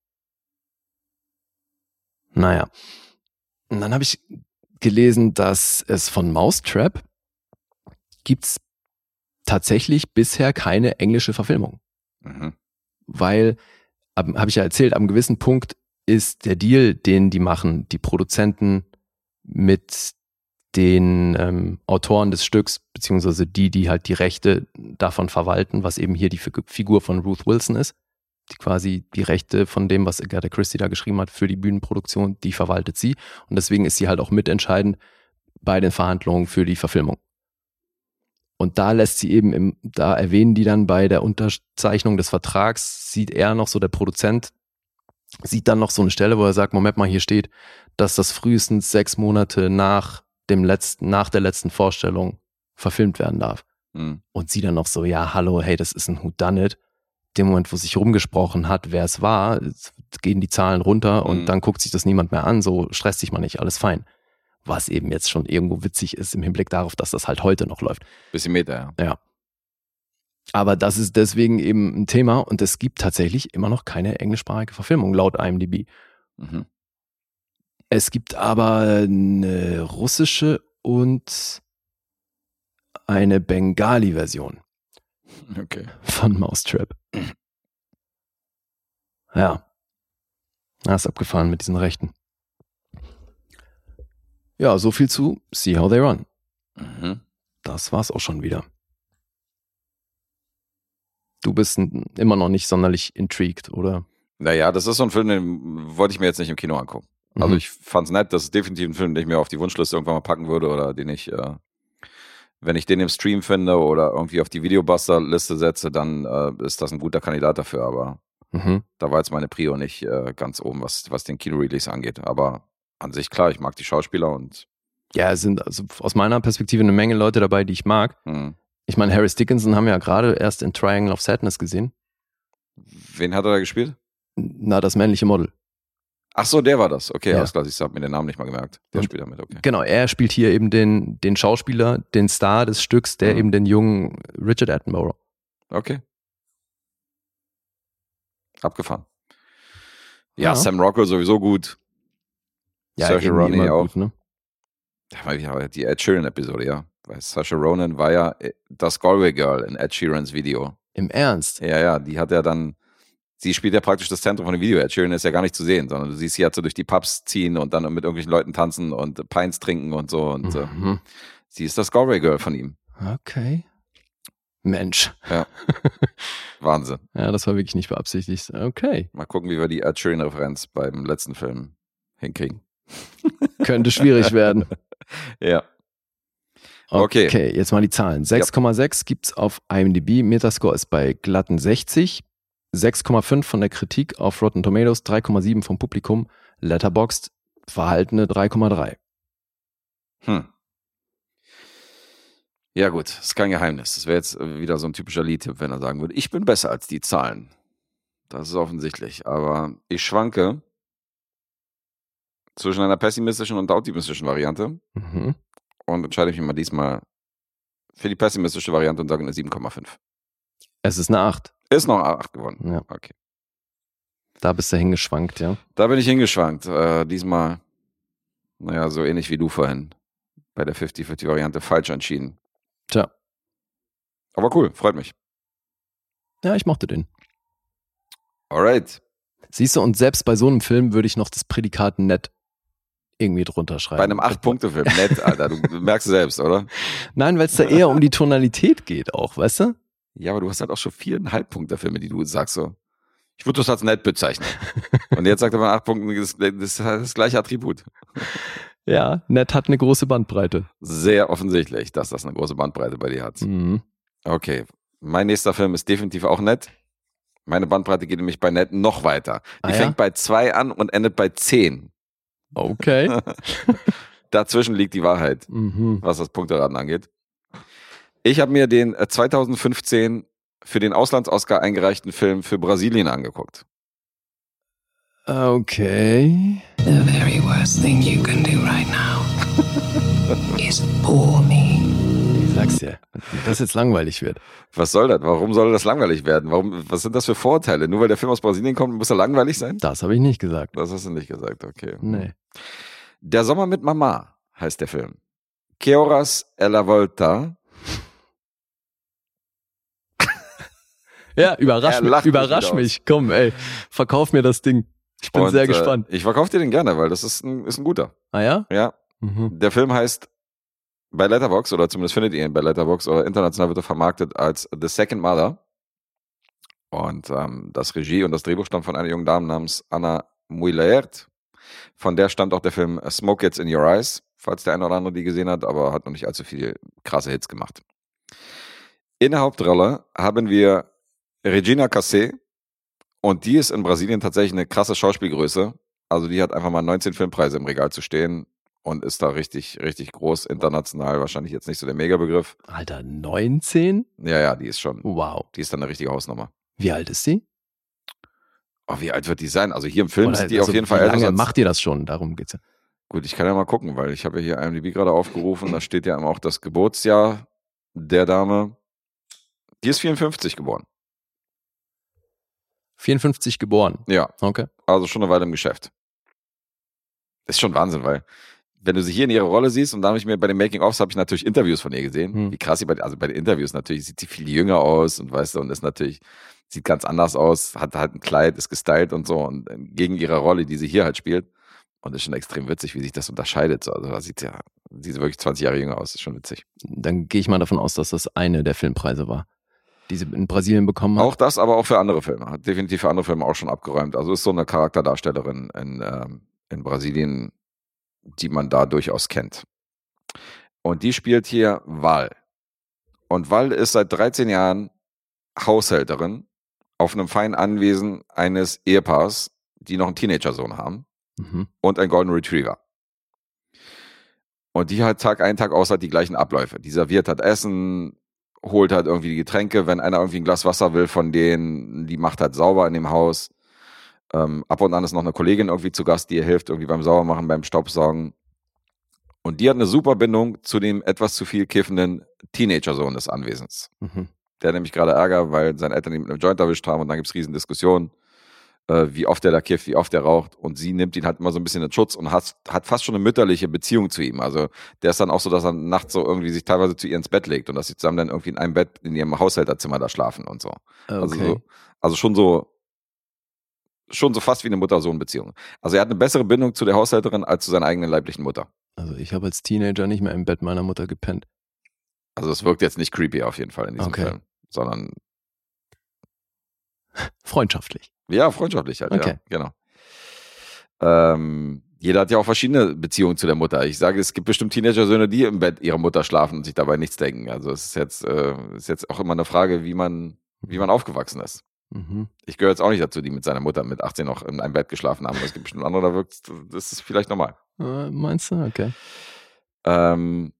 Naja. Und dann habe ich gelesen, dass es von Mousetrap gibt's tatsächlich bisher keine englische Verfilmung. Mhm. Weil, habe ich ja erzählt, ab einem gewissen Punkt ist der Deal, den die machen, die Produzenten mit den Autoren des Stücks, beziehungsweise die halt die Rechte davon verwalten, was eben hier die Figur von Ruth Wilson ist, die quasi die Rechte von dem, was Agatha Christie da geschrieben hat für die Bühnenproduktion, die verwaltet sie. Und deswegen ist sie halt auch mitentscheidend bei den Verhandlungen für die Verfilmung. Und da lässt sie eben, da erwähnen die dann bei der Unterzeichnung des Vertrags, sieht er noch so, der Produzent, sieht dann noch so eine Stelle, wo er sagt, Moment mal, hier steht, dass das frühestens 6 Monate nach der letzten Vorstellung verfilmt werden darf. Mhm. Und sie dann noch so, ja, hallo, hey, das ist ein Whodunit. Dem Moment, wo sich rumgesprochen hat, wer es war, gehen die Zahlen runter und dann guckt sich das niemand mehr an, so stresst sich man nicht, alles fein. Was eben jetzt schon irgendwo witzig ist im Hinblick darauf, dass das halt heute noch läuft. Bisschen Meta, ja. Ja. Aber das ist deswegen eben ein Thema und es gibt tatsächlich immer noch keine englischsprachige Verfilmung, laut IMDb. Mhm. Es gibt aber eine russische und eine Bengali-Version. Okay. Von Mousetrap. Ja. Das ist abgefahren mit diesen Rechten. Ja, so viel zu See How They Run. Mhm. Das war's auch schon wieder. Du bist immer noch nicht sonderlich intrigued, oder? Naja, das ist so ein Film, den wollte ich mir jetzt nicht im Kino angucken. Also ich fand's nett, das ist definitiv ein Film, den ich mir auf die Wunschliste irgendwann mal packen würde oder den ich, wenn ich den im Stream finde oder irgendwie auf die Videobuster-Liste setze, dann ist das ein guter Kandidat dafür, aber da war jetzt meine Prio nicht ganz oben, was den Kino-Release angeht. Aber an sich klar, ich mag die Schauspieler und ja, es sind also aus meiner Perspektive eine Menge Leute dabei, die ich mag. Ich meine, Harris Dickinson haben wir ja gerade erst in Triangle of Sadness gesehen. Wen hat er da gespielt? Na, das männliche Model. Ach so, der war das. Okay, Ja. alles klar, ich habe mir den Namen nicht mal gemerkt. Der spielt damit, okay. Genau, er spielt hier eben den Schauspieler, den Star des Stücks, der eben den jungen Richard Attenborough. Okay. Abgefahren. Ja, Sam Rockwell sowieso gut. Ja, Saoirse Ronan auch. Gut, ne? Ja, die Ed Sheeran-Episode, ja. Weil Saoirse Ronan war ja das Galway Girl in Ed Sheerans Video. Im Ernst? Ja, die hat ja dann, sie spielt ja praktisch das Zentrum von dem Video. Ed Sheeran ist ja gar nicht zu sehen, sondern du siehst sie halt so durch die Pubs ziehen und dann mit irgendwelchen Leuten tanzen und Pints trinken und so. Und sie ist das Galway Girl von ihm. Okay. Mensch. Ja. Wahnsinn. Ja, das war wirklich nicht beabsichtigt. Okay. Mal gucken, wie wir die Ed Sheeran-Referenz beim letzten Film hinkriegen. Könnte schwierig werden. Ja. Okay, jetzt mal die Zahlen. 6,6 gibt's auf IMDb, Metascore ist bei glatten 60, 6,5 von der Kritik auf Rotten Tomatoes, 3,7 vom Publikum, Letterboxd verhaltene 3,3. Ja gut, ist kein Geheimnis. Das wäre jetzt wieder so ein typischer Lead-Tipp, wenn er sagen würde, ich bin besser als die Zahlen. Das ist offensichtlich, aber ich schwanke zwischen einer pessimistischen und optimistischen Variante und entscheide mich mal diesmal für die pessimistische Variante und sage eine 7,5. Es ist eine 8. Ist noch 8 geworden. Ja. Okay. Da bist du hingeschwankt, ja? Da bin ich hingeschwankt. Diesmal, naja, so ähnlich wie du vorhin bei der 50-50-Variante falsch entschieden. Tja. Aber cool, freut mich. Ja, ich mochte den. Alright. Siehst du, und selbst bei so einem Film würde ich noch das Prädikat nett irgendwie drunter schreiben. Bei einem 8-Punkte-Film, nett, Alter. Du merkst es selbst, oder? Nein, weil es da eher um die Tonalität geht auch, weißt du? Ja, aber du hast halt auch schon 4,5 Punkte-Filme, die du sagst so. Ich würde das als nett bezeichnen. Und jetzt sagt er bei 8 Punkten, das ist das gleiche Attribut. Ja, nett hat eine große Bandbreite. Sehr offensichtlich, dass das eine große Bandbreite bei dir hat. Okay, mein nächster Film ist definitiv auch nett. Meine Bandbreite geht nämlich bei nett noch weiter. Die fängt bei 2 an und endet bei 10. Okay. Dazwischen liegt die Wahrheit, was das Punkteraten angeht. Ich habe mir den 2015 für den Auslands-Oscar eingereichten Film für Brasilien angeguckt. Okay. The very worst thing you can do right now is bore me. Ich sag's dir, wenn das jetzt langweilig wird. Was soll das? Warum soll das langweilig werden? Was sind das für Vorteile? Nur weil der Film aus Brasilien kommt, muss er langweilig sein? Das habe ich nicht gesagt. Das hast du nicht gesagt, okay. Nee. Der Sommer mit Mama heißt der Film. Que horas é la volta? Ja, überrasch mich. Komm, ey, verkauf mir das Ding. Ich bin sehr gespannt. Ich verkaufe dir den gerne, weil das ist ein guter. Ah ja? Ja. Mhm. Der Film heißt bei Letterboxd, oder zumindest findet ihr ihn bei Letterboxd, oder international wird er vermarktet als The Second Mother. Und das Regie und das Drehbuch stammt von einer jungen Dame namens Ana Muilaert. Von der stammt auch der Film Smoke Gets in Your Eyes, falls der eine oder andere die gesehen hat, aber hat noch nicht allzu viele krasse Hits gemacht. In der Hauptrolle haben wir Regina Casé, und die ist in Brasilien tatsächlich eine krasse Schauspielgröße. Also die hat einfach mal 19 Filmpreise im Regal zu stehen und ist da richtig, richtig groß, international, wahrscheinlich jetzt nicht so der Megabegriff. Alter, 19? Ja, die ist schon. Wow. Die ist dann eine richtige Hausnummer. Wie alt ist sie? Oh, wie alt wird die sein? Also hier im Film Oder ist die auf jeden Fall älter. Wie lange macht ihr das schon? Darum geht's ja. Gut, ich kann ja mal gucken, weil ich habe ja hier IMDb gerade aufgerufen, da steht ja immer auch das Geburtsjahr der Dame. Die ist 54 geboren. 54 geboren? Ja. Okay. Also schon eine Weile im Geschäft. Das ist schon Wahnsinn, weil wenn du sie hier in ihrer Rolle siehst, und da habe ich mir bei den Making-ofs habe ich natürlich Interviews von ihr gesehen, wie krass sie bei den Interviews natürlich sieht sie viel jünger aus und weißt du, und ist natürlich, sieht ganz anders aus, hat halt ein Kleid, ist gestylt und so, und gegen ihre Rolle, die sie hier halt spielt, und ist schon extrem witzig, wie sich das unterscheidet. So. Also da sieht sie wirklich 20 Jahre jünger aus, ist schon witzig. Dann gehe ich mal davon aus, dass das eine der Filmpreise war, die sie in Brasilien bekommen hat. Auch das, aber auch für andere Filme. Hat definitiv für andere Filme auch schon abgeräumt. Also ist so eine Charakterdarstellerin in Brasilien, die man da durchaus kennt. Und die spielt hier Val. Und Val ist seit 13 Jahren Haushälterin auf einem feinen Anwesen eines Ehepaars, die noch einen Teenager-Sohn haben und einen Golden Retriever. Und die halt Tag ein, Tag aus hat die gleichen Abläufe. Die serviert hat Essen, holt halt irgendwie die Getränke, wenn einer irgendwie ein Glas Wasser will von denen, die macht halt sauber in dem Haus. Ab und an ist noch eine Kollegin irgendwie zu Gast, die ihr hilft, irgendwie beim Saubermachen, beim Staubsaugen. Und die hat eine super Bindung zu dem etwas zu viel kiffenden Teenager-Sohn des Anwesens. Der nämlich gerade Ärger, weil seine Eltern ihn mit einem Joint erwischt haben, und dann gibt's riesen Diskussionen, wie oft er da kifft, wie oft er raucht, und sie nimmt ihn halt immer so ein bisschen in Schutz und hat fast schon eine mütterliche Beziehung zu ihm. Also der ist dann auch so, dass er nachts so irgendwie sich teilweise zu ihr ins Bett legt und dass sie zusammen dann irgendwie in einem Bett in ihrem Haushälterzimmer da schlafen und so. Okay. Also schon so fast wie eine Mutter-Sohn-Beziehung. Also er hat eine bessere Bindung zu der Haushälterin als zu seiner eigenen leiblichen Mutter. Also ich habe als Teenager nicht mehr im Bett meiner Mutter gepennt. Also es wirkt jetzt nicht creepy auf jeden Fall in diesem Film, sondern freundschaftlich. Ja, freundschaftlich halt, okay. Ja, genau. Jeder hat ja auch verschiedene Beziehungen zu der Mutter. Ich sage, es gibt bestimmt Teenager-Söhne, die im Bett ihrer Mutter schlafen und sich dabei nichts denken. Also es ist jetzt auch immer eine Frage, wie man aufgewachsen ist. Ich gehöre jetzt auch nicht dazu, die mit seiner Mutter mit 18 noch in einem Bett geschlafen haben. Es gibt bestimmt andere, da wirkt, das ist vielleicht normal. Meinst du? Okay. Well,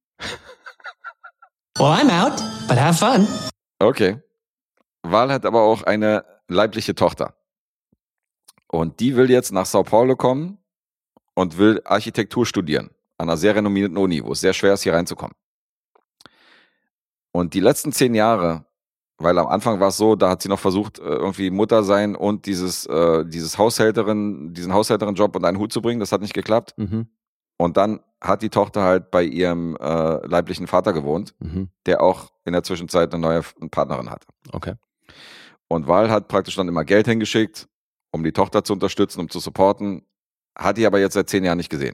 I'm out, but have fun. Okay. Val hat aber auch eine leibliche Tochter. Und die will jetzt nach Sao Paulo kommen und will Architektur studieren. An einer sehr renommierten Uni, wo es sehr schwer ist, hier reinzukommen. Und die letzten 10 Jahre, weil am Anfang war es so, da hat sie noch versucht, irgendwie Mutter sein und diesen Haushälterin-Job unter einen Hut zu bringen. Das hat nicht geklappt. Und dann hat die Tochter halt bei ihrem leiblichen Vater gewohnt, der auch in der Zwischenzeit eine neue Partnerin hatte. Okay. Und Val hat praktisch dann immer Geld hingeschickt, um die Tochter zu unterstützen, um zu supporten. Hat die aber jetzt seit 10 Jahren nicht gesehen.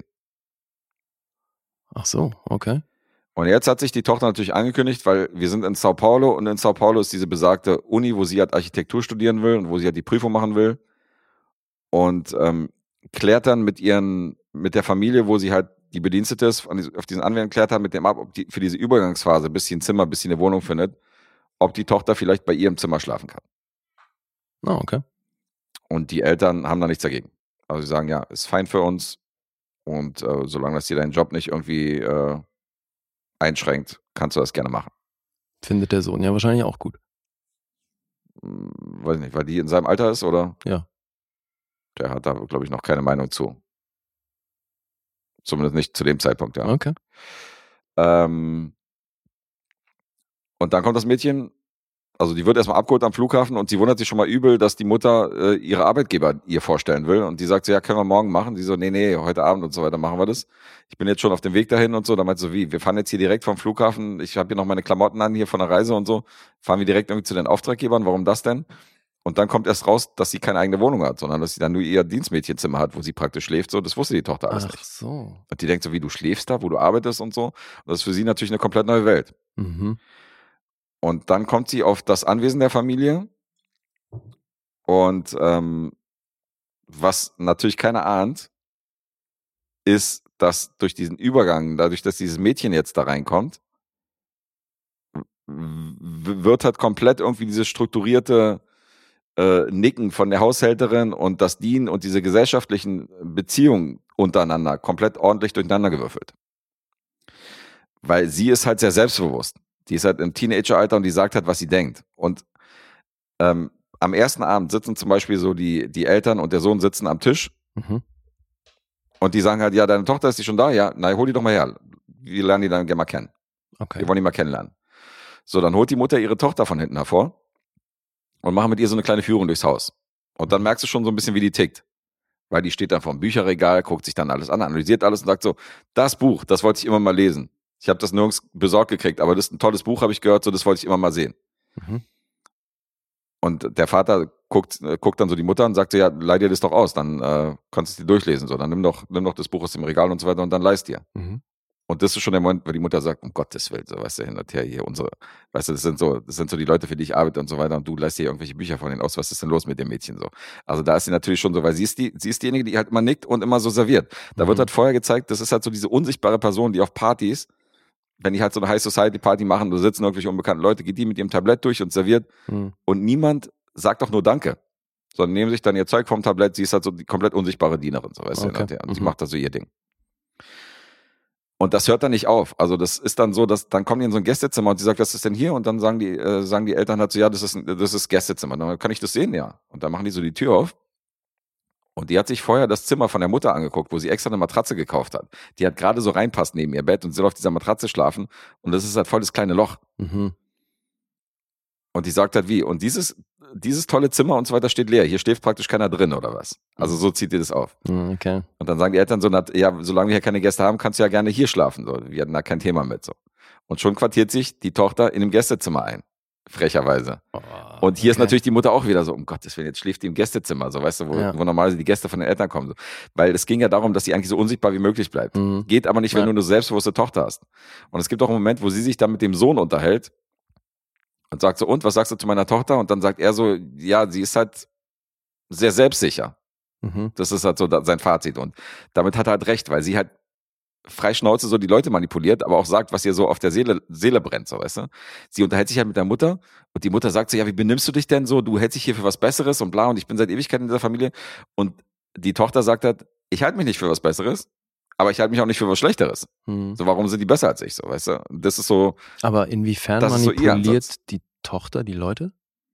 Ach so, okay. Und jetzt hat sich die Tochter natürlich angekündigt, weil wir sind in Sao Paulo, und in Sao Paulo ist diese besagte Uni, wo sie halt Architektur studieren will und wo sie halt die Prüfung machen will. Und klärt dann mit der Familie, wo sie halt die Bedienstete ist, auf diesen Anwälten, klärt dann mit dem ab, ob die für diese Übergangsphase, bis sie ein Zimmer, bis sie eine Wohnung findet, ob die Tochter vielleicht bei ihr im Zimmer schlafen kann. Ah, okay. Und die Eltern haben da nichts dagegen. Also sie sagen, ja, ist fein für uns, und solange das dir deinen Job nicht irgendwie einschränkt, kannst du das gerne machen. Findet der Sohn ja wahrscheinlich auch gut. Weiß nicht, weil die in seinem Alter ist, oder? Ja. Der hat da, glaube ich, noch keine Meinung zu. Zumindest nicht zu dem Zeitpunkt, ja. Okay. Und dann kommt das Mädchen, also die wird erstmal abgeholt am Flughafen und sie wundert sich schon mal übel, dass die Mutter ihre Arbeitgeber ihr vorstellen will. Und die sagt so, ja, können wir morgen machen. Die so, nee, heute Abend und so weiter machen wir das. Ich bin jetzt schon auf dem Weg dahin und so. Da meint so, wir fahren jetzt hier direkt vom Flughafen. Ich habe hier noch meine Klamotten an hier von der Reise und so. Fahren wir direkt irgendwie zu den Auftraggebern. Warum das denn? Und dann kommt erst raus, dass sie keine eigene Wohnung hat, sondern dass sie dann nur ihr Dienstmädchenzimmer hat, wo sie praktisch schläft. So, das wusste die Tochter alles nicht. Ach so. Und die denkt so, wie du schläfst da, wo du arbeitest und so. Und das ist für sie natürlich eine komplett neue Welt. Mhm. Und dann kommt sie auf das Anwesen der Familie und was natürlich keiner ahnt, ist, dass durch diesen Übergang, dadurch, dass dieses Mädchen jetzt da reinkommt, wird halt komplett irgendwie diese strukturierte Nicken von der Haushälterin und das Dienen und diese gesellschaftlichen Beziehungen untereinander komplett ordentlich durcheinander gewürfelt. Weil sie ist halt sehr selbstbewusst. Die ist halt im Teenageralter und die sagt halt, was sie denkt. Und am ersten Abend sitzen zum Beispiel so die Eltern und der Sohn sitzen am Tisch und die sagen halt, ja, deine Tochter ist die schon da? Ja, na, hol die doch mal her. Wir lernen die dann gerne mal kennen. Okay. Wir wollen die mal kennenlernen. So, dann holt die Mutter ihre Tochter von hinten hervor und machen mit ihr so eine kleine Führung durchs Haus. Und dann merkst du schon so ein bisschen, wie die tickt. Weil die steht dann vor dem Bücherregal, guckt sich dann alles an, analysiert alles und sagt so, das Buch, das wollte ich immer mal lesen. Ich habe das nirgends besorgt gekriegt, aber das ist ein tolles Buch, habe ich gehört, so das wollte ich immer mal sehen. Mhm. Und der Vater guckt dann so die Mutter und sagt so, ja, leih dir das doch aus, dann kannst du es dir durchlesen. So, dann nimm doch das Buch aus dem Regal und so weiter und dann leihst dir. Mhm. Und das ist schon der Moment, wo die Mutter sagt, um Gottes Willen, so, weißt du, hin und her hier, weißt du, das sind so die Leute, für die ich arbeite und so weiter und du leihst dir irgendwelche Bücher von denen aus, was ist denn los mit dem Mädchen so? Also da ist sie natürlich schon so, weil sie ist diejenige, die halt immer nickt und immer so serviert. Da wird halt vorher gezeigt, das ist halt so diese unsichtbare Person, die auf Partys, wenn die halt so eine High Society Party machen, da sitzen irgendwelche unbekannten Leute, geht die mit ihrem Tablett durch und serviert und niemand sagt doch nur Danke, sondern nehmen sich dann ihr Zeug vom Tablett, sie ist halt so die komplett unsichtbare Dienerin, so, weißt du, und sie macht da so ihr Ding. Und das hört dann nicht auf. Also das ist dann so, dass dann kommen die in so ein Gästezimmer und sie sagt, was ist denn hier? Und dann sagen die Eltern halt so, ja, das ist Gästezimmer. Dann kann ich das sehen, ja. Und dann machen die so die Tür auf. Und die hat sich vorher das Zimmer von der Mutter angeguckt, wo sie extra eine Matratze gekauft hat. Die hat gerade so reinpasst neben ihr Bett und sie soll auf dieser Matratze schlafen. Und das ist halt voll das kleine Loch. Mhm. Und die sagt halt wie? Und dieses tolle Zimmer und so weiter steht leer. Hier schläft praktisch keiner drin oder was? Also so zieht ihr das auf. Okay. Und dann sagen die Eltern so, ja, solange wir hier keine Gäste haben, kannst du ja gerne hier schlafen. So. Wir hatten da kein Thema mit. So. Und schon quartiert sich die Tochter in dem Gästezimmer ein. Frecherweise. Und hier ist natürlich die Mutter auch wieder so, um Gottes Willen, jetzt schläft die im Gästezimmer, so, weißt du, wo normalerweise die Gäste von den Eltern kommen. So. Weil es ging ja darum, dass sie eigentlich so unsichtbar wie möglich bleibt. Geht aber nicht, wenn du eine selbstbewusste Tochter hast. Und es gibt auch einen Moment, wo sie sich dann mit dem Sohn unterhält und sagt so, und, was sagst du zu meiner Tochter? Und dann sagt er so, ja, sie ist halt sehr selbstsicher. Das ist halt so sein Fazit. Und damit hat er halt recht, weil sie halt frei Schnauze so die Leute manipuliert, aber auch sagt, was ihr so auf der Seele brennt, so, weißt du? Sie unterhält sich halt mit der Mutter und die Mutter sagt so, ja, wie benimmst du dich denn so? Du hältst dich hier für was Besseres und bla und ich bin seit Ewigkeiten in dieser Familie. Und die Tochter sagt halt, ich halte mich nicht für was Besseres, aber ich halte mich auch nicht für was Schlechteres. So, warum sind die besser als ich, so, weißt du? Das ist so. Aber inwiefern manipuliert die Tochter die Leute?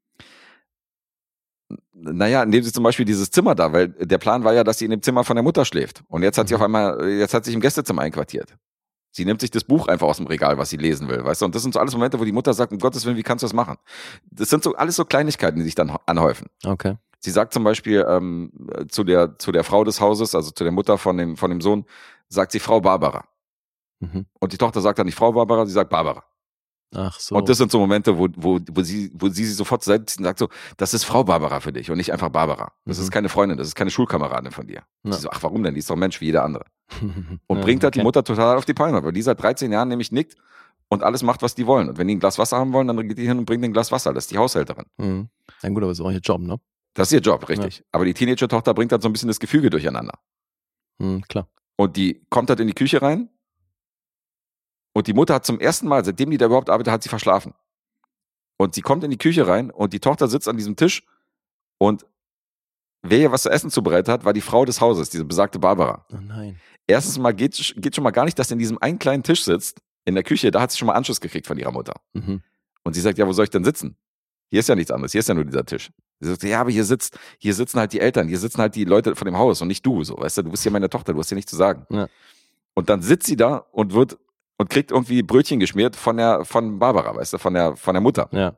Naja, indem sie zum Beispiel dieses Zimmer da, weil der Plan war ja, dass sie in dem Zimmer von der Mutter schläft. Und jetzt hat sie jetzt hat sich im Gästezimmer einquartiert. Sie nimmt sich das Buch einfach aus dem Regal, was sie lesen will, weißt du? Und das sind so alles Momente, wo die Mutter sagt, um Gottes Willen, wie kannst du das machen? Das sind so alles so Kleinigkeiten, die sich dann anhäufen. Okay. Sie sagt zum Beispiel zu der Frau des Hauses, also zu der Mutter von dem Sohn, sagt sie Frau Barbara. Und die Tochter sagt dann nicht Frau Barbara, sie sagt Barbara. Ach so. Und das sind so Momente, wo sie sofort zur Seite zieht und sagt so, das ist Frau Barbara für dich und nicht einfach Barbara. Das ist keine Freundin, das ist keine Schulkameradin von dir. Ja. Sie so, ach, warum denn? Die ist doch ein Mensch wie jeder andere. Und bringt halt die Mutter total auf die Palme, weil die seit 13 Jahren nämlich nickt und alles macht, was die wollen. Und wenn die ein Glas Wasser haben wollen, dann geht die hin und bringt ein Glas Wasser. Das ist die Haushälterin. Na gut, aber das ist auch ihr Job, ne? Das ist ihr Job, richtig. Ja. Aber die Teenager-Tochter bringt halt so ein bisschen das Gefüge durcheinander. Klar. Und die kommt halt in die Küche rein. Und die Mutter hat zum ersten Mal, seitdem die da überhaupt arbeitet, hat sie verschlafen. Und sie kommt in die Küche rein und die Tochter sitzt an diesem Tisch und wer ihr was zu essen zubereitet hat, war die Frau des Hauses, diese besagte Barbara. Oh nein. Erstens mal geht schon mal gar nicht, dass sie in diesem einen kleinen Tisch sitzt, in der Küche, da hat sie schon mal Anschluss gekriegt von ihrer Mutter. Und sie sagt, ja, wo soll ich denn sitzen? Hier ist ja nichts anderes, hier ist ja nur dieser Tisch. Sie sagt, ja, aber hier sitzen halt die Eltern, hier sitzen halt die Leute von dem Haus und nicht du, so, weißt du bist hier meine Tochter, du hast hier nichts zu sagen. Ja. Und dann sitzt sie da und kriegt irgendwie Brötchen geschmiert von Barbara, weißt du, von der Mutter. Ja.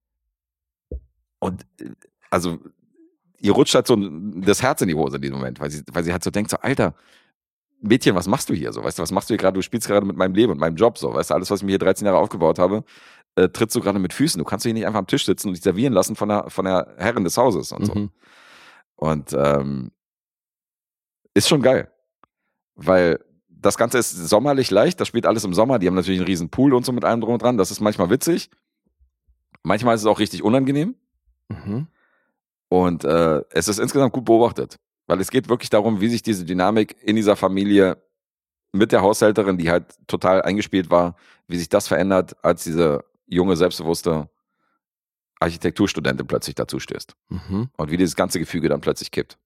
Und also ihr rutscht halt so das Herz in die Hose in diesem Moment, weil sie halt so denkt, so, Alter, Mädchen, was machst du hier so, weißt du, was machst du hier gerade, du spielst gerade mit meinem Leben und meinem Job so, weißt du, alles, was ich mir hier 13 Jahre aufgebaut habe, trittst du gerade mit Füßen, du kannst dich nicht einfach am Tisch sitzen und dich servieren lassen von der Herrin des Hauses und so. Und ist schon geil, weil das Ganze ist sommerlich leicht, das spielt alles im Sommer, die haben natürlich einen riesen Pool und so mit allem drum und dran, das ist manchmal witzig, manchmal ist es auch richtig unangenehm. Und es ist insgesamt gut beobachtet, weil es geht wirklich darum, wie sich diese Dynamik in dieser Familie mit der Haushälterin, die halt total eingespielt war, wie sich das verändert, als diese junge, selbstbewusste Architekturstudentin plötzlich dazu stößt. Und wie dieses ganze Gefüge dann plötzlich kippt.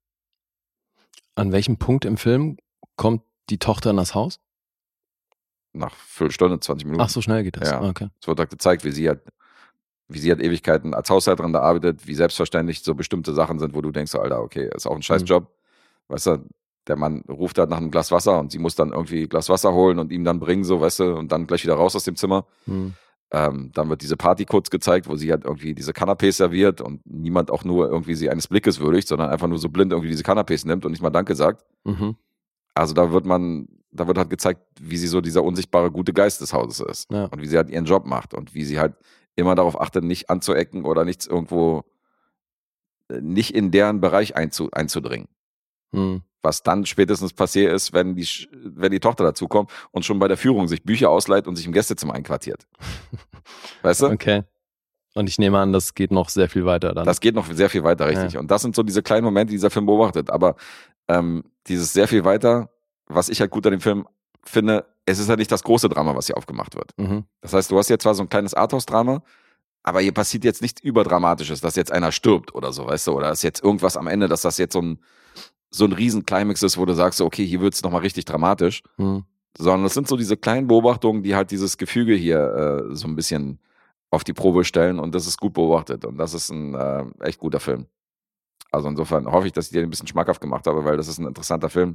An welchem Punkt im Film kommt die Tochter in das Haus? Nach Viertelstunde, 20 Minuten. Ach, so schnell geht das. Ja. Okay. Es wird halt gezeigt, wie sie hat Ewigkeiten als Haushälterin da arbeitet, wie selbstverständlich so bestimmte Sachen sind, wo du denkst, Alter, okay, ist auch ein Scheißjob. Weißt du, der Mann ruft halt nach einem Glas Wasser und sie muss dann irgendwie ein Glas Wasser holen und ihm dann bringen, so, weißt du, und dann gleich wieder raus aus dem Zimmer. Dann wird diese Party kurz gezeigt, wo sie halt irgendwie diese Canapés serviert und niemand auch nur irgendwie sie eines Blickes würdigt, sondern einfach nur so blind irgendwie diese Canapés nimmt und nicht mal Danke sagt. Also da wird halt gezeigt, wie sie so dieser unsichtbare gute Geist des Hauses ist. Ja. Und wie sie halt ihren Job macht und wie sie halt immer darauf achtet, nicht anzuecken oder nichts irgendwo, nicht in deren Bereich einzudringen. Was dann spätestens passiert ist, wenn die Tochter dazukommt und schon bei der Führung sich Bücher ausleiht und sich im Gästezimmer einquartiert. Weißt du? Okay. Und ich nehme an, das geht noch sehr viel weiter dann. Das geht noch sehr viel weiter, richtig. Ja. Und das sind so diese kleinen Momente, die dieser Film beobachtet. Aber dieses sehr viel weiter, was ich halt gut an dem Film finde, es ist halt nicht das große Drama, was hier aufgemacht wird. Das heißt, du hast jetzt zwar so ein kleines Arthouse-Drama, aber hier passiert jetzt nichts Überdramatisches, dass jetzt einer stirbt oder so, weißt du, oder ist jetzt irgendwas am Ende, dass das jetzt so ein riesen Climax ist, wo du sagst, okay, hier wird's nochmal richtig dramatisch. Sondern es sind so diese kleinen Beobachtungen, die halt dieses Gefüge hier so ein bisschen auf die Probe stellen und das ist gut beobachtet und das ist ein echt guter Film. Also insofern hoffe ich, dass ich dir ein bisschen schmackhaft gemacht habe, weil das ist ein interessanter Film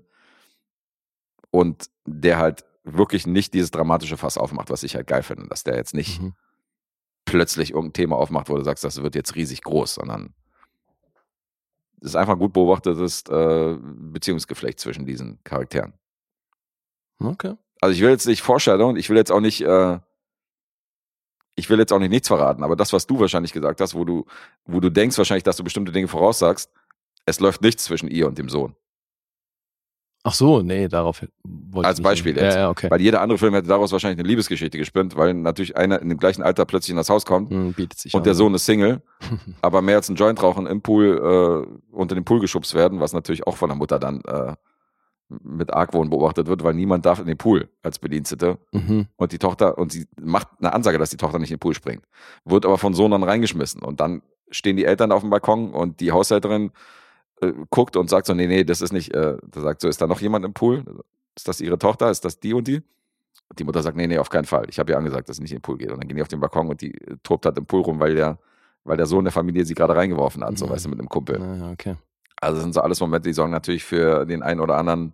und der halt wirklich nicht dieses dramatische Fass aufmacht, was ich halt geil finde, dass der jetzt nicht plötzlich irgendein Thema aufmacht, wo du sagst, das wird jetzt riesig groß, sondern es ist einfach gut beobachtetes Beziehungsgeflecht zwischen diesen Charakteren. Okay. Also ich will jetzt nicht foreshadowen, ich will jetzt auch nicht nichts verraten, aber das, was du wahrscheinlich gesagt hast, wo du denkst wahrscheinlich, dass du bestimmte Dinge voraussagst, es läuft nichts zwischen ihr und dem Sohn. Ach so, nee, darauf wollte als ich Beispiel nicht. jetzt. Ja, okay. Weil jeder andere Film hätte daraus wahrscheinlich eine Liebesgeschichte gespinnt, weil natürlich einer in dem gleichen Alter plötzlich in das Haus kommt bietet sich und an. der Sohn ist Single, aber mehr als ein Joint rauchen im Pool unter den Pool geschubst werden, was natürlich auch von der Mutter dann mit Argwohn beobachtet wird, weil niemand darf in den Pool als Bedienstete und die Tochter, und sie macht eine Ansage, dass die Tochter nicht in den Pool springt, wird aber von Sohn dann reingeschmissen und dann stehen die Eltern auf dem Balkon und die Haushälterin guckt und sagt so, nee, das ist nicht, da sagt so, ist da noch jemand im Pool? Ist das ihre Tochter? Ist das die und die? Und die Mutter sagt, nee, auf keinen Fall. Ich habe ihr angesagt, dass sie nicht in den Pool geht. Und dann gehen die auf den Balkon und die tobt halt im Pool rum, weil der Sohn der Familie sie gerade reingeworfen hat, so weißt du, mit einem Kumpel. Ja, okay. Also das sind so alles Momente, die sorgen natürlich für den einen oder anderen,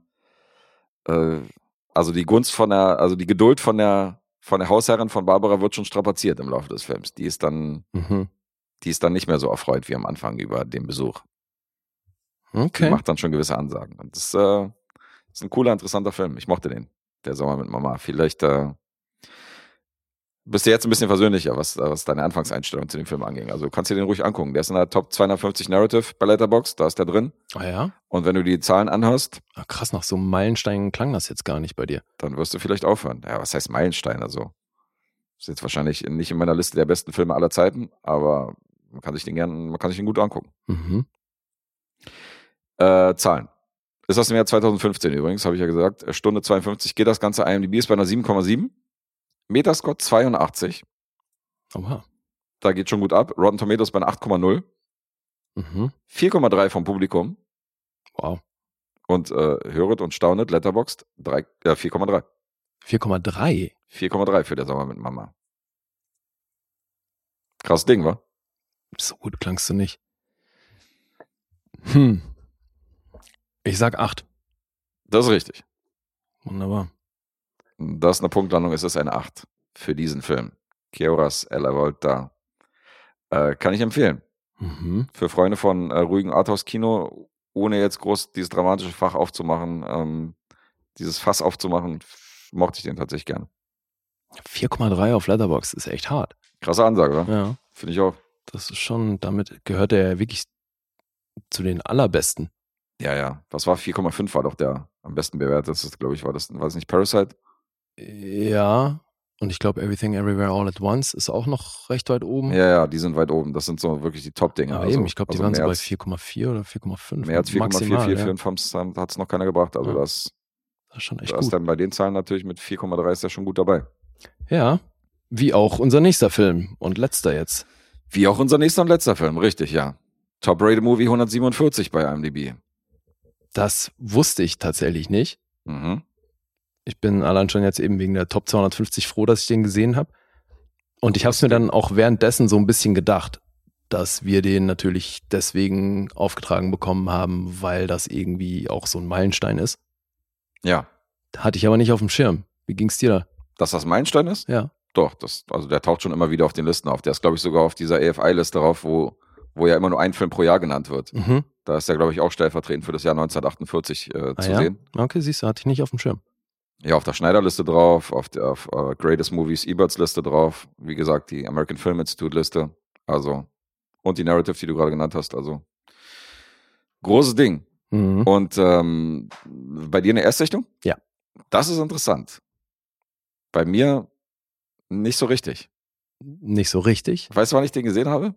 also die Gunst also die Geduld von der Hausherrin von Barbara wird schon strapaziert im Laufe des Films. Die ist dann nicht mehr so erfreut wie am Anfang über den Besuch. Okay. Die macht dann schon gewisse Ansagen. Und das ist ein cooler, interessanter Film. Ich mochte den. Der Sommer mit Mama. Vielleicht bist du jetzt ein bisschen versöhnlicher, was deine Anfangseinstellung zu dem Film anging. Also du kannst dir den ruhig angucken. Der ist in der Top 250 Narrative bei Letterboxd. Da ist der drin. Ah ja? Und wenn du die Zahlen anhörst. Ach, krass, nach so einem Meilenstein klang das jetzt gar nicht bei dir. Dann wirst du vielleicht aufhören. Ja, was heißt Meilenstein? Also ist jetzt wahrscheinlich nicht in meiner Liste der besten Filme aller Zeiten, aber man kann sich den gut angucken. Zahlen. Ist aus dem Jahr 2015 übrigens, habe ich ja gesagt. Stunde 52 geht das Ganze. IMDb ist bei einer 7,7. Metascore 82. Oha. Da geht schon gut ab. Rotten Tomatoes bei einer 8,0. 4,3 vom Publikum. Wow. Und höret und staunet, Letterboxd 4,3. 4,3? 4,3 für der Sommer mit Mama. Krasses Ding, wa? So gut klangst du nicht. Ich sag 8. Das ist richtig. Wunderbar. Das ist eine Punktlandung, es ist eine 8 für diesen Film. Que horas a la volta. Kann ich empfehlen. Für Freunde von ruhigen Arthouse-Kino, ohne jetzt groß dieses dramatische Fach aufzumachen, dieses Fass aufzumachen, mochte ich den tatsächlich gerne. 4,3 auf Letterboxd ist echt hart. Krasse Ansage, oder? Ja. Finde ich auch. Das ist schon, damit gehört er wirklich zu den allerbesten. Ja. Was war 4,5 war doch der am besten bewertet. Das ist, glaube ich, war das nicht Parasite? Ja. Und ich glaube, Everything Everywhere All at Once ist auch noch recht weit oben. Ja, die sind weit oben. Das sind so wirklich die Top-Dinger. Ja, eben. Ich glaube, die waren so bei 4,4 oder 4,5. Mehr als 4,4, 4,5 ja. hat es noch keiner gebracht. Also das ist schon echt gut. Dann bei den Zahlen natürlich mit 4,3 ist ja schon gut dabei. Ja, wie auch unser nächster Film und letzter jetzt. Wie auch unser nächster und letzter Film, richtig, ja. Top-Rated Movie 147 bei IMDb. Das wusste ich tatsächlich nicht. Ich bin allein schon jetzt eben wegen der Top 250 froh, dass ich den gesehen habe. Und ich habe es mir dann auch währenddessen so ein bisschen gedacht, dass wir den natürlich deswegen aufgetragen bekommen haben, weil das irgendwie auch so ein Meilenstein ist. Ja. Hatte ich aber nicht auf dem Schirm. Wie ging's dir da? Dass das Meilenstein ist? Ja. Doch, also der taucht schon immer wieder auf den Listen auf. Der ist, glaube ich, sogar auf dieser AFI-Liste drauf, wo ja immer nur ein Film pro Jahr genannt wird. Da ist der, glaube ich, auch stellvertretend für das Jahr 1948 zu sehen. Okay, siehst du, hatte ich nicht auf dem Schirm. Ja, auf der Schneider-Liste drauf, auf Greatest Movies Eberts-Liste drauf. Wie gesagt, die American Film Institute-Liste. Also, und die Narrative, die du gerade genannt hast. Also, großes Ding. Und bei dir eine Erstsichtung? Ja. Das ist interessant. Bei mir nicht so richtig. Nicht so richtig? Weißt du, wann ich den gesehen habe?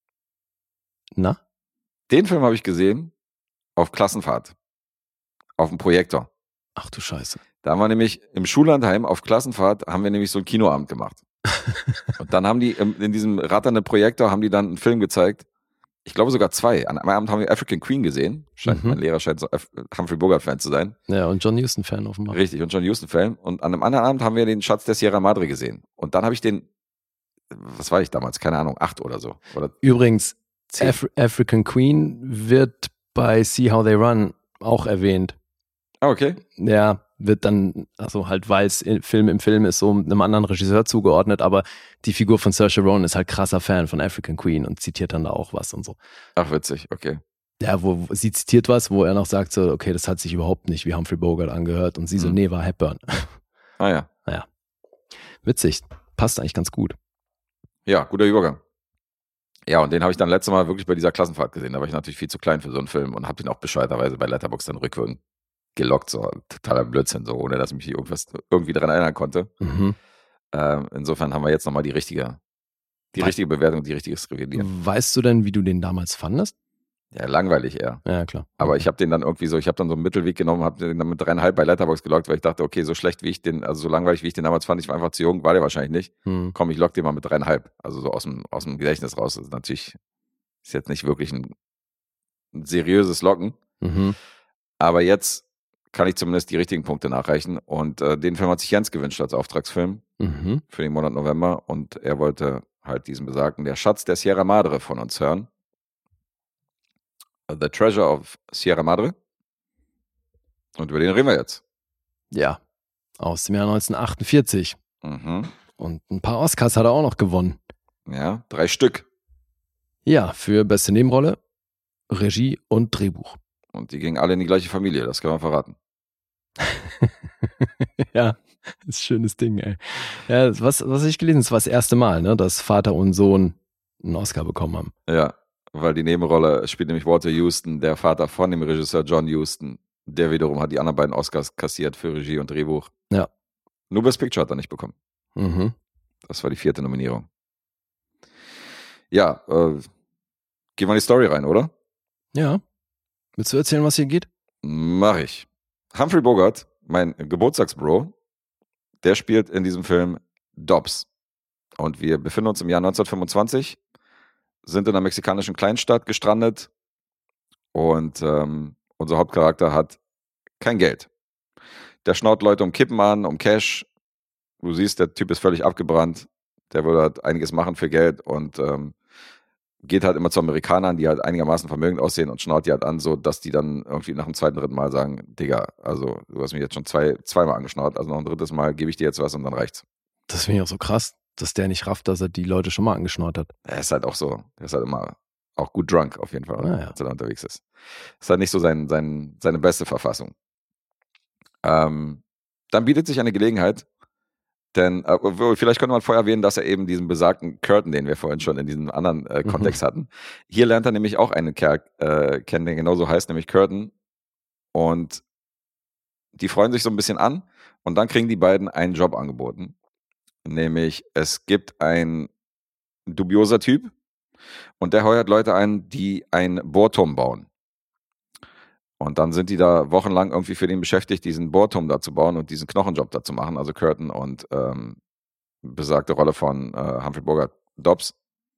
Na? Den Film habe ich gesehen auf Klassenfahrt. Auf dem Projektor. Ach du Scheiße. Da haben wir nämlich im Schullandheim auf Klassenfahrt haben wir nämlich so einen Kinoabend gemacht. Und dann haben die in diesem ratternden Projektor haben die dann einen Film gezeigt. Ich glaube sogar 2. An einem Abend haben wir African Queen gesehen. Mein Lehrer scheint so Humphrey Bogart-Fan zu sein. Ja, und John Huston-Fan offenbar. Richtig, und John Huston-Fan. Und an einem anderen Abend haben wir den Schatz der Sierra Madre gesehen. Und dann habe ich den, was war ich damals? Keine Ahnung, 8 oder so. Oder übrigens, African Queen wird bei See How They Run auch erwähnt. Okay. Ja, wird dann, also halt, weil es Film im Film ist, so einem anderen Regisseur zugeordnet, aber die Figur von Saoirse Ronan ist halt krasser Fan von African Queen und zitiert dann da auch was und so. Ach, witzig, okay. Ja, wo sie zitiert was, wo er noch sagt so, okay, das hat sich überhaupt nicht wie Humphrey Bogart angehört und sie so, nee, war Hepburn. Ah ja. Naja, witzig, passt eigentlich ganz gut. Ja, guter Übergang. Ja, und den habe ich dann letztes Mal wirklich bei dieser Klassenfahrt gesehen. Da war ich natürlich viel zu klein für so einen Film und habe den auch bescheuerterweise bei Letterboxd dann rückwirkend gelockt, so totaler Blödsinn, so ohne dass ich mich irgendwie daran erinnern konnte. Insofern haben wir jetzt nochmal die richtige Bewertung, die richtiges Revidieren. Weißt du denn, wie du den damals fandest? Ja, langweilig eher. Ja, klar. Aber ich habe den dann irgendwie so, ich habe dann so einen Mittelweg genommen, habe den dann mit 3,5 bei Letterboxd gelockt, weil ich dachte, okay, so schlecht wie ich den, also so langweilig wie ich den damals fand, ich war einfach zu jung, war der wahrscheinlich nicht. Komm, ich lock den mal mit 3,5. Also so aus dem Gedächtnis raus. Das ist natürlich, ist jetzt nicht wirklich ein seriöses Locken. Aber jetzt kann ich zumindest die richtigen Punkte nachreichen. Und den Film hat sich Jens gewünscht als Auftragsfilm für den Monat November. Und er wollte halt diesen besagten Der Schatz der Sierra Madre von uns hören. The Treasure of Sierra Madre. Und über den reden wir jetzt. Ja, aus dem Jahr 1948. Und ein paar Oscars hat er auch noch gewonnen. Ja, 3 Stück. Ja, für beste Nebenrolle, Regie und Drehbuch. Und die gingen alle in die gleiche Familie, das kann man verraten. Ja, das ist ein schönes Ding, ey. Ja, was ich gelesen habe, das war das erste Mal, ne, dass Vater und Sohn einen Oscar bekommen haben. Ja, weil die Nebenrolle spielt nämlich Walter Huston, der Vater von dem Regisseur John Huston. Der wiederum hat die anderen beiden Oscars kassiert für Regie und Drehbuch. Ja. Nur Best Picture hat er nicht bekommen. Das war die 4. Nominierung. Ja, gehen wir in die Story rein, oder? Ja. Willst du erzählen, was hier geht? Mach ich. Humphrey Bogart, mein Geburtstagsbro, der spielt in diesem Film Dobbs. Und wir befinden uns im Jahr 1925, sind in einer mexikanischen Kleinstadt gestrandet und unser Hauptcharakter hat kein Geld. Der schnaut Leute um Kippen an, um Cash. Du siehst, der Typ ist völlig abgebrannt. Der würde halt einiges machen für Geld und geht halt immer zu Amerikanern, die halt einigermaßen vermögend aussehen und schnaut die halt an, so dass die dann irgendwie nach dem zweiten, dritten Mal sagen, Digga, also du hast mich jetzt schon zweimal angeschnaut, also noch ein drittes Mal gebe ich dir jetzt was und dann reicht's. Das finde ich auch so krass, dass der nicht rafft, dass er die Leute schon mal angeschnort hat. Er ist halt auch so, er ist halt immer auch gut drunk auf jeden Fall, ja. als er da unterwegs ist. Ist halt nicht so seine beste Verfassung. Dann bietet sich eine Gelegenheit, denn vielleicht könnte man vorher erwähnen, dass er eben diesen besagten Curtin, den wir vorhin schon in diesem anderen Kontext hatten, hier lernt er nämlich auch einen Kerl kennen, der genauso heißt, nämlich Curtin. Und die freuen sich so ein bisschen an und dann kriegen die beiden einen Job angeboten. Nämlich, es gibt ein dubioser Typ und der heuert Leute ein, die ein Bohrturm bauen. Und dann sind die da wochenlang irgendwie für den beschäftigt, diesen Bohrturm da zu bauen und diesen Knochenjob da zu machen, also Curtin und besagte Rolle von Humphrey Bogart, Dobbs.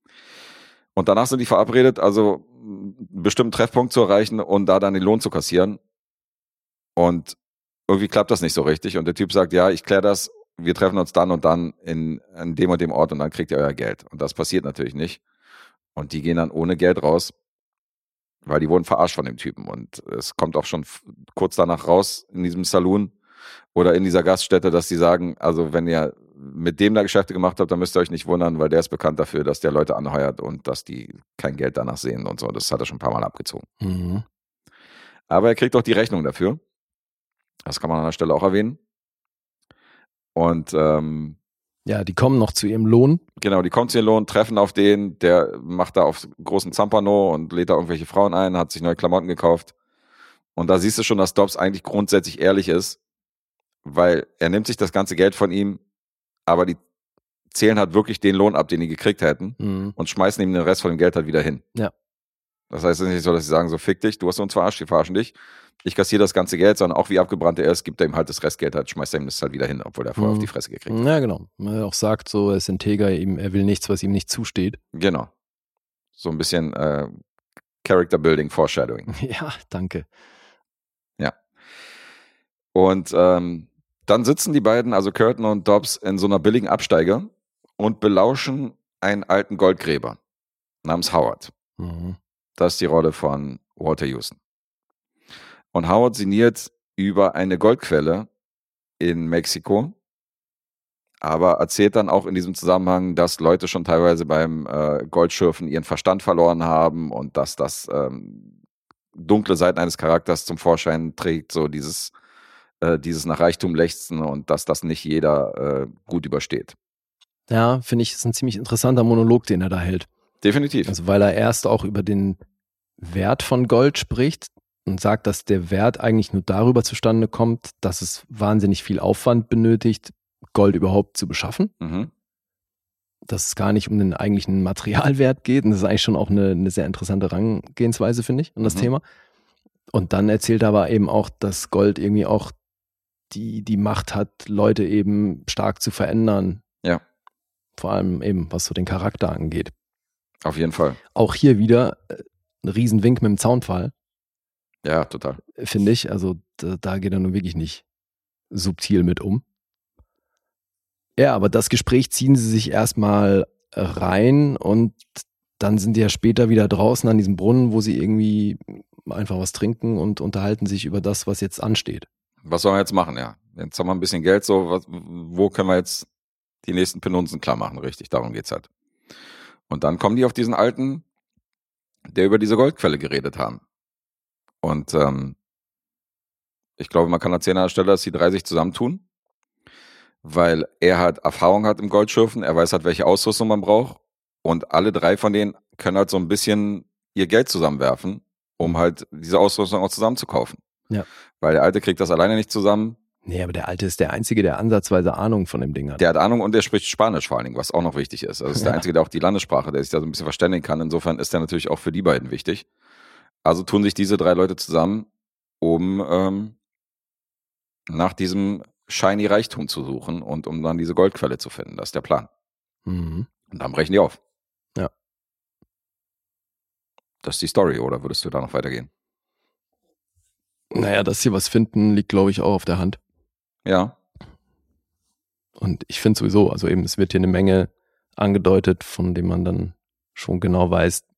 Und danach sind die verabredet, also einen bestimmten Treffpunkt zu erreichen und da dann den Lohn zu kassieren. Und irgendwie klappt das nicht so richtig. Und der Typ sagt, ja, ich kläre das, wir treffen uns dann und dann in dem und dem Ort und dann kriegt ihr euer Geld. Und das passiert natürlich nicht. Und die gehen dann ohne Geld raus, weil die wurden verarscht von dem Typen. Und es kommt auch schon kurz danach raus in diesem Saloon oder in dieser Gaststätte, dass die sagen, also wenn ihr mit dem da Geschäfte gemacht habt, dann müsst ihr euch nicht wundern, weil der ist bekannt dafür, dass der Leute anheuert und dass die kein Geld danach sehen und so. Das hat er schon ein paar Mal abgezogen. Mhm. Aber er kriegt auch die Rechnung dafür. Das kann man an der Stelle auch erwähnen. Und ja, die kommen noch zu ihrem Lohn. Genau, die kommen zu ihrem Lohn, treffen auf den, der macht da auf großen Zampano und lädt da irgendwelche Frauen ein, hat sich neue Klamotten gekauft. Und da siehst du schon, dass Dobbs eigentlich grundsätzlich ehrlich ist, weil er nimmt sich das ganze Geld von ihm, aber die zählen halt wirklich den Lohn ab, den die gekriegt hätten und schmeißen ihm den Rest von dem Geld halt wieder hin. Ja. Das heißt, es ist nicht so, dass sie sagen, so fick dich, du hast uns verarscht, wir verarschen dich. Ich kassiere das ganze Geld, sondern auch wie abgebrannt er ist, gibt er ihm halt das Restgeld, halt, schmeißt er ihm das halt wieder hin, obwohl er vorher auf die Fresse gekriegt hat. Ja, genau. Er auch sagt so, er ist integer, er will nichts, was ihm nicht zusteht. Genau. So ein bisschen Character Building, Foreshadowing. Ja, danke. Ja. Und dann sitzen die beiden, also Curtin und Dobbs, in so einer billigen Absteige und belauschen einen alten Goldgräber namens Howard. Mhm. Das ist die Rolle von Walter Houston. Und Howard sinniert über eine Goldquelle in Mexiko, aber erzählt dann auch in diesem Zusammenhang, dass Leute schon teilweise beim Goldschürfen ihren Verstand verloren haben und dass das dunkle Seiten eines Charakters zum Vorschein trägt, so dieses nach Reichtum lechzen und dass das nicht jeder gut übersteht. Ja, finde ich, ist ein ziemlich interessanter Monolog, den er da hält. Definitiv. Also weil er erst auch über den Wert von Gold spricht und sagt, dass der Wert eigentlich nur darüber zustande kommt, dass es wahnsinnig viel Aufwand benötigt, Gold überhaupt zu beschaffen. Mhm. Dass es gar nicht um den eigentlichen Materialwert geht. Und das ist eigentlich schon auch eine sehr interessante Herangehensweise, finde ich, an das Thema. Und dann erzählt er aber eben auch, dass Gold irgendwie auch die Macht hat, Leute eben stark zu verändern. Ja. Vor allem eben, was so den Charakter angeht. Auf jeden Fall. Auch hier wieder ein Riesenwink mit dem Zaunfall. Ja, total. Finde ich. Also da geht er nun wirklich nicht subtil mit um. Ja, aber das Gespräch ziehen sie sich erstmal rein und dann sind die ja später wieder draußen an diesem Brunnen, wo sie irgendwie einfach was trinken und unterhalten sich über das, was jetzt ansteht. Was sollen wir jetzt machen, ja? Jetzt haben wir ein bisschen Geld, so, wo können wir jetzt die nächsten Penunzen klar machen, richtig? Darum geht's halt. Und dann kommen die auf diesen Alten, der über diese Goldquelle geredet haben. Und ich glaube, man kann erzählen an der Stelle, dass die drei sich zusammentun, weil er halt Erfahrung hat im Goldschürfen, er weiß halt, welche Ausrüstung man braucht und alle drei von denen können halt so ein bisschen ihr Geld zusammenwerfen, um halt diese Ausrüstung auch zusammenzukaufen. Ja. Weil der Alte kriegt das alleine nicht zusammen. Nee, aber der Alte ist der Einzige, der ansatzweise Ahnung von dem Ding hat. Der hat Ahnung und der spricht Spanisch vor allen Dingen, was auch noch wichtig ist. Also ist der Einzige, der auch die Landessprache, der sich da so ein bisschen verständigen kann. Insofern ist der natürlich auch für die beiden wichtig. Also tun sich diese drei Leute zusammen, um nach diesem shiny Reichtum zu suchen und um dann diese Goldquelle zu finden. Das ist der Plan. Mhm. Und dann brechen die auf. Ja. Das ist die Story, oder würdest du da noch weitergehen? Naja, dass sie was finden, liegt, glaube ich, auch auf der Hand. Ja. Und ich finde sowieso, also eben, es wird hier eine Menge angedeutet, von dem man dann schon genau weiß,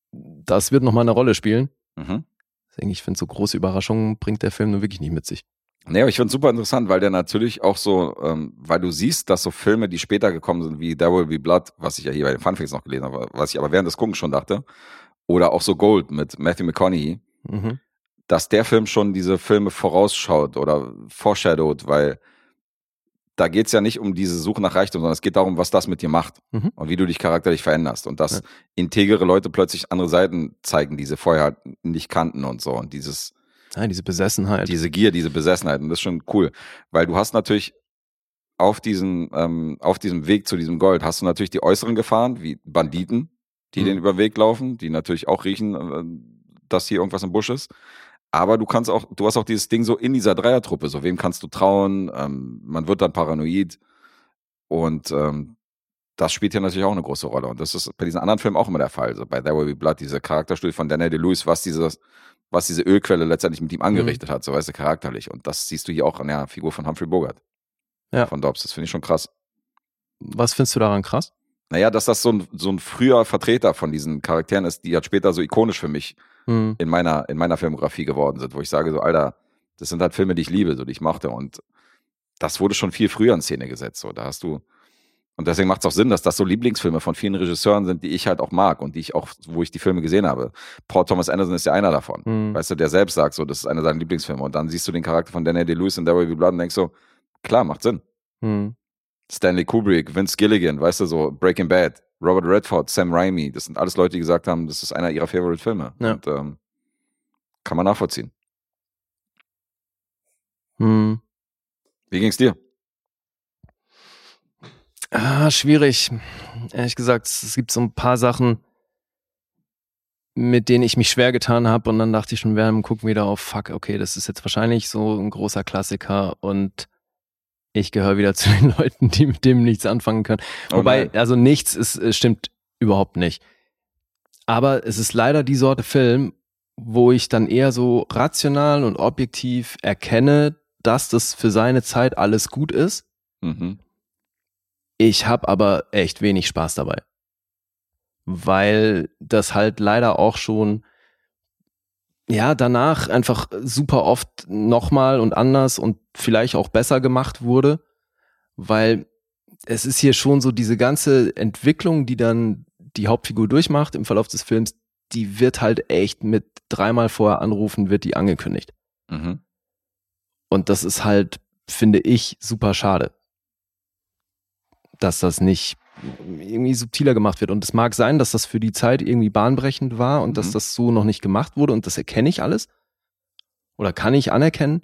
das wird nochmal eine Rolle spielen. Mhm. Deswegen, ich finde, so große Überraschungen bringt der Film nur wirklich nicht mit sich. Nee, aber ich finde es super interessant, weil der natürlich auch so, weil du siehst, dass so Filme, die später gekommen sind, wie There Will Be Blood, was ich ja hier bei den Funfacts noch gelesen habe, was ich aber während des Guckens schon dachte, oder auch so Gold mit Matthew McConaughey, dass der Film schon diese Filme vorausschaut oder foreshadowt, weil da geht's ja nicht um diese Suche nach Reichtum, sondern es geht darum, was das mit dir macht und wie du dich charakterlich veränderst und dass integere Leute plötzlich andere Seiten zeigen, die sie vorher nicht kannten und so und diese Besessenheit. Diese Gier, diese Besessenheit und das ist schon cool, weil du hast natürlich auf diesem Weg zu diesem Gold hast du natürlich die äußeren Gefahren, wie Banditen, die den über den Weg laufen, die natürlich auch riechen, dass hier irgendwas im Busch ist. Aber du hast auch dieses Ding so in dieser Dreiertruppe, so wem kannst du trauen, man wird dann paranoid und das spielt hier natürlich auch eine große Rolle und das ist bei diesen anderen Filmen auch immer der Fall. So bei There Will Be Blood, diese Charakterstudie von Daniel Day-Lewis, was diese Ölquelle letztendlich mit ihm angerichtet hat, so weißt du, charakterlich. Und das siehst du hier auch an der Figur von Humphrey Bogart. Ja. Von Dobbs. Das finde ich schon krass. Was findest du daran krass? Naja, dass das so ein früher Vertreter von diesen Charakteren ist, die halt später so ikonisch für mich in meiner Filmografie geworden sind, wo ich sage so, Alter, das sind halt Filme, die ich liebe, so die ich mochte. Und das wurde schon viel früher in Szene gesetzt. So, da hast du. Und deswegen macht es auch Sinn, dass das so Lieblingsfilme von vielen Regisseuren sind, die ich halt auch mag und wo ich die Filme gesehen habe. Paul Thomas Anderson ist ja einer davon. Weißt du, der selbst sagt so, das ist einer seiner Lieblingsfilme. Und dann siehst du den Charakter von Daniel Day-Lewis in There Will Be Blood und denkst so, klar, macht Sinn. Stanley Kubrick, Vince Gilligan, weißt du, so Breaking Bad, Robert Redford, Sam Raimi, das sind alles Leute, die gesagt haben, das ist einer ihrer Favorite-Filme. Ja. Und kann man nachvollziehen. Wie ging's dir? Schwierig. Ehrlich gesagt, es gibt so ein paar Sachen, mit denen ich mich schwer getan habe und dann dachte ich schon während dem Gucken wieder auf, fuck, okay, das ist jetzt wahrscheinlich so ein großer Klassiker und ich gehöre wieder zu den Leuten, die mit dem nichts anfangen können. Wobei, also nichts stimmt überhaupt nicht. Aber es ist leider die Sorte Film, wo ich dann eher so rational und objektiv erkenne, dass das für seine Zeit alles gut ist. Ich habe aber echt wenig Spaß dabei. Weil das halt leider auch schon danach einfach super oft nochmal und anders und vielleicht auch besser gemacht wurde. Weil es ist hier schon so diese ganze Entwicklung, die dann die Hauptfigur durchmacht im Verlauf des Films, die wird halt echt mit 3-mal vorher anrufen, wird die angekündigt. Und das ist halt, finde ich, super schade, dass das nicht irgendwie subtiler gemacht wird. Und es mag sein, dass das für die Zeit irgendwie bahnbrechend war und dass das so noch nicht gemacht wurde und das erkenne ich alles oder kann ich anerkennen.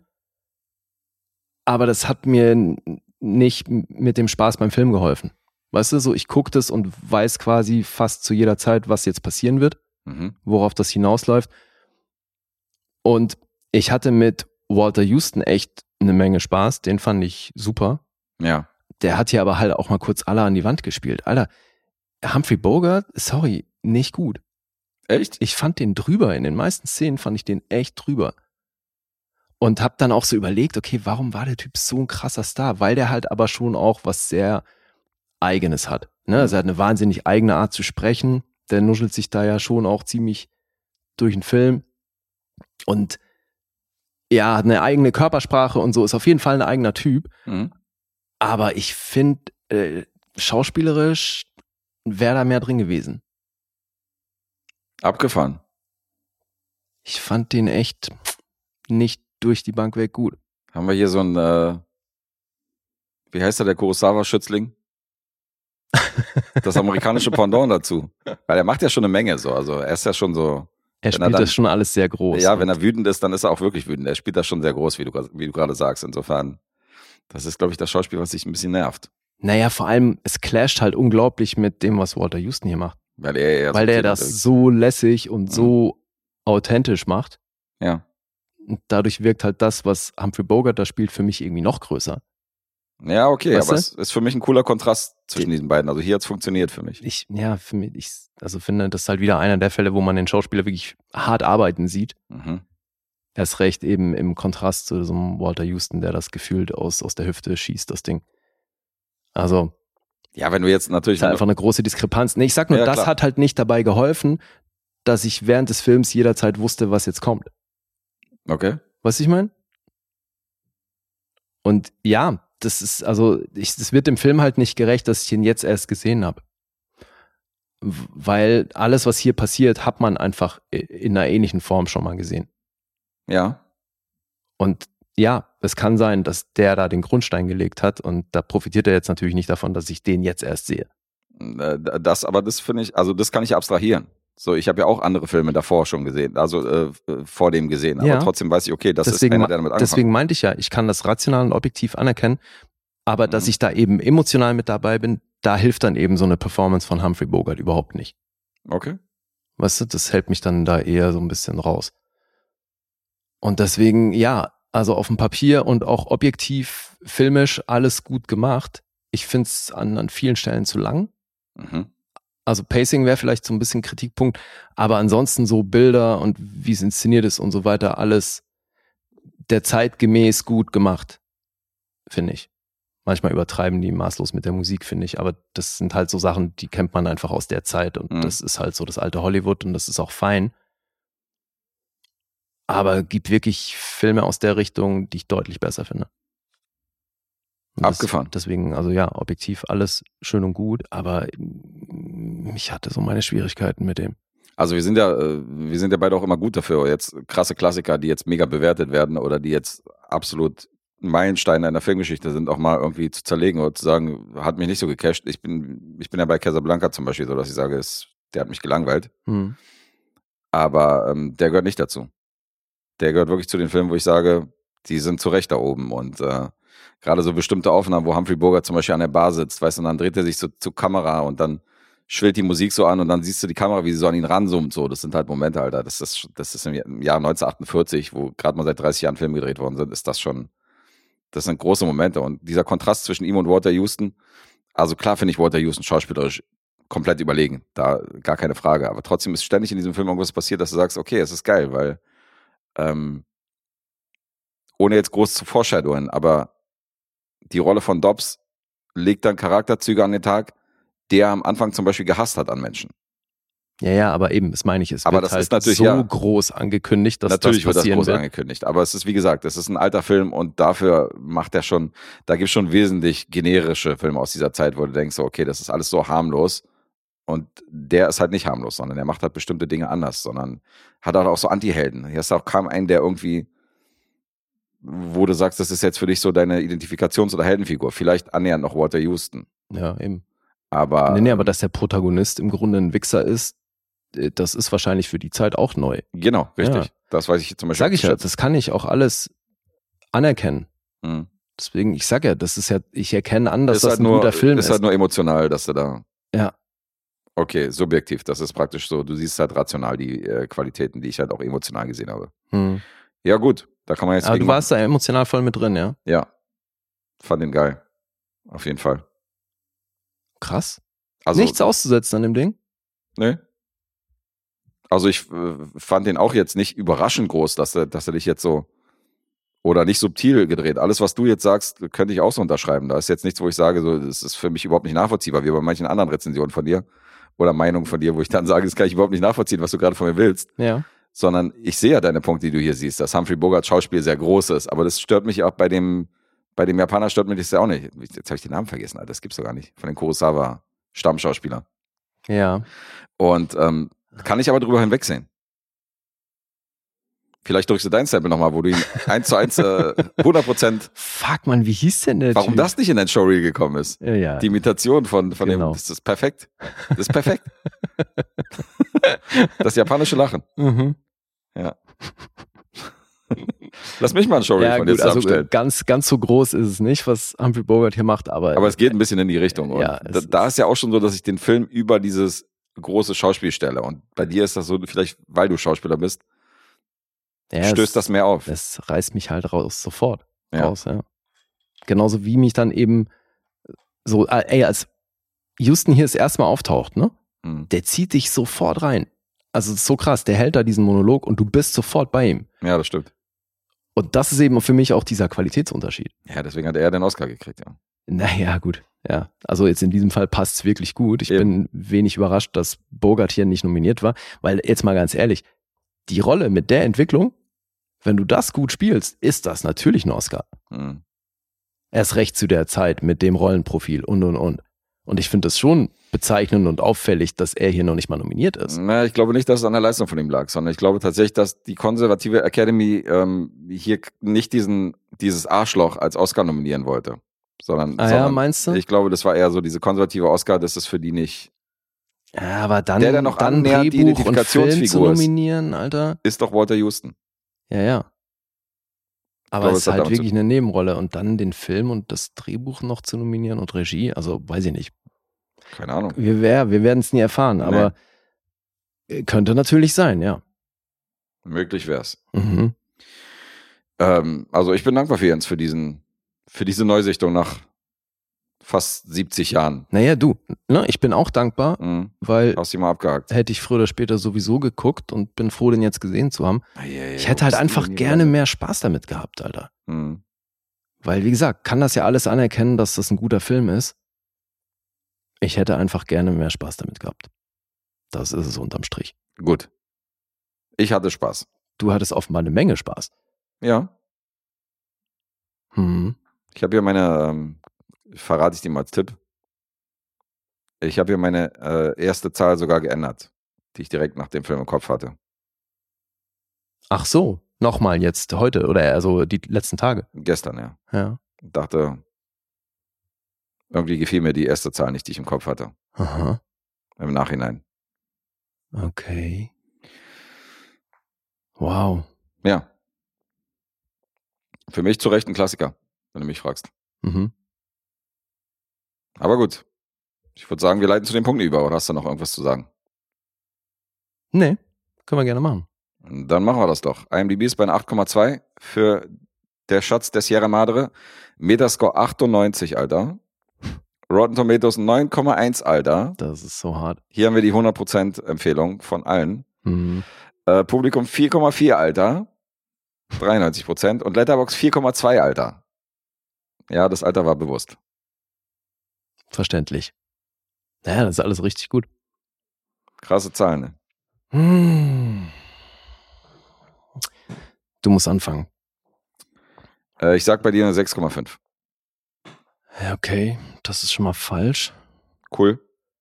Aber das hat mir nicht mit dem Spaß beim Film geholfen. Weißt du, so ich gucke das und weiß quasi fast zu jeder Zeit, was jetzt passieren wird, worauf das hinausläuft. Und ich hatte mit Walter Houston echt eine Menge Spaß. Den fand ich super. Ja. Der hat hier aber halt auch mal kurz alle an die Wand gespielt. Alter, Humphrey Bogart, sorry, nicht gut. Echt? Ich fand den drüber. In den meisten Szenen fand ich den echt drüber. Und hab dann auch so überlegt, okay, warum war der Typ so ein krasser Star? Weil der halt aber schon auch was sehr Eigenes hat. Ne? Also er hat eine wahnsinnig eigene Art zu sprechen. Der nuschelt sich da ja schon auch ziemlich durch den Film. Und ja, hat eine eigene Körpersprache und so, ist auf jeden Fall ein eigener Typ. Aber ich finde, schauspielerisch wäre da mehr drin gewesen. Abgefahren. Ich fand den echt nicht durch die Bank weg gut. Haben wir hier so ein, wie heißt der Kurosawa-Schützling? Das amerikanische Pendant dazu. Weil er macht ja schon eine Menge so. Also er ist ja schon so. Er spielt das schon alles sehr groß. Ja, wenn er wütend ist, dann ist er auch wirklich wütend. Er spielt das schon sehr groß, wie du gerade sagst. Insofern, das ist, glaube ich, das Schauspiel, was sich ein bisschen nervt. Naja, vor allem, es clasht halt unglaublich mit dem, was Walter Houston hier macht. Weil er das so lässig und so authentisch macht. Ja. Und dadurch wirkt halt das, was Humphrey Bogart da spielt, für mich irgendwie noch größer. Ja, okay, weißt aber du? es ist für mich ein cooler Kontrast zwischen diesen beiden. Also hier hat es funktioniert für mich. Ich finde, das ist halt wieder einer der Fälle, wo man den Schauspieler wirklich hart arbeiten sieht. Erst recht eben im Kontrast zu so einem Walter Houston, der das gefühlt aus der Hüfte schießt, das Ding. Also. Ja, wenn du jetzt natürlich. Ist halt einfach eine große Diskrepanz. Nee, ich sag nur, das hat halt nicht dabei geholfen, dass ich während des Films jederzeit wusste, was jetzt kommt. Okay. Weißt du, ich meine? Und ja, das ist, also, das wird dem Film halt nicht gerecht, dass ich ihn jetzt erst gesehen habe. Weil alles, was hier passiert, hat man einfach in einer ähnlichen Form schon mal gesehen. Ja. Und ja, es kann sein, dass der da den Grundstein gelegt hat und da profitiert er jetzt natürlich nicht davon, dass ich den jetzt erst sehe. Das finde ich, also das kann ich abstrahieren. So, ich habe ja auch andere Filme davor schon gesehen, also vor dem gesehen, aber trotzdem weiß ich, okay, das ist einer, der damit angefangen. Deswegen meinte ich ja, ich kann das rational und objektiv anerkennen, aber dass ich da eben emotional mit dabei bin, da hilft dann eben so eine Performance von Humphrey Bogart überhaupt nicht. Okay. Weißt du, das hält mich dann da eher so ein bisschen raus. Und deswegen, ja, also auf dem Papier und auch objektiv, filmisch alles gut gemacht. Ich finde es an vielen Stellen zu lang. Mhm. Also Pacing wäre vielleicht so ein bisschen Kritikpunkt, aber ansonsten so Bilder und wie es inszeniert ist und so weiter, alles der Zeit gemäß gut gemacht, finde ich. Manchmal übertreiben die maßlos mit der Musik, finde ich, aber das sind halt so Sachen, die kennt man einfach aus der Zeit und das ist halt so das alte Hollywood und das ist auch fein. Aber gibt wirklich Filme aus der Richtung, die ich deutlich besser finde. Abgefahren. Deswegen, also ja, objektiv alles schön und gut, aber ich hatte so meine Schwierigkeiten mit dem. Also wir sind ja beide auch immer gut dafür, jetzt krasse Klassiker, die jetzt mega bewertet werden oder die jetzt absolut Meilensteine in der Filmgeschichte sind, auch mal irgendwie zu zerlegen oder zu sagen, hat mich nicht so gecasht. Ich bin ja bei Casablanca zum Beispiel so, dass ich sage, der hat mich gelangweilt. Aber der gehört nicht dazu. Der gehört wirklich zu den Filmen, wo ich sage, die sind zu Recht da oben und gerade so bestimmte Aufnahmen, wo Humphrey Bogart zum Beispiel an der Bar sitzt, weißt du, und dann dreht er sich so zur Kamera und dann schwillt die Musik so an und dann siehst du die Kamera, wie sie so an ihn ranzoomt, so, das sind halt Momente, Alter, das ist im Jahr 1948, wo gerade mal seit 30 Jahren Filme gedreht worden sind, das sind große Momente und dieser Kontrast zwischen ihm und Walter Houston, also klar finde ich Walter Houston schauspielerisch komplett überlegen, da gar keine Frage, aber trotzdem ist ständig in diesem Film irgendwas passiert, dass du sagst, okay, es ist geil, weil ohne jetzt groß zu foreshadowen, aber die Rolle von Dobbs legt dann Charakterzüge an den Tag, der am Anfang zum Beispiel gehasst hat an Menschen. Ja, aber eben, das meine ich, es aber wird das halt ist natürlich, so groß angekündigt, dass natürlich das passieren wird das groß wird. angekündigt, aber es ist, wie gesagt, es ist ein alter Film und dafür macht er schon, da gibt es schon wesentlich generische Filme aus dieser Zeit, wo du denkst, okay, das ist alles so harmlos und der ist halt nicht harmlos, sondern der macht halt bestimmte Dinge anders, sondern hat halt auch so Anti-Helden. Hier ist auch kaum einen, der irgendwie, wo du sagst, das ist jetzt für dich so deine Identifikations- oder Heldenfigur. Vielleicht annähernd noch Walter Houston. Ja, eben. Aber, Nee, aber dass der Protagonist im Grunde ein Wichser ist, das ist wahrscheinlich für die Zeit auch neu. Genau, richtig. Ja. Das weiß ich zum Beispiel. Sag ich ja, das kann ich auch alles anerkennen. Mhm. Deswegen, ich sag ja, das ist ja, ich erkenne an, dass ist das halt ein guter Film ist. Ist halt nur emotional, dass du da... Ja. Okay, subjektiv, das ist praktisch so, du siehst halt rational die Qualitäten, die ich halt auch emotional gesehen habe. Ja gut, da kann man jetzt... Aber du warst da emotional voll mit drin, ja? Ja, fand den geil. Auf jeden Fall. Krass. Also, nichts auszusetzen an dem Ding? Nee. Also ich fand den auch jetzt nicht überraschend groß, dass er dich jetzt so... Oder nicht subtil gedreht. Alles, was du jetzt sagst, könnte ich auch so unterschreiben. Da ist jetzt nichts, wo ich sage, so, das ist für mich überhaupt nicht nachvollziehbar, wie bei manchen anderen Rezensionen von dir oder Meinungen von dir, wo ich dann sage, das kann ich überhaupt nicht nachvollziehen, was du gerade von mir willst. Ja. Sondern ich sehe ja deine Punkte, die du hier siehst, dass Humphrey Bogarts Schauspiel sehr groß ist. Aber das stört mich auch bei dem Japaner stört mich das ja auch nicht. Jetzt habe ich den Namen vergessen, Alter. Das gibt's doch gar nicht. Von den Kurosawa-Stammschauspielern. Ja. Und kann ich aber drüber hinwegsehen. Vielleicht drückst du dein Sample nochmal, wo du ihn 1:1 100%. Fuck, man, wie hieß denn der Warum Typ? das nicht in dein Showreel gekommen ist? Ja. Die Imitation von Genau. dem, das ist perfekt. Das ist perfekt. Das japanische Lachen. Mhm. Ja. Lass mich mal ein Showreel Ja, von gut, dir also zusammenstellen. ganz so groß ist es nicht, was Humphrey Bogart hier macht, aber Aber es geht ein bisschen in die Richtung. Und ja, da ist ja auch schon so, dass ich den Film über dieses große Schauspiel stelle. Und bei dir ist das so, vielleicht weil du Schauspieler bist, stößt das mehr auf. Das reißt mich halt sofort raus, Ja. ja. Genauso wie mich dann eben so, als Houston hier das erste Mal auftaucht, ne? Der zieht dich sofort rein. Also das ist so krass, der hält da diesen Monolog und du bist sofort bei ihm. Ja, das stimmt. Und das ist eben für mich auch dieser Qualitätsunterschied. Ja, deswegen hat er den Oscar gekriegt, ja. Naja, gut. Ja, also jetzt in diesem Fall passt es wirklich gut. Ich bin wenig überrascht, dass Bogart hier nicht nominiert war, weil jetzt mal ganz ehrlich, die Rolle mit der Entwicklung, wenn du das gut spielst, ist das natürlich ein Oscar. Erst recht zu der Zeit mit dem Rollenprofil und. Und ich finde es schon bezeichnend und auffällig, dass er hier noch nicht mal nominiert ist. Na, ich glaube nicht, dass es an der Leistung von ihm lag, sondern ich glaube tatsächlich, dass die konservative Academy hier nicht dieses Arschloch als Oscar nominieren wollte. Sondern meinst du? Ich glaube, das war eher so diese konservative Oscar, das ist für die nicht. Ja, aber dann noch annähernd die Identifikationsfigur zu nominieren, Alter. Ist doch Walter Houston. Ja. Aber es ist halt wirklich eine Nebenrolle. Und dann den Film und das Drehbuch noch zu nominieren und Regie, also weiß ich nicht. Keine Ahnung. Wir werden es nie erfahren, aber könnte natürlich sein, ja. Möglich wär's. Also ich bin dankbar für Jens für diese Neusichtung nach fast 70 Jahren. Naja, ich bin auch dankbar, weil hast du mal abgehakt. Hätte ich früher oder später sowieso geguckt und bin froh, den jetzt gesehen zu haben. Ich hätte halt einfach gerne mehr Spaß damit gehabt, Alter. Weil, wie gesagt, kann das ja alles anerkennen, dass das ein guter Film ist. Ich hätte einfach gerne mehr Spaß damit gehabt. Das ist es unterm Strich. Gut. Ich hatte Spaß. Du hattest offenbar eine Menge Spaß. Ja. Ich habe hier meine, verrate ich dir mal als Tipp. Ich habe hier meine erste Zahl sogar geändert, die ich direkt nach dem Film im Kopf hatte. Ach so, nochmal jetzt heute oder also die letzten Tage? Gestern, ja. Ja. Dachte, irgendwie gefiel mir die erste Zahl nicht, die ich im Kopf hatte. Aha. Im Nachhinein. Okay. Wow. Ja. Für mich zu Recht ein Klassiker, wenn du mich fragst. Aber gut. Ich würde sagen, wir leiten zu den Punkten über. Oder hast du noch irgendwas zu sagen? Nee, können wir gerne machen. Dann machen wir das doch. IMDb ist bei einer 8,2 für Der Schatz der Sierra Madre. Metascore 98, Alter. Rotten Tomatoes 9,1, Alter. Das ist so hart. Hier haben wir die 100% Empfehlung von allen. Publikum 4,4, Alter. 93%. Und Letterboxd 4,2, Alter. Ja, das Alter war bewusst. Verständlich. Ja, das ist alles richtig gut. Krasse Zahlen, ne? Du musst anfangen. Ich sag bei dir eine 6,5. Okay, das ist schon mal falsch. Cool.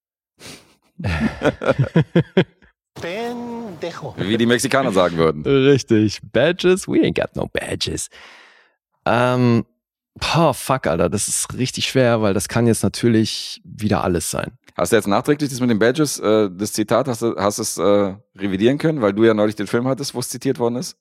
Pendejo. Wie die Mexikaner sagen würden. Richtig. Badges? We ain't got no badges. Fuck, Alter, das ist richtig schwer, weil das kann jetzt natürlich wieder alles sein. Hast du jetzt nachträglich das mit den Badges, das Zitat, hast du es revidieren können, weil du ja neulich den Film hattest, wo es zitiert worden ist?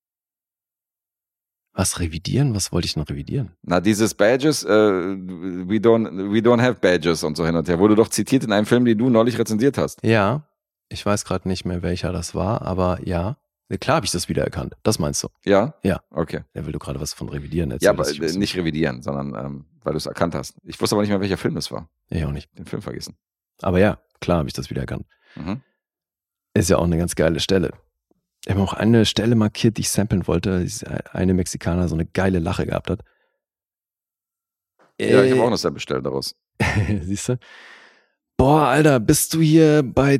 Was revidieren? Was wollte ich noch revidieren? Na, dieses Badges, we don't have badges und so hin und her, wurde doch zitiert in einem Film, den du neulich rezensiert hast. Ja, ich weiß gerade nicht mehr, welcher das war, aber ja. Klar habe ich das wiedererkannt. Das meinst du? Ja? Ja. Okay. Ja, weil du gerade was von revidieren erzählst. Ja, aber nicht revidieren, sondern weil du es erkannt hast. Ich wusste aber nicht mehr, welcher Film das war. Ich auch nicht. Den Film vergessen. Aber ja, klar habe ich das wiedererkannt. Ist ja auch eine ganz geile Stelle. Ich habe auch eine Stelle markiert, die ich samplen wollte, eine Mexikaner so eine geile Lache gehabt hat. Ja, ich habe auch eine Sample-Stelle daraus. Siehst du? Boah, Alter, bist du hier bei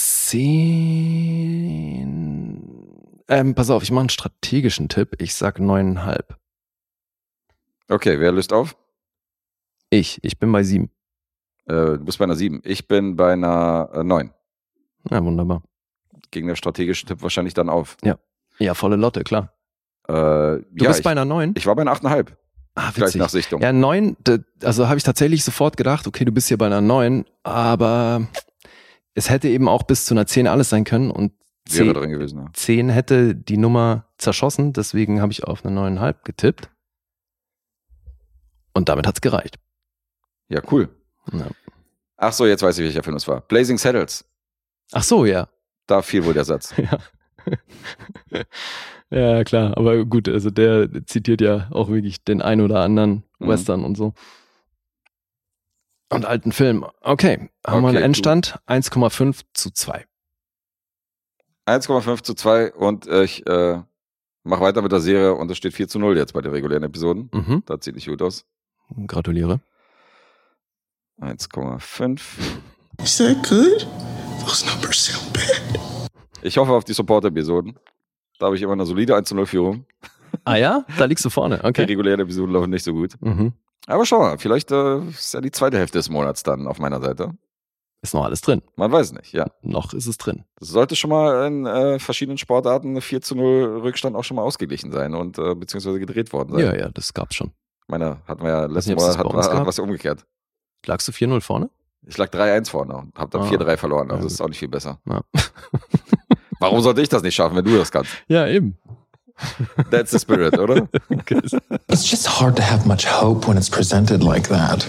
10? Pass auf, ich mache einen strategischen Tipp. Ich sag 9,5. Okay, wer löst auf? Ich bin bei 7. Du bist bei einer 7. Ich bin bei einer 9. Ja, wunderbar. Ging der strategische Tipp wahrscheinlich dann auf. Ja, volle Lotte, klar. Du bist bei einer 9? Ich war bei einer 8,5. Ah, witzig. Gleich nach Sichtung. Ja, 9, also habe ich tatsächlich sofort gedacht, okay, du bist hier bei einer 9, aber es hätte eben auch bis zu einer 10 alles sein können und 10, wäre drin gewesen, ja. 10 hätte die Nummer zerschossen, deswegen habe ich auf eine 9,5 getippt. Und damit hat's gereicht. Ja, cool. Ja. Ach so, jetzt weiß ich, welcher Film es war. Blazing Saddles. Ach so, ja. Da fiel wohl der Satz. Ja. Ja, klar, aber gut, also der zitiert ja auch wirklich den ein oder anderen Western und so. Und alten Film. Okay, haben wir einen Endstand, 1,5 zu 2. 1,5 zu 2 und ich Mach weiter mit der Serie und es steht 4-0 jetzt bei den regulären Episoden. Das sieht nicht gut aus. Gratuliere. 1,5. Is that good? Those numbers sound bad. Ich hoffe auf die Support-Episoden. Da habe ich immer eine solide 1-0-Führung. Ah ja? Da liegst du vorne, okay. Die regulären Episoden laufen nicht so gut. Aber schau mal, vielleicht ist ja die zweite Hälfte des Monats dann auf meiner Seite. Ist noch alles drin. Man weiß nicht, ja. Noch ist es drin. Das sollte schon mal in verschiedenen Sportarten eine 4-0 Rückstand auch schon mal ausgeglichen sein und beziehungsweise gedreht worden sein. Ja, das gab's schon. Ich meine, hatten wir ja letztes Mal, hat was ja umgekehrt. Lagst du 4-0 vorne? Ich lag 3-1 vorne und hab dann 4-3 verloren, also das ist auch nicht viel besser. Ja. Warum sollte ich das nicht schaffen, wenn du das kannst? Ja, eben. That's the spirit, oder? It's just hard to have much hope when it's presented like that.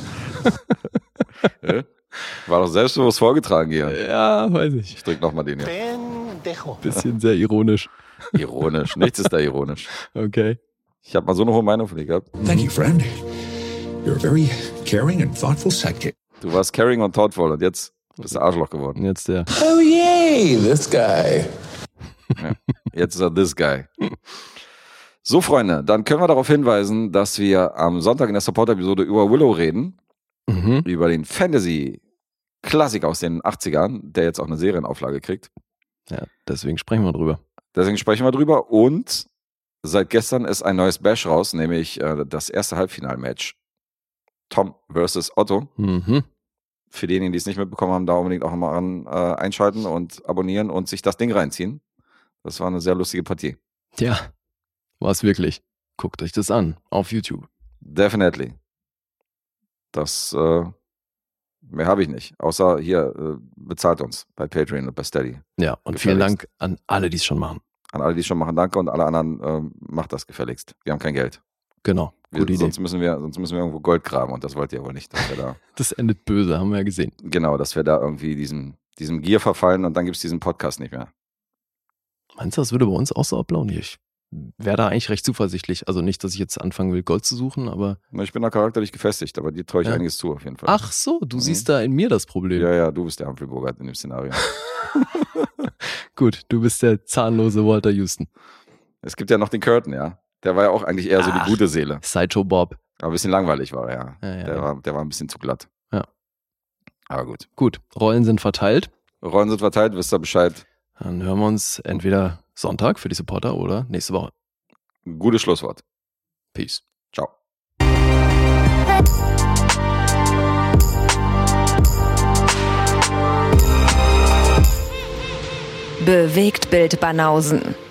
War doch selbstbewusst vorgetragen hier. Ja, weiß ich. Ich drück nochmal den hier. Bisschen sehr ironisch. Ironisch, nichts ist da ironisch. Okay. Ich habe mal so eine hohe Meinung von dir gehabt. Thank you, friend. You're a very caring and thoughtful sidekick. Du warst caring und thoughtful und jetzt bist du Arschloch geworden. Jetzt der. Oh yay, this guy. Ja, jetzt ist er this guy. So, Freunde, dann können wir darauf hinweisen, dass wir am Sonntag in der Support-Episode über Willow reden. Über den Fantasy-Klassiker aus den 80ern, der jetzt auch eine Serienauflage kriegt. Ja, deswegen sprechen wir drüber. Und seit gestern ist ein neues Bash raus, nämlich das erste Halbfinalmatch. Tom versus Otto. Für diejenigen, die es nicht mitbekommen haben, da unbedingt auch nochmal einschalten und abonnieren und sich das Ding reinziehen. Das war eine sehr lustige Partie. Ja, war es wirklich. Guckt euch das an, auf YouTube. Definitely. Das, mehr habe ich nicht. Außer hier, bezahlt uns bei Patreon und bei Steady. Ja, und vielen Dank an alle, die es schon machen. An alle, die es schon machen, danke. Und alle anderen, macht das gefälligst. Wir haben kein Geld. Genau, gute Idee. Sonst müssen wir irgendwo Gold graben und das wollt ihr wohl nicht. Dass wir da das endet böse, haben wir ja gesehen. Genau, dass wir da irgendwie diesem Gier verfallen und dann gibt es diesen Podcast nicht mehr. Meinst du, das würde bei uns auch so ablaufen? Ich wäre da eigentlich recht zuversichtlich. Also nicht, dass ich jetzt anfangen will, Gold zu suchen, aber... Ich bin da charakterlich gefestigt, aber dir traue ich einiges zu auf jeden Fall. Ach so, du siehst da in mir das Problem. Ja, du bist der Humphrey Bogart in dem Szenario. Gut, du bist der zahnlose Walter Houston. Es gibt ja noch den Curtin, ja. Der war ja auch eigentlich eher so die gute Seele. Sideshow Bob. Aber ein bisschen langweilig war er, ja. Der war ein bisschen zu glatt. Ja. Aber gut. Gut, Rollen sind verteilt. Wisst ihr Bescheid. Dann hören wir uns entweder Sonntag für die Supporter oder nächste Woche. Gutes Schlusswort. Peace. Ciao. Bewegtbild Banausen.